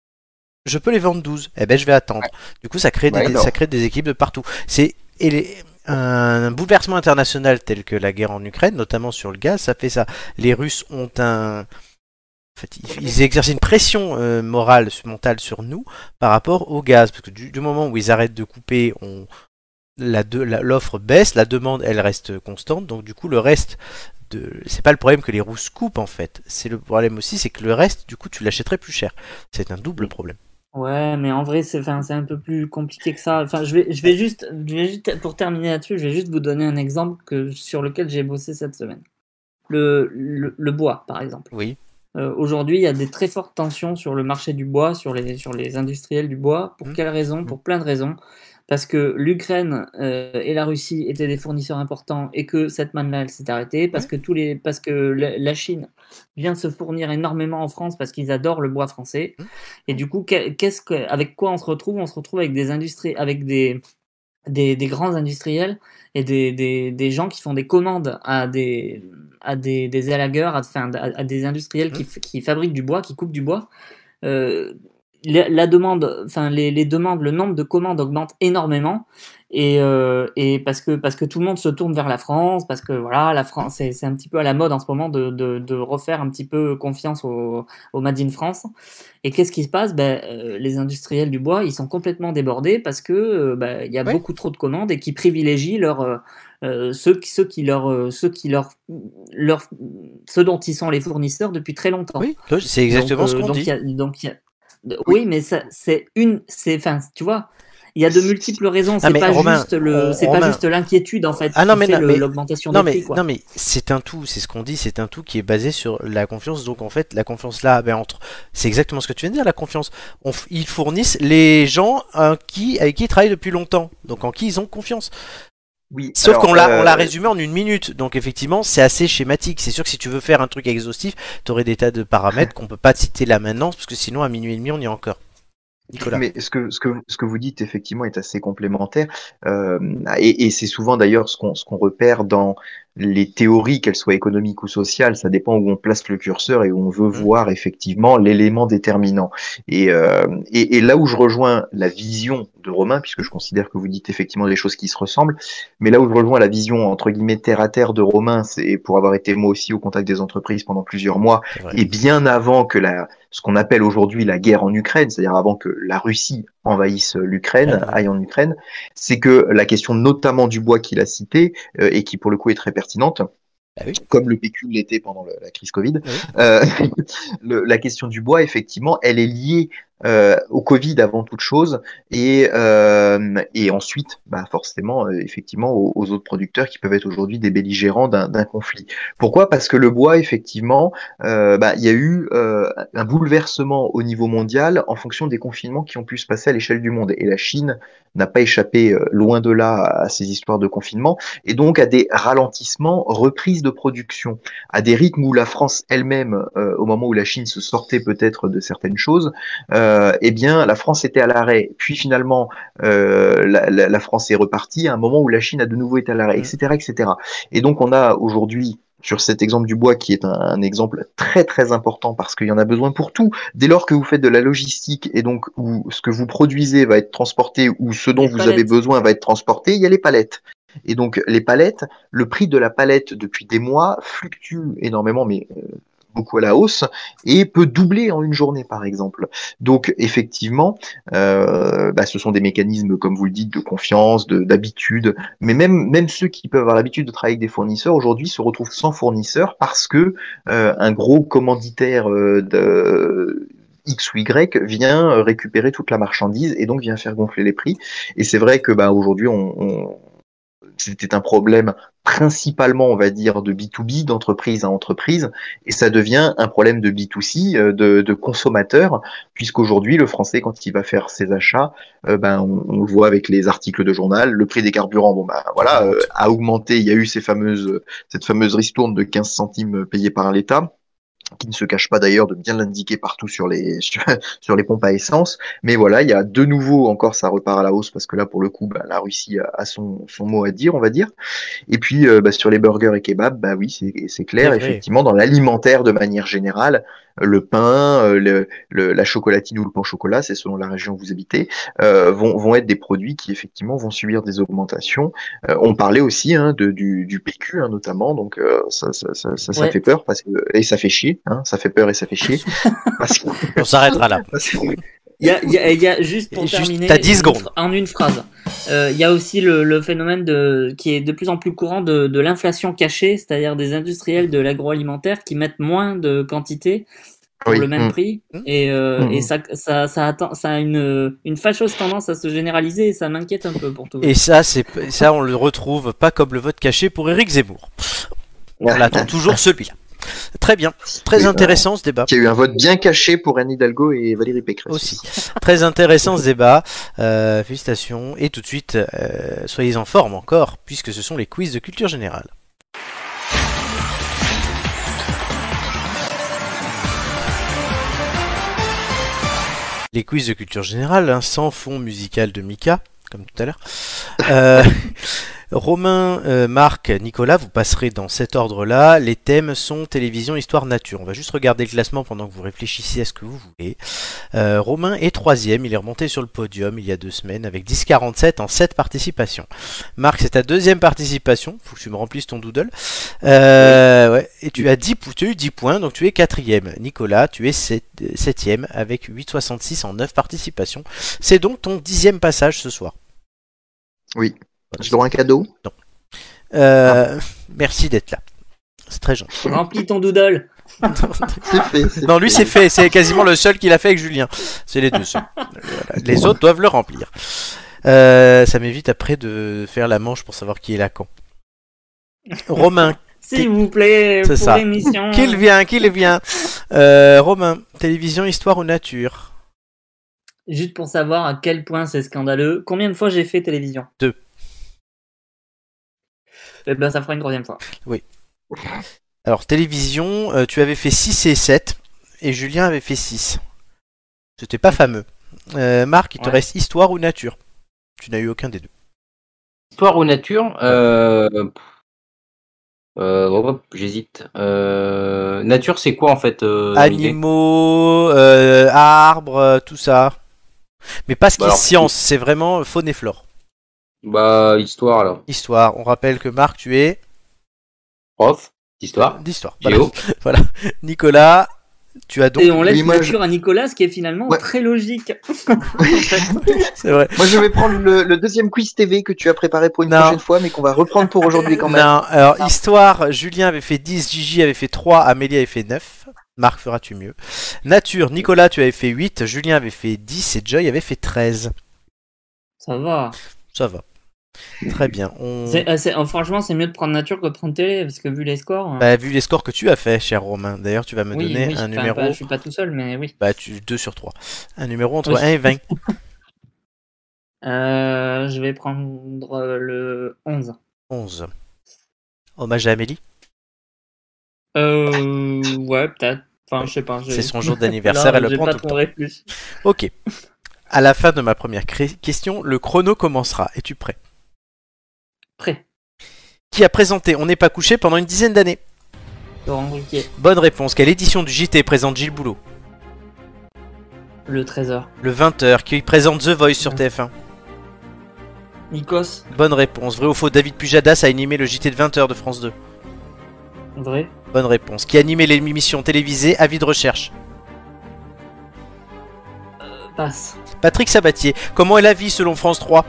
je peux les vendre douze. Eh ben je vais attendre. Du coup, ça crée des, Ouais, non. ça crée des équipes de partout. C'est et les- un bouleversement international tel que la guerre en Ukraine, notamment sur le gaz, ça fait ça. Les Russes ont un En fait, ils- ils exercent une pression euh, morale, mentale sur nous par rapport au gaz. Parce que du, du moment où ils arrêtent de couper, on, la de- la- l'offre baisse, la demande, elle reste constante. Donc du coup, le reste, de, c'est pas le problème que les Russes coupent en fait. C'est le problème aussi, c'est que le reste, du coup, tu l'achèterais plus cher. C'est un double problème. Ouais, mais en vrai, c'est enfin, c'est un peu plus compliqué que ça. Enfin, je vais, je vais juste, je vais juste, pour terminer là-dessus, je vais juste vous donner un exemple que, sur lequel j'ai bossé cette semaine. Le, le, le bois, par exemple. Oui. Euh, aujourd'hui, il y a des très fortes tensions sur le marché du bois, sur les, sur les industriels du bois. Pour Mmh. quelles raisons? Pour plein de raisons. Parce que l'Ukraine euh, et la Russie étaient des fournisseurs importants et que cette manne-là, elle s'est arrêtée. Parce que tous les, parce que la, la Chine vient se fournir énormément en France parce qu'ils adorent le bois français. Mmh. Et du coup, qu'est-ce que, avec quoi on se retrouve? On se retrouve avec des industries, avec des, des, des grands industriels et des, des, des gens qui font des commandes à des, à des, des élagueurs, à, enfin, à, à des industriels qui, qui fabriquent du bois, qui coupent du bois. Euh, la, la demande, enfin les, les demandes, le nombre de commandes augmente énormément. Et, euh, et parce que parce que tout le monde se tourne vers la France, parce que voilà, la France, c'est c'est un petit peu à la mode en ce moment de de, de refaire un petit peu confiance au, au Made in France. Et qu'est-ce qui se passe? Ben, euh, les industriels du bois, ils sont complètement débordés parce que euh, ben, il y a Oui. beaucoup trop de commandes et qui privilégient leur euh, euh, ceux qui ceux qui leur euh, ceux qui leur leur ceux dont ils sont les fournisseurs depuis très longtemps. Oui, c'est exactement Donc, ce euh, qu'on donc dit. il y a donc il y a oui, mais ça c'est une c'est enfin tu vois. Il y a de multiples raisons, c'est mais pas Romain, juste le, on- c'est Romain- pas juste l'inquiétude en fait Ah non, qui mais fait non, le- mais- l'augmentation Non des mais, prix quoi. non mais c'est un tout, c'est ce qu'on dit, c'est un tout qui est basé sur la confiance. Donc en fait, la confiance là, ben, entre, c'est exactement ce que tu viens de dire, la confiance. On f- ils fournissent les gens euh, qui, avec qui ils travaillent depuis longtemps, donc en qui ils ont confiance. Oui, Sauf alors, qu'on l'a, on l'a euh, résumé en une minute, donc effectivement c'est assez schématique. C'est sûr que si tu veux faire un truc exhaustif, t'aurais des tas de paramètres qu'on peut pas citer là maintenant, parce que sinon à minuit et demi on y est encore. Nicolas. Mais ce que, ce que, ce que vous dites effectivement est assez complémentaire, euh, et, et c'est souvent d'ailleurs ce qu'on, ce qu'on repère dans les théories, qu'elles soient économiques ou sociales, ça dépend où on place le curseur et où on veut Mmh. voir effectivement l'élément déterminant. Et, euh, et, et là où je rejoins la vision de Romain, puisque je considère que vous dites effectivement des choses qui se ressemblent, mais là où je rejoins la vision entre guillemets terre à terre de Romain, c'est pour avoir été moi aussi au contact des entreprises pendant plusieurs mois, C'est vrai. et bien avant que la, ce qu'on appelle aujourd'hui la guerre en Ukraine, c'est-à-dire avant que la Russie envahisse l'Ukraine, Ouais, ouais. aille en Ukraine, c'est que la question notamment du bois qu'il a cité, euh, et qui pour le coup est très pertinente, Bah oui. comme le P Q l'était pendant le- la crise Covid, Oui. euh, le- la question du bois, effectivement, elle est liée euh, au Covid avant toute chose, et, euh, et ensuite, bah, forcément, euh, effectivement, aux, aux autres producteurs qui peuvent être aujourd'hui des belligérants d'un d'un conflit. Pourquoi? Parce que le bois, effectivement, euh, bah, il y a eu euh, un bouleversement au niveau mondial en fonction des confinements qui ont pu se passer à l'échelle du monde. Et la Chine n'a pas échappé euh, loin de là à ces histoires de confinement, et donc à des ralentissements, reprises de production, à des rythmes où la France elle-même, euh, au moment où la Chine se sortait peut-être de certaines choses, euh, eh bien la France était à l'arrêt. Puis finalement, euh, la, la, la France est repartie à un moment où la Chine a de nouveau été à l'arrêt, et cetera, et cetera. Et donc on a aujourd'hui sur cet exemple du bois qui est un, un exemple très très important parce qu'il y en a besoin pour tout. Dès lors que vous faites de la logistique et donc où ce que vous produisez va être transporté ou ce dont Les vous palettes. avez besoin va être transporté, il y a les palettes. Et donc les palettes, le prix de la palette depuis des mois fluctue énormément, mais euh, beaucoup à la hausse, et peut doubler en une journée par exemple. Donc effectivement, euh, bah, ce sont des mécanismes, comme vous le dites, de confiance, de- d'habitude, mais même, même ceux qui peuvent avoir l'habitude de travailler avec des fournisseurs aujourd'hui se retrouvent sans fournisseur parce que euh, un gros commanditaire euh, de X ou Y vient euh, récupérer toute la marchandise et donc vient faire gonfler les prix. Et c'est vrai que bah, aujourd'hui, on, on c'était un problème principalement, on va dire, de B deux B, d'entreprise à entreprise, et ça devient un problème de B deux C, euh, de, de consommateur, puisqu'aujourd'hui, le Français, quand il va faire ses achats, euh, ben, on, on le voit avec les articles de journal, le prix des carburants, bon ben voilà, euh, a augmenté, il y a eu ces fameuses, cette fameuse ristourne de quinze centimes payée par l'État, qui ne se cache pas d'ailleurs de bien l'indiquer partout sur les sur, sur les pompes à essence. Mais voilà, il y a de nouveau encore ça repart à la hausse parce que là pour le coup, bah, la Russie a, a son son mot à dire, on va dire. Et puis euh, bah, sur les burgers et kebabs, bah oui, c'est c'est clair, C'est vrai. effectivement, dans l'alimentaire de manière générale, le pain, euh, le, le la chocolatine ou le pain au chocolat, c'est selon la région où vous habitez, euh, vont vont être des produits qui effectivement vont subir des augmentations. Euh, on parlait aussi hein, de du du P Q hein, notamment, donc euh, ça ça ça ça, ça Ouais. fait peur parce que et ça fait chier. Hein, ça fait peur et ça fait chier. Parce que, On s'arrêtera là. parce que- Il y a, il y a, il y a juste pour Juste, terminer t'as dix une secondes. phra- en une phrase. Euh, il y a aussi le, le phénomène de qui est de plus en plus courant de, de l'inflation cachée, c'est-à-dire des industriels de l'agroalimentaire qui mettent moins de quantité pour Oui, le même mm. prix Mm. et, euh, Mm. et ça ça ça, attend, ça a une une fâcheuse tendance à se généraliser et ça m'inquiète un peu pour tout. Et ça, c'est ça, on le retrouve pas comme le vote caché pour Éric Zemmour. On l'attend toujours celui-là. Très bien, très Oui, intéressant ce débat. Il y a eu un vote bien caché pour Anne Hidalgo et Valérie Pécresse Aussi. Très intéressant ce débat. Euh, félicitations. Et tout de suite, euh, soyez en forme encore, puisque ce sont les quiz de culture générale. Les quiz de culture générale, hein, sans fond musical de Mika, comme tout à l'heure. Euh, Romain, euh, Marc, Nicolas, vous passerez dans cet ordre-là. Les thèmes sont télévision, histoire, nature. On va juste regarder le classement pendant que vous réfléchissez à ce que vous voulez. Euh, Romain est troisième, il est remonté sur le podium il y a deux semaines avec dix virgule quarante-sept en sept participations. Marc, c'est ta deuxième participation, faut que tu me remplisses ton doodle. Euh, ouais, et tu as, dix, tu as eu dix points, donc tu es quatrième. Nicolas, tu es septième avec huit virgule soixante-six en neuf participations. C'est donc ton dixième passage ce soir. Oui. Je dois un cadeau? Non. Euh, ah. Merci d'être là. C'est très gentil. Remplis ton doodle. C'est fait, c'est non, lui c'est fait. C'est quasiment le seul qu'il a fait avec Julien. C'est les deux seuls. Voilà. Les autres doivent le remplir. Euh, ça m'évite après de faire la manche pour savoir qui est là quand. Romain. S'il vous plaît, c'est pour ça. l'émission. Qu'il vient, qu'il vient. Euh, Romain, télévision, histoire ou nature? Juste pour savoir à quel point c'est scandaleux. Combien de fois j'ai fait télévision? Deux. Eh ben, ça fera une troisième fois. Oui. Alors, télévision, euh, tu avais fait six et sept, et Julien avait fait six. C'était pas fameux. Euh, Marc, il te ouais. reste histoire ou nature? Tu n'as eu aucun des deux. Histoire ou nature euh... Euh, oh, oh, j'hésite. Euh... Nature, c'est quoi en fait euh, Animaux, euh, arbres, euh, tout ça. Mais pas ce qui bah, est alors, science, c'est vraiment faune et flore. Bah, histoire alors. Histoire. On rappelle que Marc, tu es prof d'histoire. D'histoire. Voilà. Voilà. Nicolas, tu as donc. Et on laisse oui, nature je... à Nicolas, ce qui est finalement ouais. très logique. C'est vrai. Moi, je vais prendre le, le deuxième quiz T V que tu as préparé pour une non. prochaine fois, mais qu'on va reprendre pour aujourd'hui quand même. Non. Alors, ah. histoire, Julien avait fait dix, Gigi avait fait trois, Amélie avait fait neuf. Marc, feras-tu mieux? Nature, Nicolas, tu avais fait huit, Julien avait fait dix et Joy avait fait treize. Ça va. Ça va. Très bien. On... C'est, c'est, franchement, c'est mieux de prendre nature que de prendre télé, parce que vu les scores... Bah, vu les scores que tu as fait, cher Romain. D'ailleurs, tu vas me oui, donner oui, un numéro... Pas, je suis pas tout seul, mais oui. Bah, tu... deux sur trois. Un numéro entre oui. un et vingt. euh, je vais prendre le onze. onze. Hommage à Amélie? Euh... Ouais, peut-être. Enfin, je sais pas. C'est son jour d'anniversaire, elle le prend tout le temps. Plus. Ok. À la fin de ma première cré- question, le chrono commencera. Es-tu prêt? Prêt. Qui a présenté On n'est pas couché pendant une dizaine d'années? Laurent Ruquier. Bonne réponse. Quelle édition du J T présente Gilles Boulot? Le treize heures. Le vingt heures. Qui présente The Voice sur T F un? Nikos. Bonne réponse. Vrai ou faux, David Pujadas a animé le J T de vingt heures de France deux? Vrai. Bonne réponse. Qui animait l'émission télévisée Avis de recherche? euh, Passe. Patrick Sabatier. Comment est la vie selon France trois?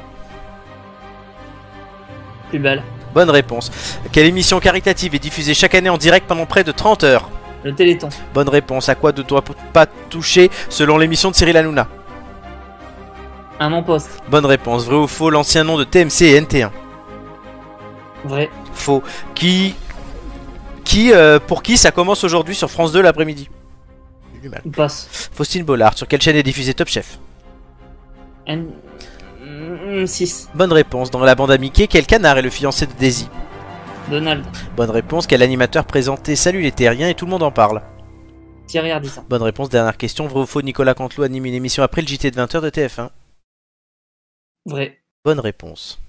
Plus belle. Bonne réponse. Quelle émission caritative est diffusée chaque année en direct pendant près de trente heures? Le Téléthon. Bonne réponse. À quoi ne doit pas toucher selon l'émission de Cyril Hanouna? Un mon poste. Bonne réponse. Vrai ou faux, l'ancien nom de T M C et N T un? Vrai. Faux. Qui... Qui, euh, pour qui ça commence aujourd'hui sur France deux l'après-midi? J'ai du mal. Passe. Faustine Bollard. Sur quelle chaîne est diffusé Top Chef? N... six. Bonne réponse. Dans la bande à Mickey, quel canard est le fiancé de Daisy? Donald. Bonne réponse. Quel animateur présentait Salut les terriens et tout le monde en parle? Thierry Ardisson. Bonne réponse. Dernière question. Vrai ou faux, Nicolas Canteloup anime une émission après le J T de vingt heures de T F un? Vrai. Bonne réponse.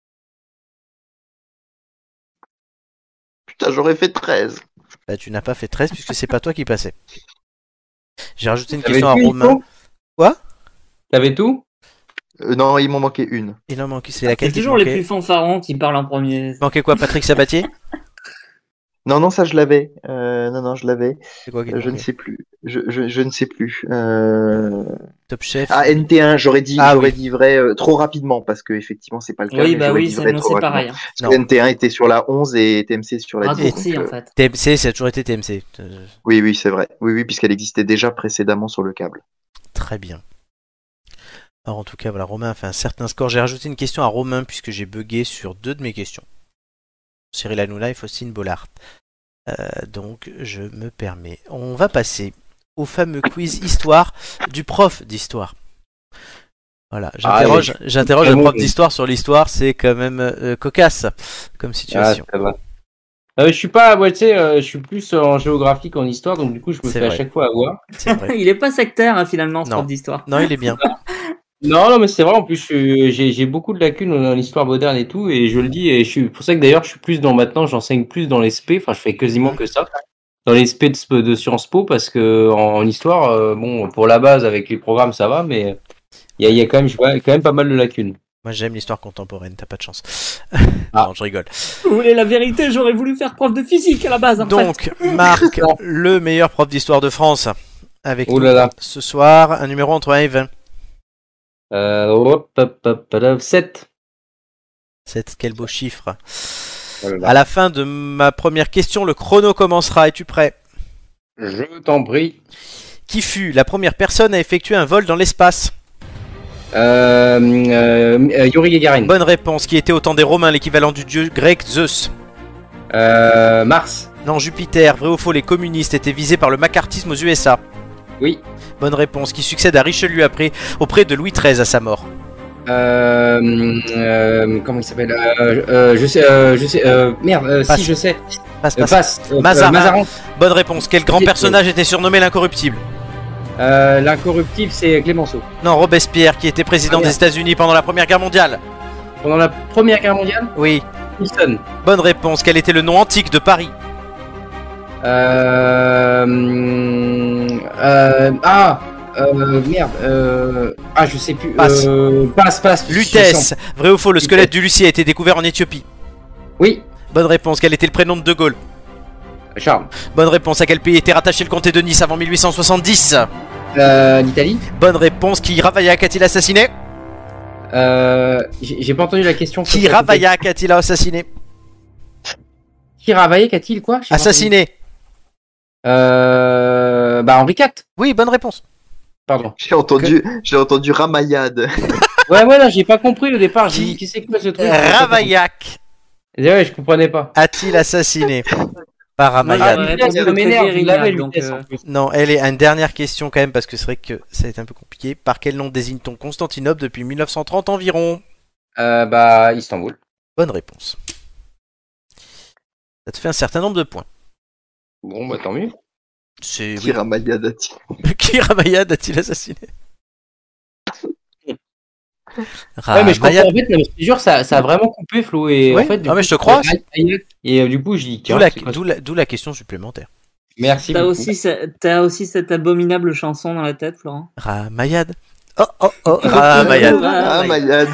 Putain, j'aurais fait treize. Bah, tu n'as pas fait treize puisque c'est pas toi qui passais. J'ai rajouté une T'avais question à Romain. Quoi? T'avais tout? euh, Non, il m'en manquait une. Il en manquait, c'est laquelle? C'est toujours les plus fanfarons qui parlent en premier. Il manquait quoi, Patrick Sabatier? Non, non, ça je l'avais. Euh, non, non, je l'avais. C'est quoi qui euh, Je ne sais plus. Je, je, je ne sais plus. Euh... Top Chef. Ah, N T un, j'aurais dit, ah, j'aurais oui. dit vrai euh, trop rapidement parce que effectivement c'est pas le cas. Oui, bah oui, c'est, c'est pareil. Hein. Parce que N T un était sur la onze et T M C sur la dix. Raccourci en fait. T M C, ça a toujours été T M C. Oui, oui, c'est vrai. Oui, oui, puisqu'elle existait déjà précédemment sur le câble. Très bien. Alors en tout cas, voilà, Romain a fait un certain score. J'ai rajouté une question à Romain puisque j'ai bugué sur deux de mes questions. Cyril Hanouna et Faustine Bollard. Euh, donc je me permets. On va passer au fameux quiz histoire du prof d'histoire. Voilà, j'interroge, ah, j'interroge le prof d'histoire sur l'histoire, c'est quand même euh, cocasse comme situation. Ah, ça va. Euh, je suis pas, ouais, tu sais, euh, je suis plus en géographie qu'en histoire, donc du coup je me c'est fais vrai. À chaque fois avoir. C'est vrai. Il est pas sectaire hein, finalement, ce non. prof d'histoire. Non, il est bien. Non, non, mais c'est vrai, en plus, je suis- j'ai j'ai beaucoup de lacunes dans l'histoire moderne et tout, et je le dis, et je suis pour ça que d'ailleurs, je suis plus dans maintenant, j'enseigne plus dans les S P, enfin, je fais quasiment que ça, dans les S P de, de Sciences Po, parce que en, en histoire, euh, bon, pour la base, avec les programmes, ça va, mais il y a, il y a quand même, je vois, quand même pas mal de lacunes. Moi j'aime l'histoire contemporaine, t'as pas de chance. Ah. Non, je rigole. Vous voulez la vérité, j'aurais voulu faire prof de physique à la base. En Donc, fait. Marc, le meilleur prof d'histoire de France, avec Oh nous là là. ce soir, un numéro entre un et vingt. Euh, hop, hop, hop, hop, sept. sept, quel beau chiffre. Oh là là. À la fin de ma première question, le chrono commencera. Es-tu prêt? Je t'en prie. Qui fut la première personne à effectuer un vol dans l'espace? Euh, euh, Yuri Gagarin. Bonne réponse. Qui était au temps des Romains l'équivalent du dieu grec Zeus? Euh, Mars. Non, Jupiter. Vrai ou faux, les communistes étaient visés par le macartisme aux U S A? Oui. Bonne réponse. Qui succède à Richelieu après, auprès de Louis treize à sa mort? Euh, euh, comment il s'appelle euh, euh, Je sais, euh, je sais. Euh, merde, euh, Passe. si je sais. Passe, Euh, passe. passe. Euh, Mazarin. euh, Mazarin. Bonne réponse. Quel grand Oui, personnage était surnommé l'incorruptible? Euh, L'incorruptible, c'est Clémenceau. Non, Robespierre, qui était président Ah, des merde. États-Unis pendant la Première Guerre mondiale. Pendant la Première Guerre mondiale, Oui. Wilson. Bonne réponse. Quel était le nom antique de Paris? Euh, euh, ah, euh, merde. Euh, ah, je sais plus. Passe. Euh, passe, passe. Lutèce. Vrai ou faux, le squelette du Lucie a été découvert en Éthiopie? Oui, Bonne réponse. Quel était le prénom de De Gaulle? Charles. Bonne réponse. À quel pays était rattaché le comté de Nice avant mille huit cent soixante-dix? Euh, L'Italie. Bonne réponse. Qui Ravaillac a-t-il assassiné? Euh, j'ai j'ai pas entendu la question. Qui Ravaillac a-t-il assassiné? Qui Ravaillac a-t-il quoi J'ai pas Assassiné. entendu. Euh, bah Henri quatre. Oui, bonne réponse. Pardon. J'ai entendu, j'ai entendu Ramayad. Ouais, ouais, là, j'ai pas compris au départ. J'ai Qui- dit, qui c'est quoi ce truc? Ravaillac Ouais, je comprenais pas. a-t-il assassiné? Par Moi, Ramayad. j'aurais Ah, répondu ça le m'énerve, très il l'avait, Virignal, donc, Lutèce, euh, en plus. Non, elle est une dernière question quand même parce que c'est vrai que ça a été un peu compliqué. Par quel nom désigne-t-on Constantinople depuis mille neuf cent trente environ? Euh, bah, Istanbul. Bonne réponse. Ça te fait un certain nombre de points. Bon, bah, tant mieux. C'est Qui Ramayad a-t-il Qui Ramayad a-t-il assassiné? Ouais, mais je comprends, Ramayad. en fait, non, mais je te jure, ça, ça a vraiment coupé, Flo. Et Oui. en fait, du Ah, mais coup, je te crois. Et euh, du coup, je dis, D'où tiens, la, c'est quoi d'où la- d'où la question supplémentaire. Merci T'as beaucoup. aussi, ce- t'as aussi cette abominable chanson dans la tête, Florent? Ramayad. Oh oh oh, Ramayad. Ramayad.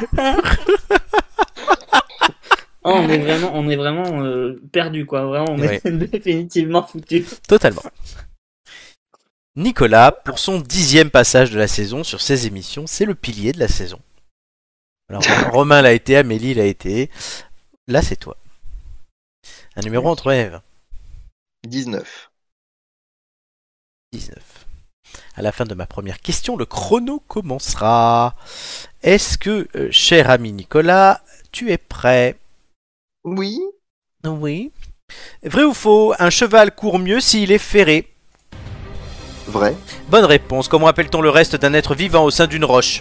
Oh, on est vraiment, on est vraiment euh, perdu, quoi. Vraiment, on est définitivement foutu. Totalement. Nicolas, pour son dixième passage de la saison sur ses émissions, c'est le pilier de la saison. Alors, Romain l'a été, Amélie l'a été. Là, c'est toi. Un numéro entre Eve. dix-neuf. dix-neuf. À la fin de ma première question, le chrono commencera. Est-ce que, euh, cher ami Nicolas, tu es prêt? Oui. Oui. Vrai ou faux, un cheval court mieux s'il est ferré? Vrai. Bonne réponse. Comment appelle-t-on le reste d'un être vivant au sein d'une roche?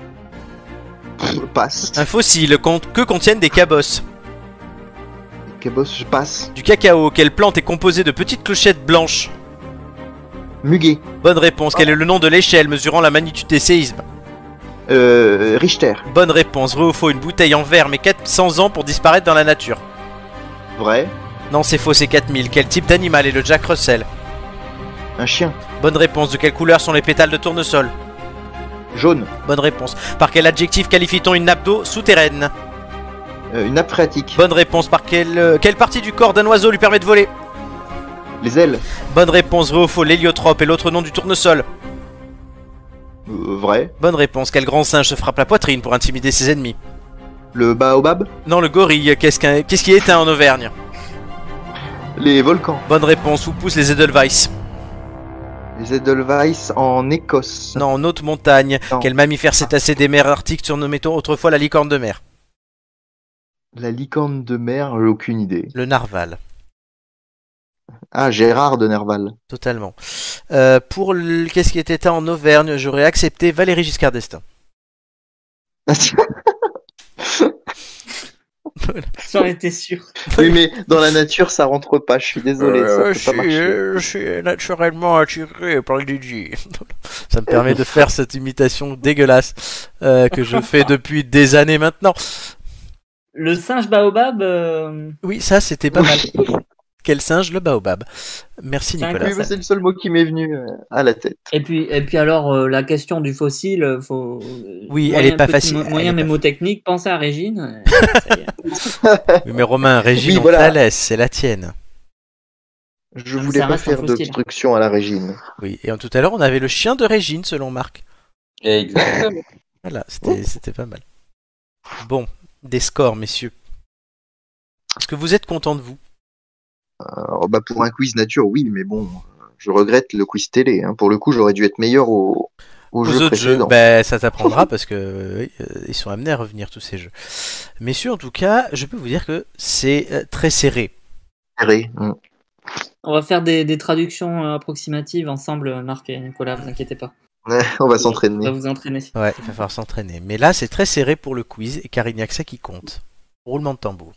Passe. Un fossile. Con- que contiennent des cabosses? Cabos, je passe. Du cacao. Quelle plante est composée de petites clochettes blanches? Muguet. Bonne réponse. Quel est le nom de l'échelle mesurant la magnitude des séismes? Euh, Richter. Bonne réponse. Vrai ou faux, une bouteille en verre met quatre cents ans pour disparaître dans la nature? Vrai. Non, c'est faux, c'est quatre mille. Quel type d'animal est le Jack Russell? Un chien. Bonne réponse. De quelle couleur sont les pétales de tournesol? Jaune. Bonne réponse. Par quel adjectif qualifie-t-on une nappe d'eau souterraine? Euh, une nappe phréatique. Bonne réponse. Par quelle, euh, quelle partie du corps d'un oiseau lui permet de voler? Les ailes. Bonne réponse. Vrai ou faux, l'héliotrope est l'autre nom du tournesol? Euh, vrai. Bonne réponse. Quel grand singe se frappe la poitrine pour intimider ses ennemis? Le baobab. Non, le gorille. Qu'est-ce qu'un- qu'est-ce qui est éteint en Auvergne? Les volcans. Bonne réponse. Où poussent les Edelweiss? Les Edelweiss en Écosse. Non, en haute montagne. Non. Quel mammifère cétacé des mers arctiques surnommait-on autrefois la licorne de mer? La licorne de mer, j'ai aucune idée. Le narval. Ah, Gérard de Nerval. Totalement. Euh, pour le... qu'est-ce qui est éteint en Auvergne, j'aurais accepté Valéry Giscard d'Estaing. J'en étais sûr. Oui, mais dans la nature, ça rentre pas. Je suis désolé. Euh, ça peut pas marcher. je suis naturellement attiré par les D J. Ça Ça me permet de faire cette imitation dégueulasse euh, que je fais depuis des années maintenant. Le singe baobab. Euh... Oui, ça c'était pas mal. Quel singe, le baobab. Merci C'est Nicolas. Oui, c'est le seul mot qui m'est venu euh, à la tête. Et puis, et puis alors, euh, la question du fossile, faut. Oui, moyen, elle est pas petit facile. mo- Moyen Elle est pas mémotechnique, pensez à Régine. euh, ça y est. Oui, mais Romain, Régine, Oui, on voilà. te la laisse, c'est la tienne. Je Ça voulais pas reste un faire faux style. d'obstruction à la Régine. Oui, et en tout à l'heure, on avait le chien de Régine, selon Marc. Exactement. Voilà, c'était c'était pas mal. Bon, des scores, messieurs. Est-ce que vous êtes contents de vous? Alors, bah, pour un quiz nature, oui, mais bon, euh, je regrette le quiz télé. Hein. Pour le coup, j'aurais dû être meilleur au, au Aux jeu autres jeux, précédent. ben, ça t'apprendra parce que oui, euh, ils sont amenés à revenir tous ces jeux. Messieurs, en tout cas, je peux vous dire que c'est euh, très serré. Serré, hum. On va faire des, des traductions euh, approximatives ensemble, Marc et Nicolas, vous inquiétez pas. Ouais, on va On va s'entraîner. vous entraîner. Ouais, il va falloir s'entraîner. Mais là, c'est très serré pour le quiz, et car il n'y a que ça qui compte. Roulement de tambour.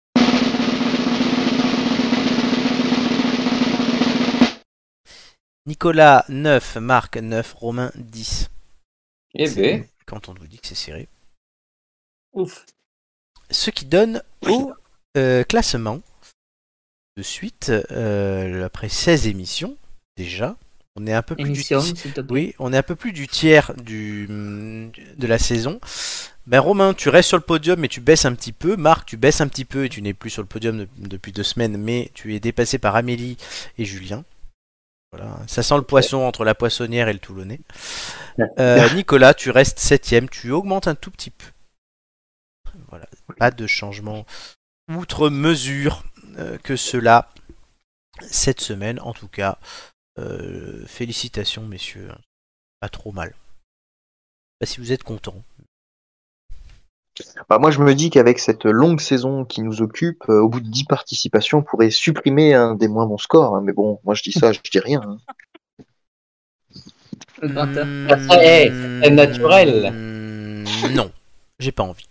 Nicolas neuf, Marc neuf, Romain dix. Eh ben, Quand on vous dit que c'est serré. Ouf. Ce qui donne au euh, classement de suite, euh, après seize émissions, déjà, on est un peu plus Émission, du s'il te plaît. oui, on est un peu plus du tiers du, de la saison. Ben Romain, tu restes sur le podium mais tu baisses un petit peu. Marc, tu baisses un petit peu et tu n'es plus sur le podium de- depuis deux semaines, mais tu es dépassé par Amélie et Julien. Voilà, ça sent le poisson entre la poissonnière et le Toulonnais. Euh, Nicolas, tu restes septième, tu augmentes un tout petit peu. Voilà, pas de changement outre mesure euh, que cela cette semaine. En tout cas, euh, félicitations messieurs, pas trop mal. Bah, si vous êtes contents. Bah, moi, je me dis qu'avec cette longue saison qui nous occupe, euh, au bout de dix participations, on pourrait supprimer un des moins bons scores. Hein. Mais bon, moi, je dis ça, je dis rien. Hein. Le gratteur. Mmh, Eh, c'est naturel. mmh, non, j'ai pas envie.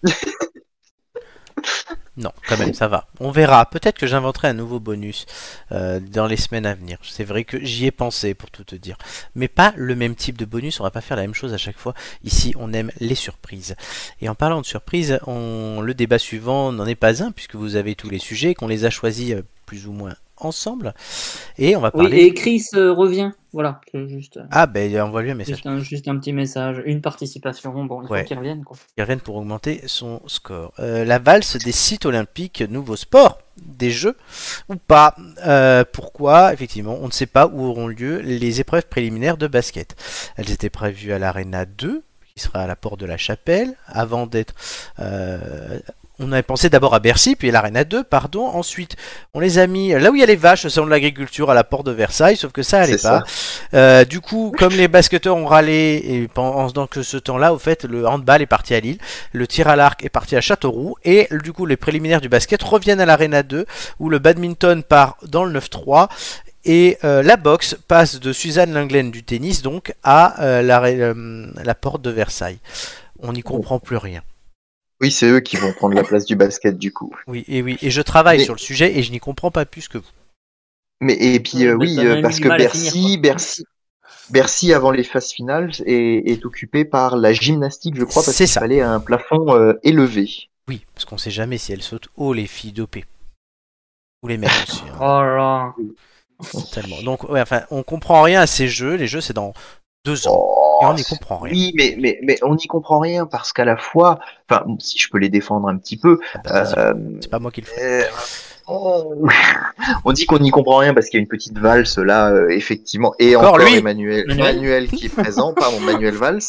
Non, quand même, ça va. On verra. Peut-être que j'inventerai un nouveau bonus euh, dans les semaines à venir. C'est vrai que j'y ai pensé, pour tout te dire. Mais pas le même type de bonus. On va pas faire la même chose à chaque fois. Ici, on aime les surprises. Et en parlant de surprises, on... le débat suivant n'en est pas un, puisque vous avez tous les sujets, qu'on les a choisis euh, plus ou moins ensemble. Et on va Oui, parler... et Chris euh, revient. Voilà, c'est juste, euh, Ah, ben, envoie-lui un message. juste, un, juste un petit message. Une participation. Bon, il faut Ouais. qu'il revienne, quoi. Qui reviennent pour augmenter son score. Euh, la valse des sites olympiques, nouveau sport des Jeux ou pas. Euh, pourquoi? Effectivement, on ne sait pas où auront lieu les épreuves préliminaires de basket. Elles étaient prévues à l'Arena deux, qui sera à la porte de la Chapelle, avant d'être... Euh, on avait pensé d'abord à Bercy, puis à l'Arena deux, pardon. Ensuite, on les a mis là où il y a les vaches, au salon de l'agriculture, à la porte de Versailles, sauf que ça allait C'est pas. Euh, du coup, comme les basketteurs ont râlé, et pendant que ce temps-là, au fait, le handball est parti à Lille, le tir à l'arc est parti à Châteauroux, et du coup, les préliminaires du basket reviennent à l'Arena deux, où le badminton part dans le neuf trois, et euh, la boxe passe de Suzanne Lenglen du tennis, donc, à euh, la, euh, la porte de Versailles. On n'y comprend plus rien. Oui, c'est eux qui vont prendre la place du basket, du coup. Oui, et oui, et je travaille Mais- sur le sujet, et je n'y comprends pas plus que vous. Mais et puis euh, Ouais, oui, t'as même euh, eu parce du que mal à Bercy, finir, quoi. Bercy, Bercy avant les phases finales est, est occupé par la gymnastique, je crois, parce C'est qu'il ça. fallait un plafond euh, élevé. Oui, parce qu'on sait jamais si elles sautent haut, les filles dopées. Ou les mecs aussi. hein. Oh là. Tellement. Donc, ouais, enfin, on comprend rien à ces jeux. Les jeux, c'est dans deux ans. Oh, Et on n'y comprend rien. Oui, mais, mais, mais on n'y comprend rien parce qu'à la fois, enfin, si je peux les défendre un petit peu, Ah bah, vas-y. euh, C'est pas moi qui le fais. euh, oh, on dit qu'on n'y comprend rien parce qu'il y a une petite valse là, euh, effectivement, et Encore encore, lui Emmanuel, Manuel. Manuel qui est présent, pardon, Manuel Valls.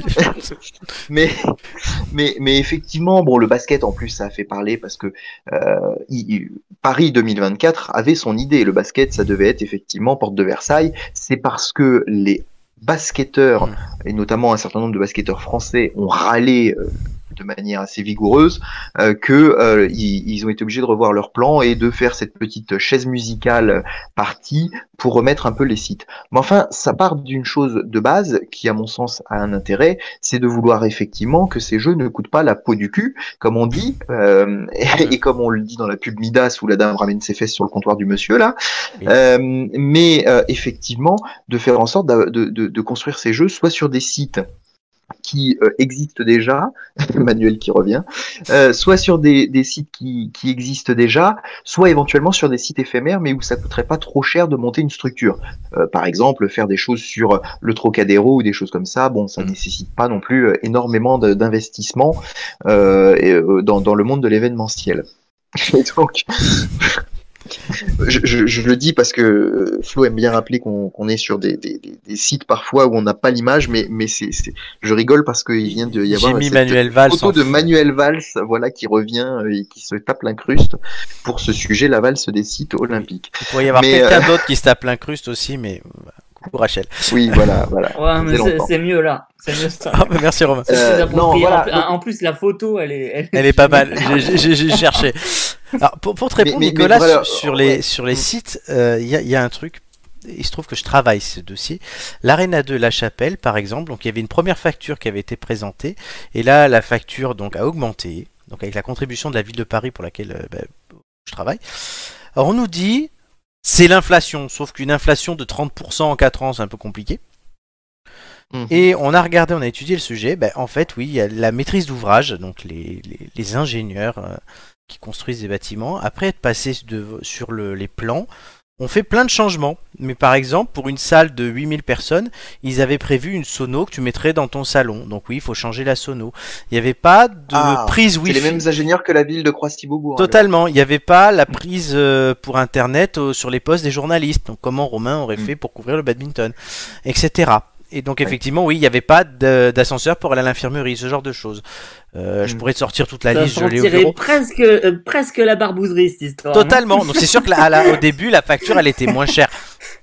mais, mais, mais effectivement, bon, le basket en plus, ça a fait parler parce que euh, il- Paris deux mille vingt-quatre avait son idée. Le basket, ça devait être effectivement porte de Versailles. C'est parce que les basketteurs, Mm. et notamment un certain nombre de basketteurs français, ont râlé euh, de manière assez vigoureuse euh, que euh, ils, ils ont été obligés de revoir leur plan et de faire cette petite chaise musicale partie pour remettre un peu les sites. Mais enfin, ça part d'une chose de base qui, à mon sens, a un intérêt, c'est de vouloir effectivement que ces jeux ne coûtent pas la peau du cul, comme on dit, euh, et, et comme on le dit dans la pub Midas où la dame ramène ses fesses sur le comptoir du monsieur là. Oui. Euh, mais euh, effectivement, de faire en sorte de, de, de construire ces jeux soit sur des sites qui euh, existent déjà, Manuel qui revient, euh, soit sur des, des sites qui, qui existent déjà, soit éventuellement sur des sites éphémères, mais où ça coûterait pas trop cher de monter une structure. Euh, par exemple, faire des choses sur le Trocadéro ou des choses comme ça, bon, ça Mmh. nécessite pas non plus énormément de, d'investissement euh, et, euh, dans, dans le monde de l'événementiel. Et donc, je, je, je le dis parce que Flo aime bien rappeler qu'on qu'on est sur des, des, des sites parfois où on n'a pas l'image, mais, mais c'est, c'est, je rigole parce qu'il vient de y avoir J'ai mis cette Manuel Valls photo en de fond. Manuel Valls, voilà, qui revient et qui se tape l'incruste pour ce sujet, la valse des sites olympiques. Il pourrait y avoir Mais, quelqu'un euh, d'autre qui se tape l'incruste aussi, mais voilà. Coucou Rachel. Oui, voilà, voilà. Ouais, mais Ça faisait c'est, longtemps. c'est mieux là. C'est mieux ça. Ah, bah, merci Romain. C'est Euh, plus non, approprié. voilà, en, plus, donc- en plus, la photo, elle est. Elle, Elle est pas mal, j'ai- j'ai j'ai cherché. Alors, pour, pour te répondre, Mais- mais- Nicolas, mais voilà, sur, sur ouais. les, sur les sites, euh, il y, a, il y a un truc. Il se trouve que je travaille ce dossier. L'Arena de La Chapelle, par exemple, donc il y avait une première facture qui avait été présentée, et là, la facture donc a augmenté, donc avec la contribution de la ville de Paris pour laquelle euh, bah, je travaille. Alors, on nous dit, c'est l'inflation, sauf qu'une inflation de trente pour cent en quatre ans, c'est un peu compliqué. Mhm. Et on a regardé, on a étudié le sujet. Ben, en fait, oui, il y a la maîtrise d'ouvrage, donc les, les, les ingénieurs euh, qui construisent des bâtiments, après être passés de, sur le, les plans, on fait plein de changements. Mais par exemple, pour une salle de huit mille personnes, ils avaient prévu une sono que tu mettrais dans ton salon. Donc oui, il faut changer la sono. Il n'y avait pas de Ah, prise C'est Wi-Fi. les mêmes ingénieurs que la ville de Croix-Stibourg. Totalement, il n'y avait pas la prise euh, pour internet euh, sur les postes des journalistes. Donc comment Romain aurait Mm. fait pour couvrir le badminton, et cetera. Et donc Ouais. effectivement, oui, il n'y avait pas de- d'ascenseur pour aller à l'infirmerie, ce genre de choses. Euh, Je Mm. pourrais te sortir toute la Ça liste, je l'ai au sentirait bureau. presque, euh, presque la barbouzerie cette histoire. non Totalement. Donc c'est sûr que là, à la- au début, la facture, elle était moins chère.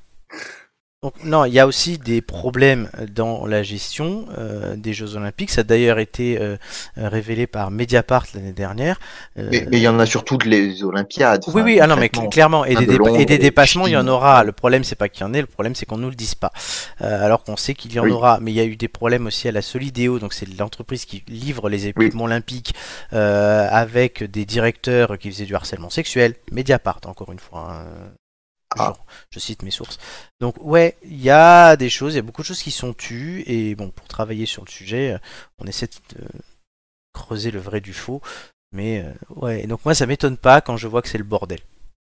Donc non, il y a aussi des problèmes dans la gestion euh, des Jeux Olympiques. Ça a d'ailleurs été euh, révélé par Mediapart l'année dernière. Euh, Mais mais il y en a surtout de les Olympiades. Oui, enfin, oui, ah non, mais concrètement. cl- clairement, et Un des, de dépa- Londres et des et dépassements, il y en Chine. aura. Le problème, c'est pas qu'il y en ait, le problème, c'est qu'on nous le dise pas. Euh, alors qu'on sait qu'il y en Oui. aura. Mais il y a eu des problèmes aussi à la Solidéo, donc c'est l'entreprise qui livre les équipements olympiques, euh, avec des directeurs qui faisaient du harcèlement sexuel. Mediapart, encore une fois. hein. Ah. Je, je cite mes sources. Donc ouais, il y a des choses, il y a beaucoup de choses qui sont tues, et bon, pour travailler sur le sujet, euh, on essaie de euh, creuser le vrai du faux. Mais euh, ouais, et donc moi ça m'étonne pas quand je vois que c'est le bordel.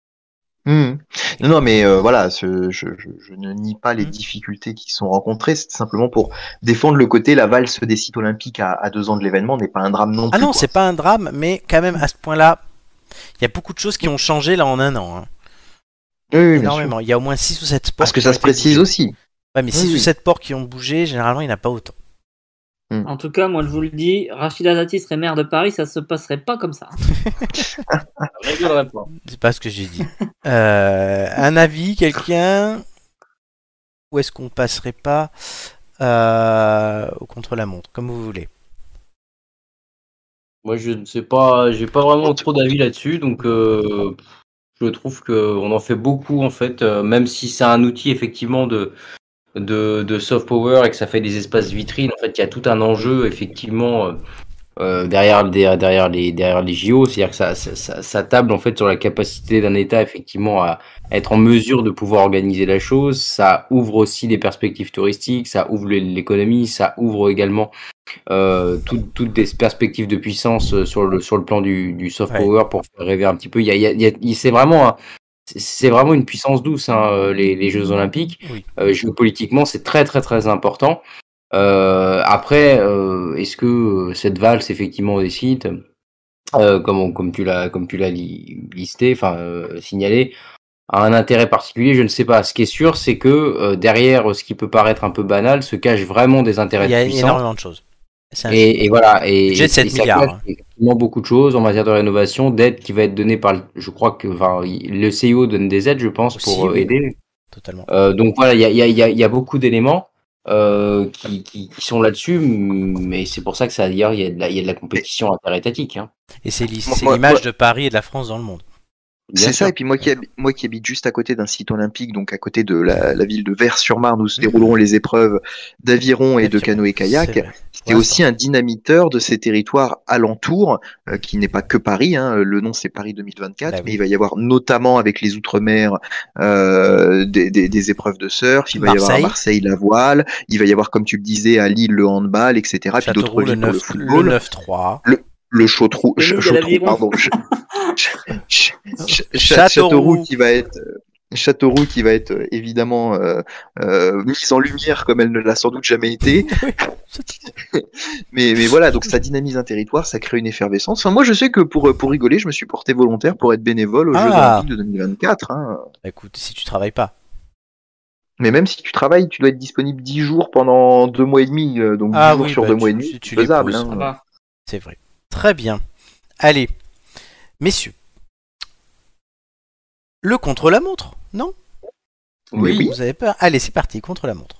Hmm. Non, non, mais euh, voilà, ce- je, je, je ne nie pas les Mm. difficultés qui sont rencontrées. C'est simplement pour défendre le côté la valse des sites olympiques à, à deux ans de l'événement n'est pas un drame non Ah plus. non, quoi. c'est pas un drame, mais quand même à ce point-là, il y a beaucoup de choses qui ont changé là en un an. Hein. Oui, oui, bien sûr. Énormément. Il y a au moins six ou sept ports. Parce que qui ça ont se été précise bougés. aussi. Ouais, mais Oui, six ou oui. sept ports qui ont bougé, généralement il n'y en a pas autant. En tout cas, moi je vous le dis, Rachida Dati serait maire de Paris, ça se passerait pas comme ça. Je rigolerais pas. C'est pas ce que j'ai dit. Euh, un avis, quelqu'un? Ou est-ce qu'on passerait pas euh, au contre-la-montre, comme vous voulez? Moi, je ne sais pas, j'ai pas vraiment trop d'avis là-dessus, donc euh, je trouve qu'on en fait beaucoup en fait, euh, même si c'est un outil effectivement de, de, de soft power et que ça fait des espaces vitrines. En fait, il y a tout un enjeu effectivement euh, euh, derrière, derrière, derrière les derrière les J O, c'est-à-dire que ça, ça, ça, ça table en fait sur la capacité d'un État effectivement à être en mesure de pouvoir organiser la chose. Ça ouvre aussi des perspectives touristiques, ça ouvre l'économie, ça ouvre également euh, tout, toutes des perspectives de puissance euh, sur le sur le plan du, du soft Ouais. power pour faire rêver un petit peu. Il y a, il y a, il y a- il- c'est vraiment un- c'est- c'est vraiment une puissance douce hein, euh, les, les Jeux Olympiques. Oui. Euh, géopolitiquement, c'est très très très important. Euh, après, euh, est-ce que euh, cette valse effectivement des sites, euh, comme on- comme tu l'as comme tu l'as li- listé, enfin euh, signalé, a un intérêt particulier, je ne sais pas. Ce qui est sûr, c'est que euh, derrière ce qui peut paraître un peu banal se cachent vraiment des intérêts Il y a de puissance. énormément de choses. C'est un- Et, et voilà. Et, Budget de et sept ça milliards, cache hein. effectivement beaucoup de choses en matière de rénovation, d'aide qui va être donnée par, le- je crois que, enfin, il- le C I O donne des aides, je pense, Aussi, pour euh, oui. aider. Totalement. Euh, donc voilà, il y a, il y a, il y a, il y a beaucoup d'éléments. euh, qui, qui, qui sont là-dessus, mais c'est pour ça que ça, d'ailleurs, il y a de la, il y a de la compétition interétatique. Hein. Et c'est l'i- Moi- c'est moi- l'image moi- de Paris et de la France dans le monde. Bien C'est sûr. ça, et puis moi qui, habi- moi qui habite juste à côté d'un site olympique, donc à côté de la, la ville de Vers-sur-Marne où se dérouleront les épreuves d'aviron et de canoë-kayak, C'est vrai. c'est aussi un dynamiteur de ces territoires alentours, euh, qui n'est pas que Paris, hein, le nom c'est Paris deux mille vingt-quatre, Bah oui. mais il va y avoir notamment avec les Outre-mer euh, des, des, des épreuves de surf, il va y avoir à Marseille. Marseille la voile, il va y avoir, comme tu le disais, à Lille le handball, et cetera, puis d'autres Châteauroux, le villes pour le neuf football. le neuf trois. Le Châteauroux, Le Ch- Ligue de Châteauroux, l'Aviron. pardon, Ch- Ch- Ch- Ch- Châteauroux. Châteauroux qui va être euh, Châteauroux qui va être euh, évidemment euh, euh, mise en lumière comme elle ne l'a sans doute jamais été. mais mais voilà, donc ça dynamise un territoire, ça crée une effervescence. Enfin moi je sais que pour pour rigoler, je me suis porté volontaire pour être bénévole aux Jeux Ah. Olympiques de deux mille vingt-quatre. Hein. Bah, écoute, si tu travailles pas. Mais même si tu travailles, tu dois être disponible dix jours pendant deux mois et demi, euh, donc Ah dix jours oui, sur bah, deux tu- mois et demi, tu- c'est tu les faisable. poses. Hein. Ça va. C'est vrai. Très bien. Allez, messieurs. Le contre-la-montre, non? Oui, oui. Vous avez peur? Allez, c'est parti, contre-la-montre.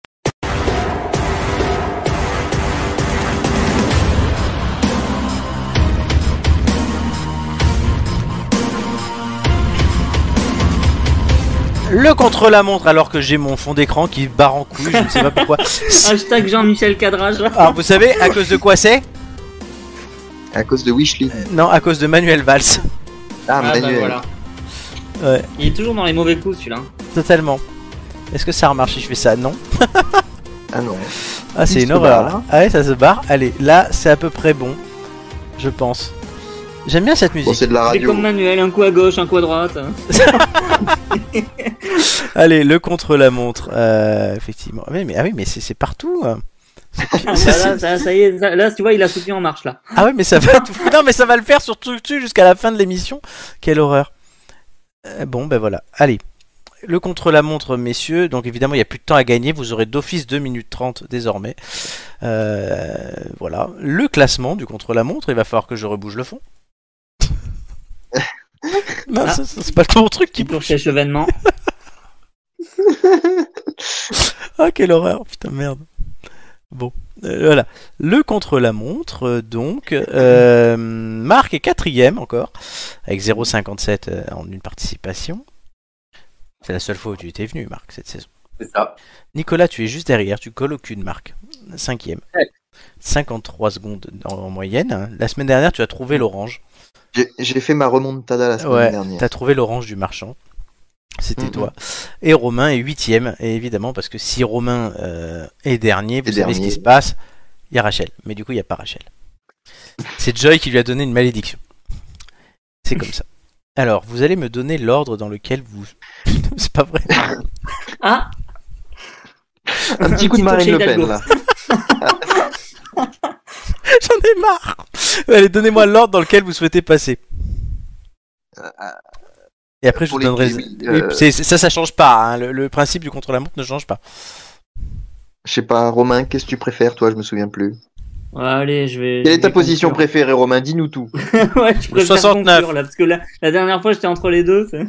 Le contre-la-montre, alors que j'ai mon fond d'écran qui barre en couille, je ne sais pas pourquoi. Hashtag Jean-Michel Cadrage. Alors, vous savez à cause de quoi c'est? À cause de Wishly. Non, à cause de Manuel Valls. Ah, Ah bah Manuel. voilà. Ouais, Il est toujours dans les mauvais coups celui-là. totalement. Est-ce que ça remarche si je fais ça? Non. Ah non. Ah, c'est Il une se horreur. barre. Là. Ah ouais, ça se barre. Allez, là, c'est à peu près bon. Je pense. J'aime bien cette Bon, musique. c'est de la C'est radio. comme Manuel, un coup à gauche, un coup à droite. Allez, le contre-la-montre. Euh, effectivement. Mais, mais, ah oui, mais c'est c'est partout. hein. Ah, bah là, ça, ça y est, ça- là, tu vois, il a soutenu en marche là. Ah oui, mais ça va tout... Non, mais ça va le faire surtout jusqu'à la fin de l'émission. Quelle horreur. Euh, bon, ben voilà. Allez. Le contre-la-montre, messieurs. Donc évidemment, il n'y a plus de temps à gagner. Vous aurez d'office deux minutes trente désormais. Euh, voilà. Le classement du contre-la-montre. Il va falloir que je rebouge le fond. Non, Ah. ça, ça, c'est pas le bon truc qui Qui pour bouge. chez Chevènement. Ah, quelle horreur. Putain, merde. Bon. Euh, voilà. Le contre-la-montre, euh, donc. Euh, Marc est quatrième encore. Avec zéro virgule cinquante-sept euh, en une participation. C'est la seule fois où tu étais venu, Marc, cette saison. C'est ça. Nicolas, tu es juste derrière, tu colles aucune marque. Cinquième. Ouais. cinquante-trois secondes en, en moyenne. hein. La semaine dernière, tu as trouvé l'orange. J'ai- J'ai fait ma remontada la semaine Ouais, dernière. tu as trouvé l'orange du marchand. C'était Mhm. toi. Et Romain est huitième. Et évidemment, parce que si Romain euh, est dernier, vous Et savez ce dernier. qui se passe. Il y a Rachel. Mais du coup, il n'y a pas Rachel. C'est Joy qui lui a donné une malédiction. C'est comme ça. Alors, vous allez me donner l'ordre dans lequel vous... C'est pas vrai. Un Ah, petit coup de tour Marine chez Le Pen Hidalgo. là. J'en ai marre. Allez, donnez-moi l'ordre dans lequel vous souhaitez passer. Et après, je pour vous donnerai. les- oui, Oui, euh, c'est- c'est- ça, ça change pas. hein. Le, le principe du contre-la-montre ne change pas. Je sais pas, Romain, qu'est-ce que tu préfères, toi? Je me souviens plus. Ouais, allez, je vais. Quelle je est ta vais position conclure. préférée, Romain? Dis-nous tout. Ouais, je préfère soixante-neuf. conclure, là, parce que la, la dernière fois j'étais entre les deux. c'est-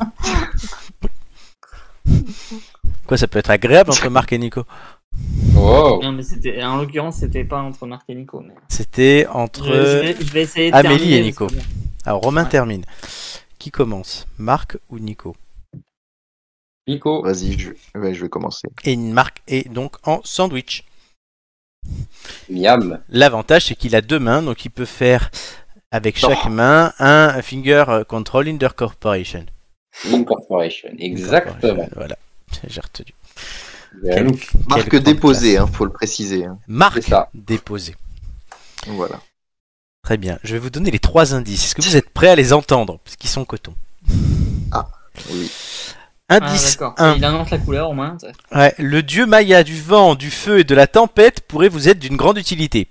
Quoi, ça peut être agréable entre Marc et Nico. Oh. Non, mais c'était, en l'occurrence, c'était pas entre Marc et Nico. Mais... C'était Je, entre je vais, je vais essayer de Amélie terminer, et Nico. parce que bon. Alors Romain Ouais. termine. Qui commence, Marc ou Nico? Nico. Vas-y, je... Ouais, je vais commencer. Et Marc est donc en sandwich. Miam. L'avantage c'est qu'il a deux mains, donc il peut faire avec Oh. chaque main un finger control incorporation. Incorporation. Exactement. Voilà, j'ai retenu. C'est à nous. Marque grande déposée, classe. hein, faut le préciser. hein. Marque C'est ça. déposée. Voilà. Très bien. Je vais vous donner les trois indices. Est-ce que vous êtes prêts à les entendre? Parce qu'ils sont coton. Oui. Ah, Indice d'accord. un. Il annonce la couleur au moins. c'est- Ouais, le dieu Maya du vent, du feu et de la tempête pourrait vous être d'une grande utilité.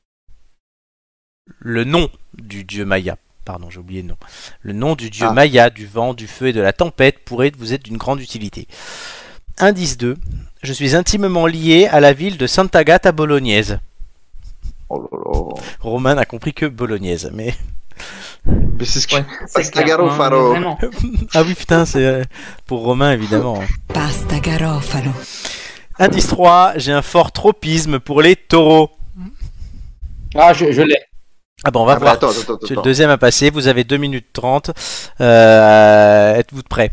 Le nom du dieu Maya. Pardon, j'ai oublié le nom. Le nom du dieu Ah. Maya du vent, du feu et de la tempête pourrait vous être d'une grande utilité. Indice deux. Je suis intimement lié à la ville de Sant'Agata Bolognaise. Oh là là. Romain n'a compris que Bolognaise, mais... Mais c'est ce que... Ouais, c'est Pasta clair, Garofalo. hein, vraiment. Ah oui, putain, c'est euh, pour Romain, évidemment. Pasta garofalo. Indice trois, j'ai un fort tropisme pour les taureaux. Ah, je, je l'ai. Ah bon, on va Ah bah, voir. attends, attends, attends, C'est le attends. deuxième à passer, vous avez deux minutes trente. Euh, êtes-vous prêts?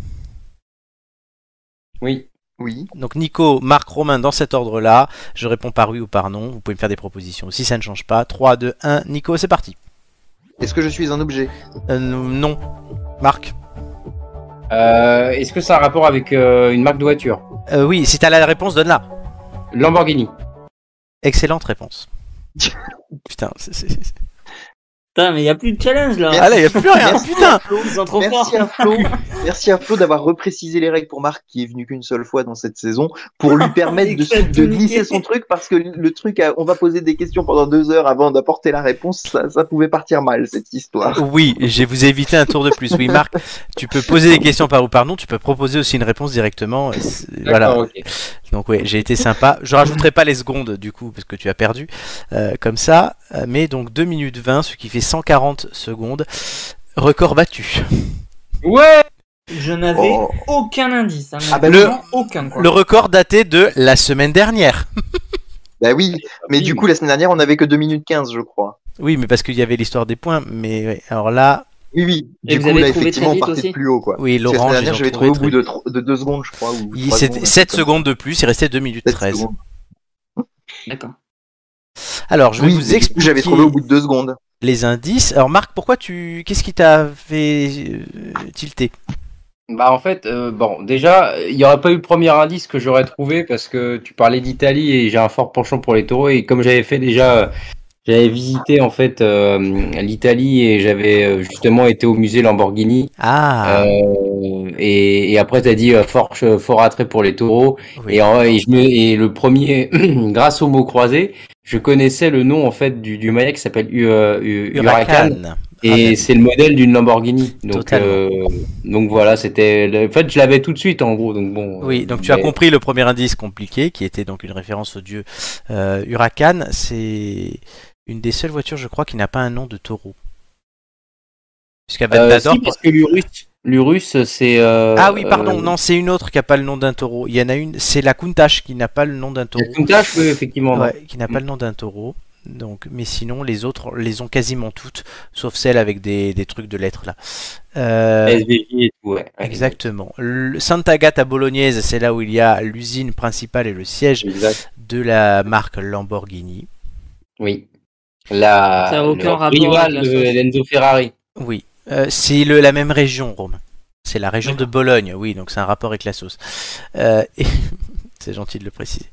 Oui. Oui. Donc Nico, Marc, Romain, dans cet ordre-là. Je réponds par oui ou par non. Vous pouvez me faire des propositions. Si ça ne change pas, trois, deux, un, Nico, c'est parti. Est-ce que je suis un objet? Euh, non. Marc? Euh, Est-ce que ça a un rapport avec euh, une marque de voiture? Euh, Oui, si t'as la réponse, donne-la. Lamborghini. Excellente réponse. Putain, c'est... c'est- c'est- Putain, mais il n'y a plus de challenge là. Ah là, y a plus rien, Merci. putain. Ils sont trop forts. Merci à Flo, merci à Flo d'avoir reprécisé les règles pour Marc qui est venu qu'une seule fois dans cette saison pour lui permettre Et de, qui a de tout glisser niqué. son truc parce que le truc, a- on va poser des questions pendant deux heures avant d'apporter la réponse, ça, ça pouvait partir mal cette histoire. Oui, je vous ai évité un tour de plus. Oui, Marc, tu peux poser des questions par ou par non, tu peux proposer aussi une réponse directement. C'est- Voilà. D'accord, ok. Donc ouais, j'ai été sympa. Je rajouterai pas les secondes du coup parce que tu as perdu euh, comme ça. Euh, Mais donc deux minutes vingt, ce qui fait cent quarante secondes. Record battu. Ouais. Je n'avais Oh. aucun indice. Hein, Ah bah le- vraiment aucun quoi. Le record daté de la semaine dernière. Bah oui, mais Oui, du oui. coup la semaine dernière on avait que deux minutes quinze je crois. Oui, mais parce qu'il y avait l'histoire des points. Mais ouais, alors là, Oui, oui, Et du vous coup avez là trouvé effectivement très on vite partait de aussi plus haut quoi. oui, Parce que Laurent, la ils semaine dernière ont j'avais trouvé trouvé au bout très- de, tro- de deux secondes je crois. Ou il- trois c'était secondes, sept comme ça. secondes de plus. Il restait deux minutes sept treize. secondes. D'accord. Alors, je vais Oui, vous mais du coup, expliquer j'avais trouvé au bout de deux secondes. les indices. Alors, Marc, pourquoi tu, qu'est-ce qui t'a fait euh, tilter? Bah en fait, euh, bon, déjà, il n'y aurait pas eu le premier indice que j'aurais trouvé parce que tu parlais d'Italie et j'ai un fort penchant pour les taureaux et comme j'avais fait déjà, euh, j'avais visité en fait euh, l'Italie et j'avais euh, justement été au musée Lamborghini Ah, euh, et, et après t'as dit euh, fort fort attrait pour les taureaux oui. et, en- et je me et le premier grâce au mot croisé, je connaissais le nom en fait du, du maillot qui s'appelle U- euh, U- Huracan. Huracan. Et Ah, ben, c'est le modèle d'une Lamborghini. Donc, Totalement. euh, donc voilà, c'était. le- En fait, je l'avais tout de suite en gros. Donc bon. Oui, euh, donc tu as mais- compris le premier indice compliqué, qui était donc une référence au dieu euh, Huracan. C'est une des seules voitures, je crois, qui n'a pas un nom de taureau. Puisqu'à Euh, Ventador. si, parce que l'Urus, l'Urus, c'est. euh, Ah oui, pardon, euh, non, c'est une autre qui n'a pas le nom d'un taureau. Il y en a une, c'est la Countach qui n'a pas le nom d'un taureau. La Countach, oui, effectivement. non. Ouais, qui n'a pas le nom d'un taureau. Donc, mais sinon, les autres les ont quasiment toutes, sauf celle avec des, des trucs de lettres là. Euh, S V J et tout, ouais. exactement. Le Santa Agata Bolognaise, c'est là où il y a l'usine principale et le siège Exact. de la marque Lamborghini. Oui. La. Ça a aucun le rapport rival avec la de sauce. Enzo Ferrari. Oui, Euh, c'est le- la même région, Romain. C'est la région de D'accord. Bologne, oui, donc c'est un rapport avec la sauce. Euh, et- c'est gentil de le préciser.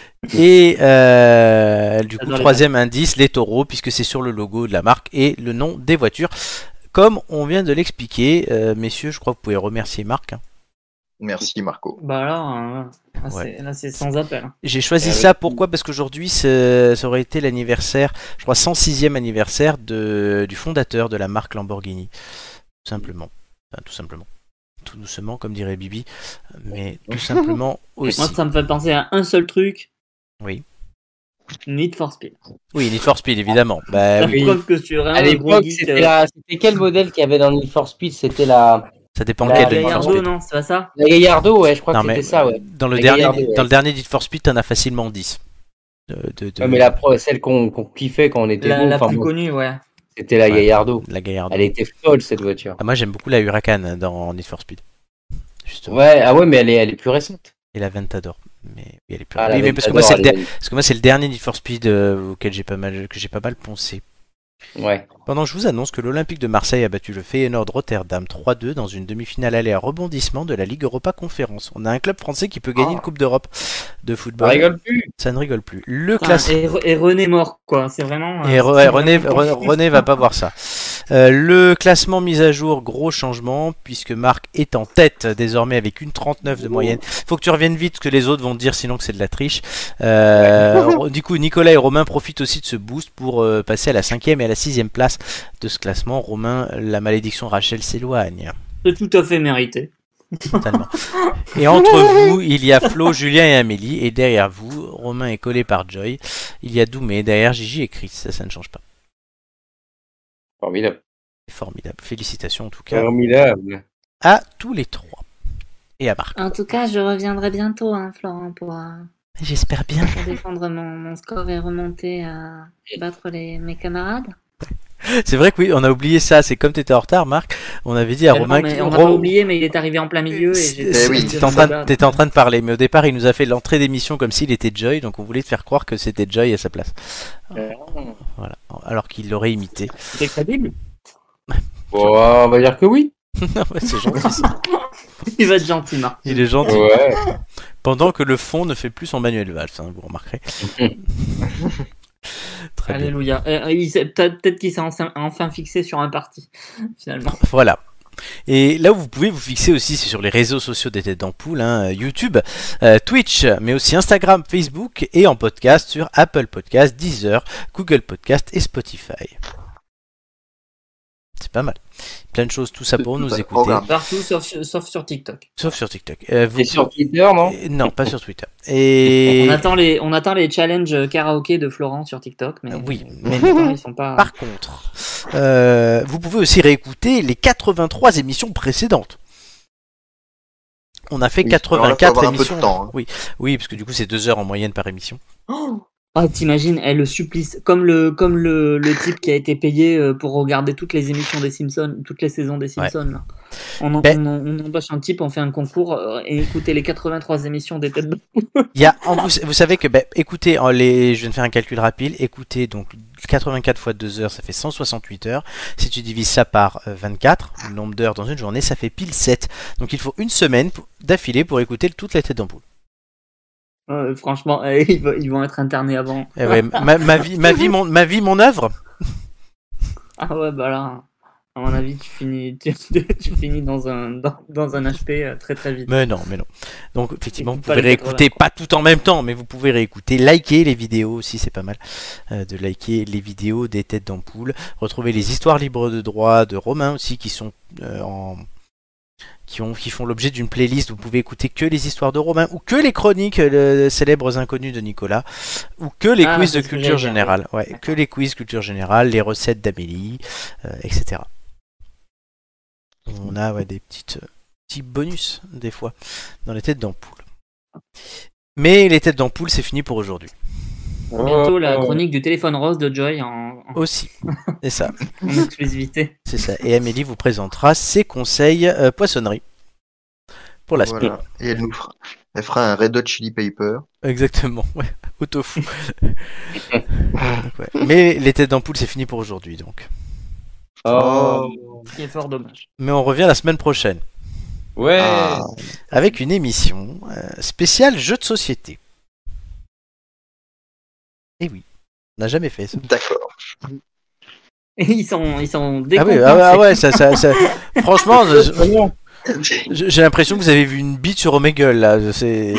Et euh, du coup, J'adore les troisième indice, les taureaux, puisque c'est sur le logo de la marque et le nom des voitures. Comme on vient de l'expliquer, euh, messieurs, je crois que vous pouvez remercier Marc. hein. Merci Marco. Bah là, euh, là, Ouais. c'est- là, c'est sans appel. hein. J'ai choisi Et ça, avec- pourquoi? Parce qu'aujourd'hui, c'est- ça aurait été l'anniversaire, je crois, cent sixième anniversaire de, du fondateur de la marque Lamborghini. Tout simplement. Enfin, tout simplement. Tout doucement, comme dirait Bibi. Mais tout simplement aussi. Moi, ça me fait penser à un seul truc. Oui. Need for Speed. Oui, Need for Speed, évidemment. Bah La oui, preuve que tu es vraiment À un gros l'époque, geek. c'était euh, la... c'était quel modèle qu'il y avait dans Need for Speed? C'était la. ça dépend La quel La de Need for Gallardo, Speed. non, c'est pas ça? La Gallardo, ouais, je crois Non, que mais c'était ça, ouais. dans le La dernier, Gallardo, ouais. dans le dernier Need for Speed, t'en as facilement dix. De, de- de- Ouais, mais la pro- celle qu'on qu'on kiffait quand on était La, beau, la enfin, plus moi, connue, ouais. c'était la Ouais. Gallardo. la Gallardo. Elle était folle cette voiture. Ah, moi, j'aime beaucoup la Huracan dans Need for Speed. Justement. Ouais, ah ouais, mais elle est, elle est plus récente. Et la Ventador. Mais oui, elle est plus... Ah, la oui, mais parce que Ventador, moi, c'est le, elle der- est- parce que moi, c'est le dernier Need for Speed euh, auquel j'ai pas mal, que j'ai pas mal poncé. Ouais. Pendant que je vous annonce que l'Olympique de Marseille a battu le Feyenoord Rotterdam trois deux dans une demi-finale aller à rebondissement de la Ligue Europa Conférence. On a un club français qui peut gagner Oh. une Coupe d'Europe de Ça football. rigole plus. Ça ne rigole plus. Le Putain, classement. et, Re- et René mort, quoi. C'est vraiment. Et euh, Re- c'est René, vraiment- Re- René va pas voir ça. Euh, le classement mis à jour, gros changement, puisque Marc est en tête désormais avec une trente-neuf de moyenne. Faut que tu reviennes vite, parce que les autres vont te dire sinon que c'est de la triche. Euh, du coup, Nicolas et Romain profitent aussi de ce boost pour euh, passer à la cinquième et à la sixième place de ce classement. Romain, la malédiction Rachel s'éloigne. C'est tout à fait mérité. Totalement. Et entre vous, il y a Flo, Julien et Amélie. Et derrière vous, Romain est collé par Joy. Il y a Doumé, derrière Gigi et Chris. Ça, ça ne change pas. Formidable. Formidable. Félicitations en tout cas Formidable. à tous les trois. Et à Marc. En tout cas, je reviendrai bientôt, hein, Florent, pour, euh, J'espère bien. pour défendre mon, mon score et remonter à battre les, mes camarades. C'est vrai que oui, on a oublié ça. C'est comme tu étais en retard, Marc. On avait dit à Tellement, Romain mais qui on n'a pas oublié, mais il est arrivé en plein milieu. Et j'ai C'est- Eh oui. T'étais en, train- t'étais en train de parler, mais au départ, il nous a fait l'entrée d'émission comme s'il était Joy, donc on voulait te faire croire que c'était Joy à sa place. Voilà. Alors qu'il l'aurait imité. C'est crédible. Bon, on va dire que oui. Ouais, c'est gentil. Ça. Il va être gentil, Marc. Il est gentil. Ouais. Pendant que le fond ne fait plus son Manuel Valls, hein, vous remarquerez. Très bien. Alléluia. Euh, il s'est- peut-être peut-être qu'il s'est enfin, enfin fixé sur un parti, finalement. Voilà. Et là où vous pouvez vous fixer aussi, c'est sur les réseaux sociaux des Têtes d'Ampoule, hein, YouTube, euh, Twitch, mais aussi Instagram, Facebook et en podcast sur Apple Podcast, Deezer, Google Podcast et Spotify. C'est pas mal. Plein de choses, tout ça pour Tout nous un écouter, programme. Partout, sauf, sauf sur TikTok. sauf sur TikTok. Euh, vous Et sur Twitter, non? Euh, Non, pas sur Twitter. Et On attend les, on attend les challenges karaoké de Florent sur TikTok, mais oui, mais mais pour l'instant, ils sont pas. par contre, euh, vous pouvez aussi réécouter les quatre-vingt-trois émissions précédentes. On a fait Oui, alors là, faut quatre-vingt-quatre avoir un peu de émissions. temps, hein. Oui, oui, parce que du coup c'est deux heures en moyenne par émission. Oh, ah, t'imagines, elle le supplice, comme le, comme le, le type qui a été payé euh, pour regarder toutes les émissions des Simpsons, toutes les saisons des Simpsons. Là. On, en- Ben- on, on embauche un type, on fait un concours euh, et écouter les quatre-vingt-trois émissions des têtes de. Il y a, en- vous, vous savez que, ben, écoutez, en les, je viens de faire un calcul rapide. Écoutez, donc quatre-vingt-quatre fois deux heures, ça fait cent soixante-huit heures. Si tu divises ça par euh, vingt-quatre, le nombre d'heures dans une journée, ça fait pile sept. Donc il faut une semaine pour- d'affilée pour écouter toutes les Têtes d'Ampoule. Euh, franchement, euh, ils, vont, ils vont être internés avant. Eh ouais, ma, ma vie, ma vie, mon, ma vie, mon œuvre. Ah ouais, bah là, à mon avis, tu finis, tu, tu finis dans un, dans, dans un H P euh, très très vite. Mais non, mais non. Donc effectivement, vous Écoute pas pouvez les réécouter, pas tout en même temps, mais vous pouvez réécouter, liker les vidéos aussi, c'est pas mal, euh, de liker les vidéos des Têtes d'Ampoule. Retrouver les histoires libres de droit de Romain aussi, qui sont euh, en... Qui, ont, qui font l'objet d'une playlist. Vous pouvez écouter que les histoires de Romain, ou que les chroniques euh, célèbres inconnus de Nicolas, ou que les Ah, quiz c'est de ce que culture j'allais dire, générale. Ouais, que les quiz culture générale, les recettes d'Amélie, euh, et cetera. On a ouais, des petites, euh, petits bonus des fois dans les Têtes d'Ampoule. Mais les Têtes d'Ampoule, c'est fini pour aujourd'hui. Bientôt la Oh. chronique du téléphone rose de Joy en, en, Aussi, c'est ça, en exclusivité. c'est ça. Et Amélie vous présentera ses conseils euh, poissonnerie pour la semaine. Voilà. Et elle nous fera, elle fera un Red Hot Chili Pepper. Exactement, ouais, au tofu. Donc, ouais. Mais les Têtes d'Ampoule, c'est fini pour aujourd'hui, donc. Oh. Ce qui est fort dommage. Mais on revient la semaine prochaine Ouais. Ah, avec une émission euh, spéciale jeu de société. Et oui, on n'a jamais fait ça. d'accord. Et ils sont, ils sont Ah oui, décompensés. ah ouais, ah ouais, ça, ça, ça- franchement, je- Vraiment. je- j'ai l'impression que vous avez vu une bite sur Omegle là. C'est,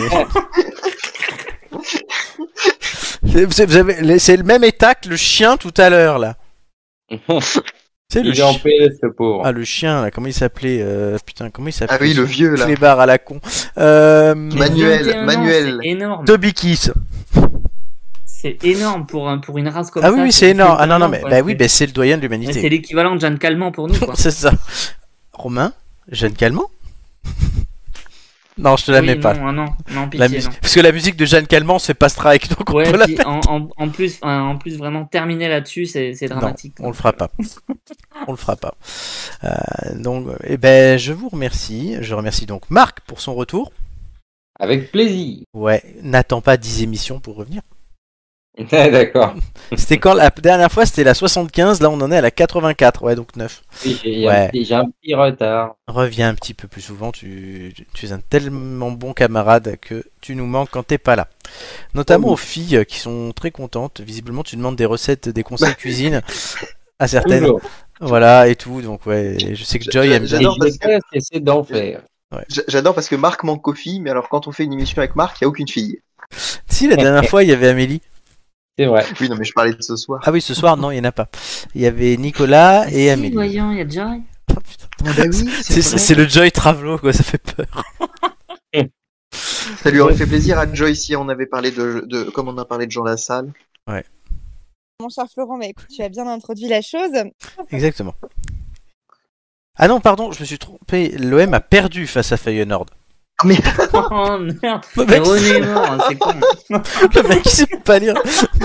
c'est, c'est- vous avez- c'est le même état que le chien tout à l'heure là. C'est le Il est en chien. P S, le pauvre. Ah le chien là, comment il s'appelait euh, Putain, comment il s'appelait Ah oui, le ce vieux là. clébard à la con. Euh, Manuel, vingt et un ans, Manuel. C'est énorme. Toby Kiss. C'est énorme pour, un, pour une race comme Ah ça. oui, oui, c'est énorme. Ah non, non, énorme, mais quoi. bah oui, C'est- bah, c'est le doyen de C'est l'humanité. l'équivalent de Jeanne Calment pour nous, quoi. C'est ça. Romain, Jeanne Calment. Non, je te la Oui, mets pas. Non, non, non, La pitié, musique- non. Parce que la musique de Jeanne Calment se fait pas strike, donc on Ouais, peut la puis faire. en, en, en plus, en, en plus, vraiment terminer là-dessus, c'est c'est dramatique. On le fera pas. On le fera pas. Euh, donc, eh ben, je vous remercie. Je remercie donc Marc pour son retour. Avec plaisir. Ouais, n'attends pas dix émissions pour revenir. D'accord. C'était quand la dernière fois, c'était la soixante-quinze, là on en est à la quatre-vingt-quatre, ouais, donc neuf. Oui, J'ai Ouais. un, petit- j'ai un petit retard. Reviens un petit peu plus souvent, tu, tu es un tellement bon camarade que tu nous manques quand t'es pas là. Notamment Oh oui. aux filles qui sont très contentes. Visiblement, tu demandes des recettes, des conseils cuisine à certaines. Toujours. Voilà, et tout. Donc, ouais, je sais que Joy aime bien. Et J'adore je parce que- vais essayer d'en faire. J- J'adore parce que Marc manque aux filles, mais alors quand on fait une émission avec Marc, il n'y a aucune fille. Si, la dernière fois, il y avait Amélie. C'est vrai. Oui, non, mais je parlais de ce soir. Ah oui, ce soir, non, il n'y en a pas. Il y avait Nicolas Ah, et si, Amélie. voyons, il y a Joy. Oh, putain. Ah bah oui, C'est c'est le Joy Travelo, quoi, ça fait peur. Ça lui aurait fait plaisir à Joy si on avait parlé de, de comme on a parlé de Jean Lassalle. Mon cher Florent, bah, écoute, tu as bien introduit la chose. Exactement. Ah non, pardon, je me suis trompé. L'O M a perdu face à Feyenoord. Mais Oh merde, Le mais mec, René est mort, c'est con. le mec il sait pas lire.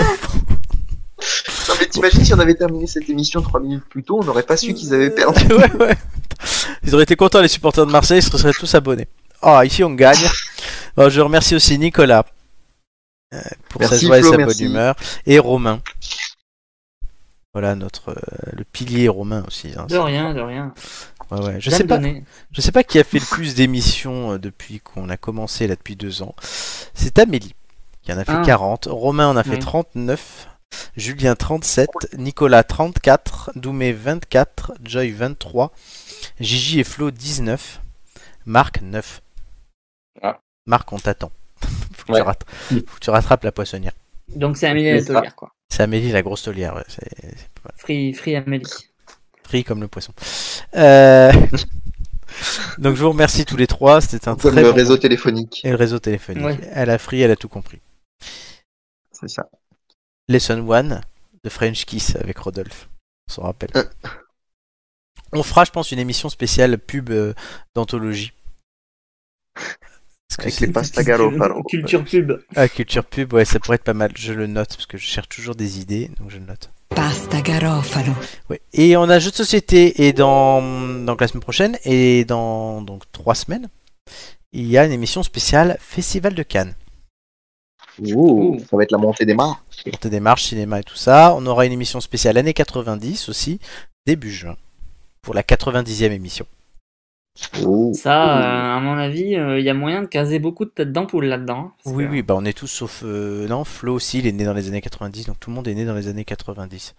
non, mais t'imagines si on avait terminé cette émission trois minutes plus tôt, on n'aurait pas su qu'ils avaient perdu. Ouais, ouais. Ils auraient été contents, les supporters de Marseille, ils se seraient tous abonnés. Oh, ici on gagne. Bon, je remercie aussi Nicolas euh, pour Merci, sa joie Flo, et sa merci. bonne humeur. Et Romain. Voilà, notre euh, le pilier Romain aussi. Hein. De rien, de rien. Ouais, ouais. Je Bien sais pas. donné. Je sais pas qui a fait le plus d'émissions euh, depuis qu'on a commencé là depuis deux ans. C'est Amélie qui en a fait Ah. quarante. Romain en a fait Oui. trente-neuf. Julien trente-sept. Nicolas trente-quatre. Doumé vingt-quatre. Joy vingt-trois. Gigi et Flo dix-neuf. Marc neuf. Ah. Marc, on t'attend. Faut que, Ouais. tu rattra- faut que tu rattrapes la poissonnière. Donc c'est Amélie C'est ça. Latolière, quoi. C'est Amélie la grosse taulière. Ouais. C'est c'est pas- Free, free Amélie. frit comme le poisson. Euh... Donc je vous remercie tous les trois. C'était un Comme très le bon réseau téléphonique. Et le réseau téléphonique. Ouais. Elle a free, elle a tout compris. C'est ça. Lesson one de French Kiss avec Rodolphe. On s'en rappelle. Euh. On fera, je pense, une émission spéciale pub euh, d'anthologie. Parce que Avec c'est- les pasta garofalo. Culture pub. Ah, culture pub, ouais, ça pourrait être pas mal. Je le note parce que je cherche toujours des idées, donc je le note. Pasta Garofalo. Ouais. Et on a jeu de société et dans donc la semaine prochaine et dans donc trois semaines, il y a une émission spéciale Festival de Cannes. Ouh, ça va être la montée des marques. Montée des marches, cinéma et tout ça. On aura une émission spéciale années quatre-vingt-dix aussi, début juin, pour la quatre-vingt-dixième émission. Ouh. Ça, euh, à mon avis, il y a moyen de caser beaucoup de têtes d'ampoule là-dedans. hein, parce Oui, que- oui, bah on est tous sauf... euh, non, Flo aussi, il est né dans les années quatre-vingt-dix, donc tout le monde est né dans les années quatre-vingt-dix.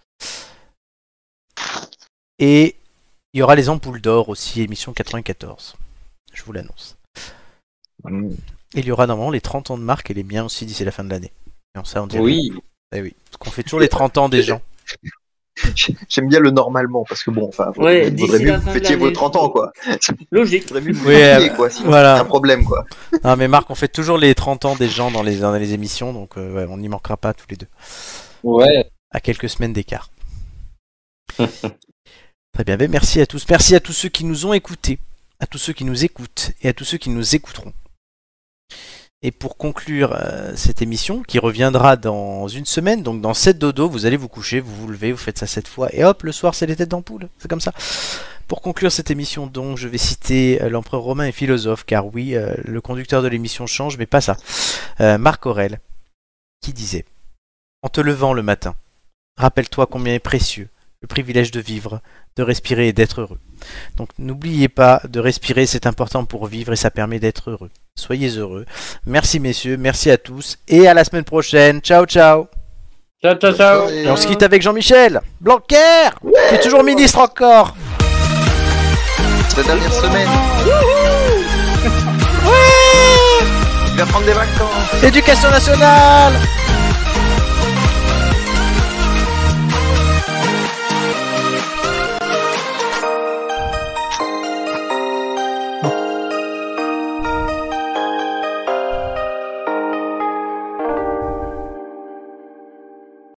Et il y aura les ampoules d'or aussi, émission quatre-vingt-quatorze. Je vous l'annonce. Mm. Et il y aura normalement les trente ans de Marc et les miens aussi d'ici la fin de l'année. Non, ça on dirait. Oui. Eh oui, parce qu'on fait toujours les trente ans des gens. J'aime bien le normalement, parce que bon, enfin, Ouais, faudrait, d'ici vaudrait mieux la que fin vous de fêtiez vos l'année. trente ans, quoi. Logique. Faudrait mieux que vous Oui, fêtiez, euh, quoi, sinon voilà. c'est un problème, quoi. Non mais Marc, on fait toujours les trente ans des gens dans les, dans les émissions, donc euh, ouais, on n'y manquera pas tous les deux. Ouais. À quelques semaines d'écart. Très bien, ben merci à tous. Merci à tous ceux qui nous ont écoutés, à tous ceux qui nous écoutent et à tous ceux qui nous écouteront. Et pour conclure euh, cette émission, qui reviendra dans une semaine, donc dans sept dodo, vous allez vous coucher, vous vous levez, vous faites ça sept fois, et hop, le soir c'est les têtes d'ampoule, c'est comme ça. Pour conclure cette émission, donc, je vais citer euh, l'empereur romain et philosophe, car oui, euh, le conducteur de l'émission change, mais pas ça. Euh, Marc Aurèle, qui disait « En te levant le matin, rappelle-toi combien est précieux le privilège de vivre, de respirer et d'être heureux. Donc n'oubliez pas de respirer, c'est important pour vivre et ça permet d'être heureux. Soyez heureux. Merci messieurs, merci à tous et à la semaine prochaine. Ciao ciao. Ciao, ciao, ciao. Et on se quitte avec Jean-Michel Blanquer, qui est toujours ministre encore. C'est la dernière semaine. Il va prendre des vacances. Éducation nationale.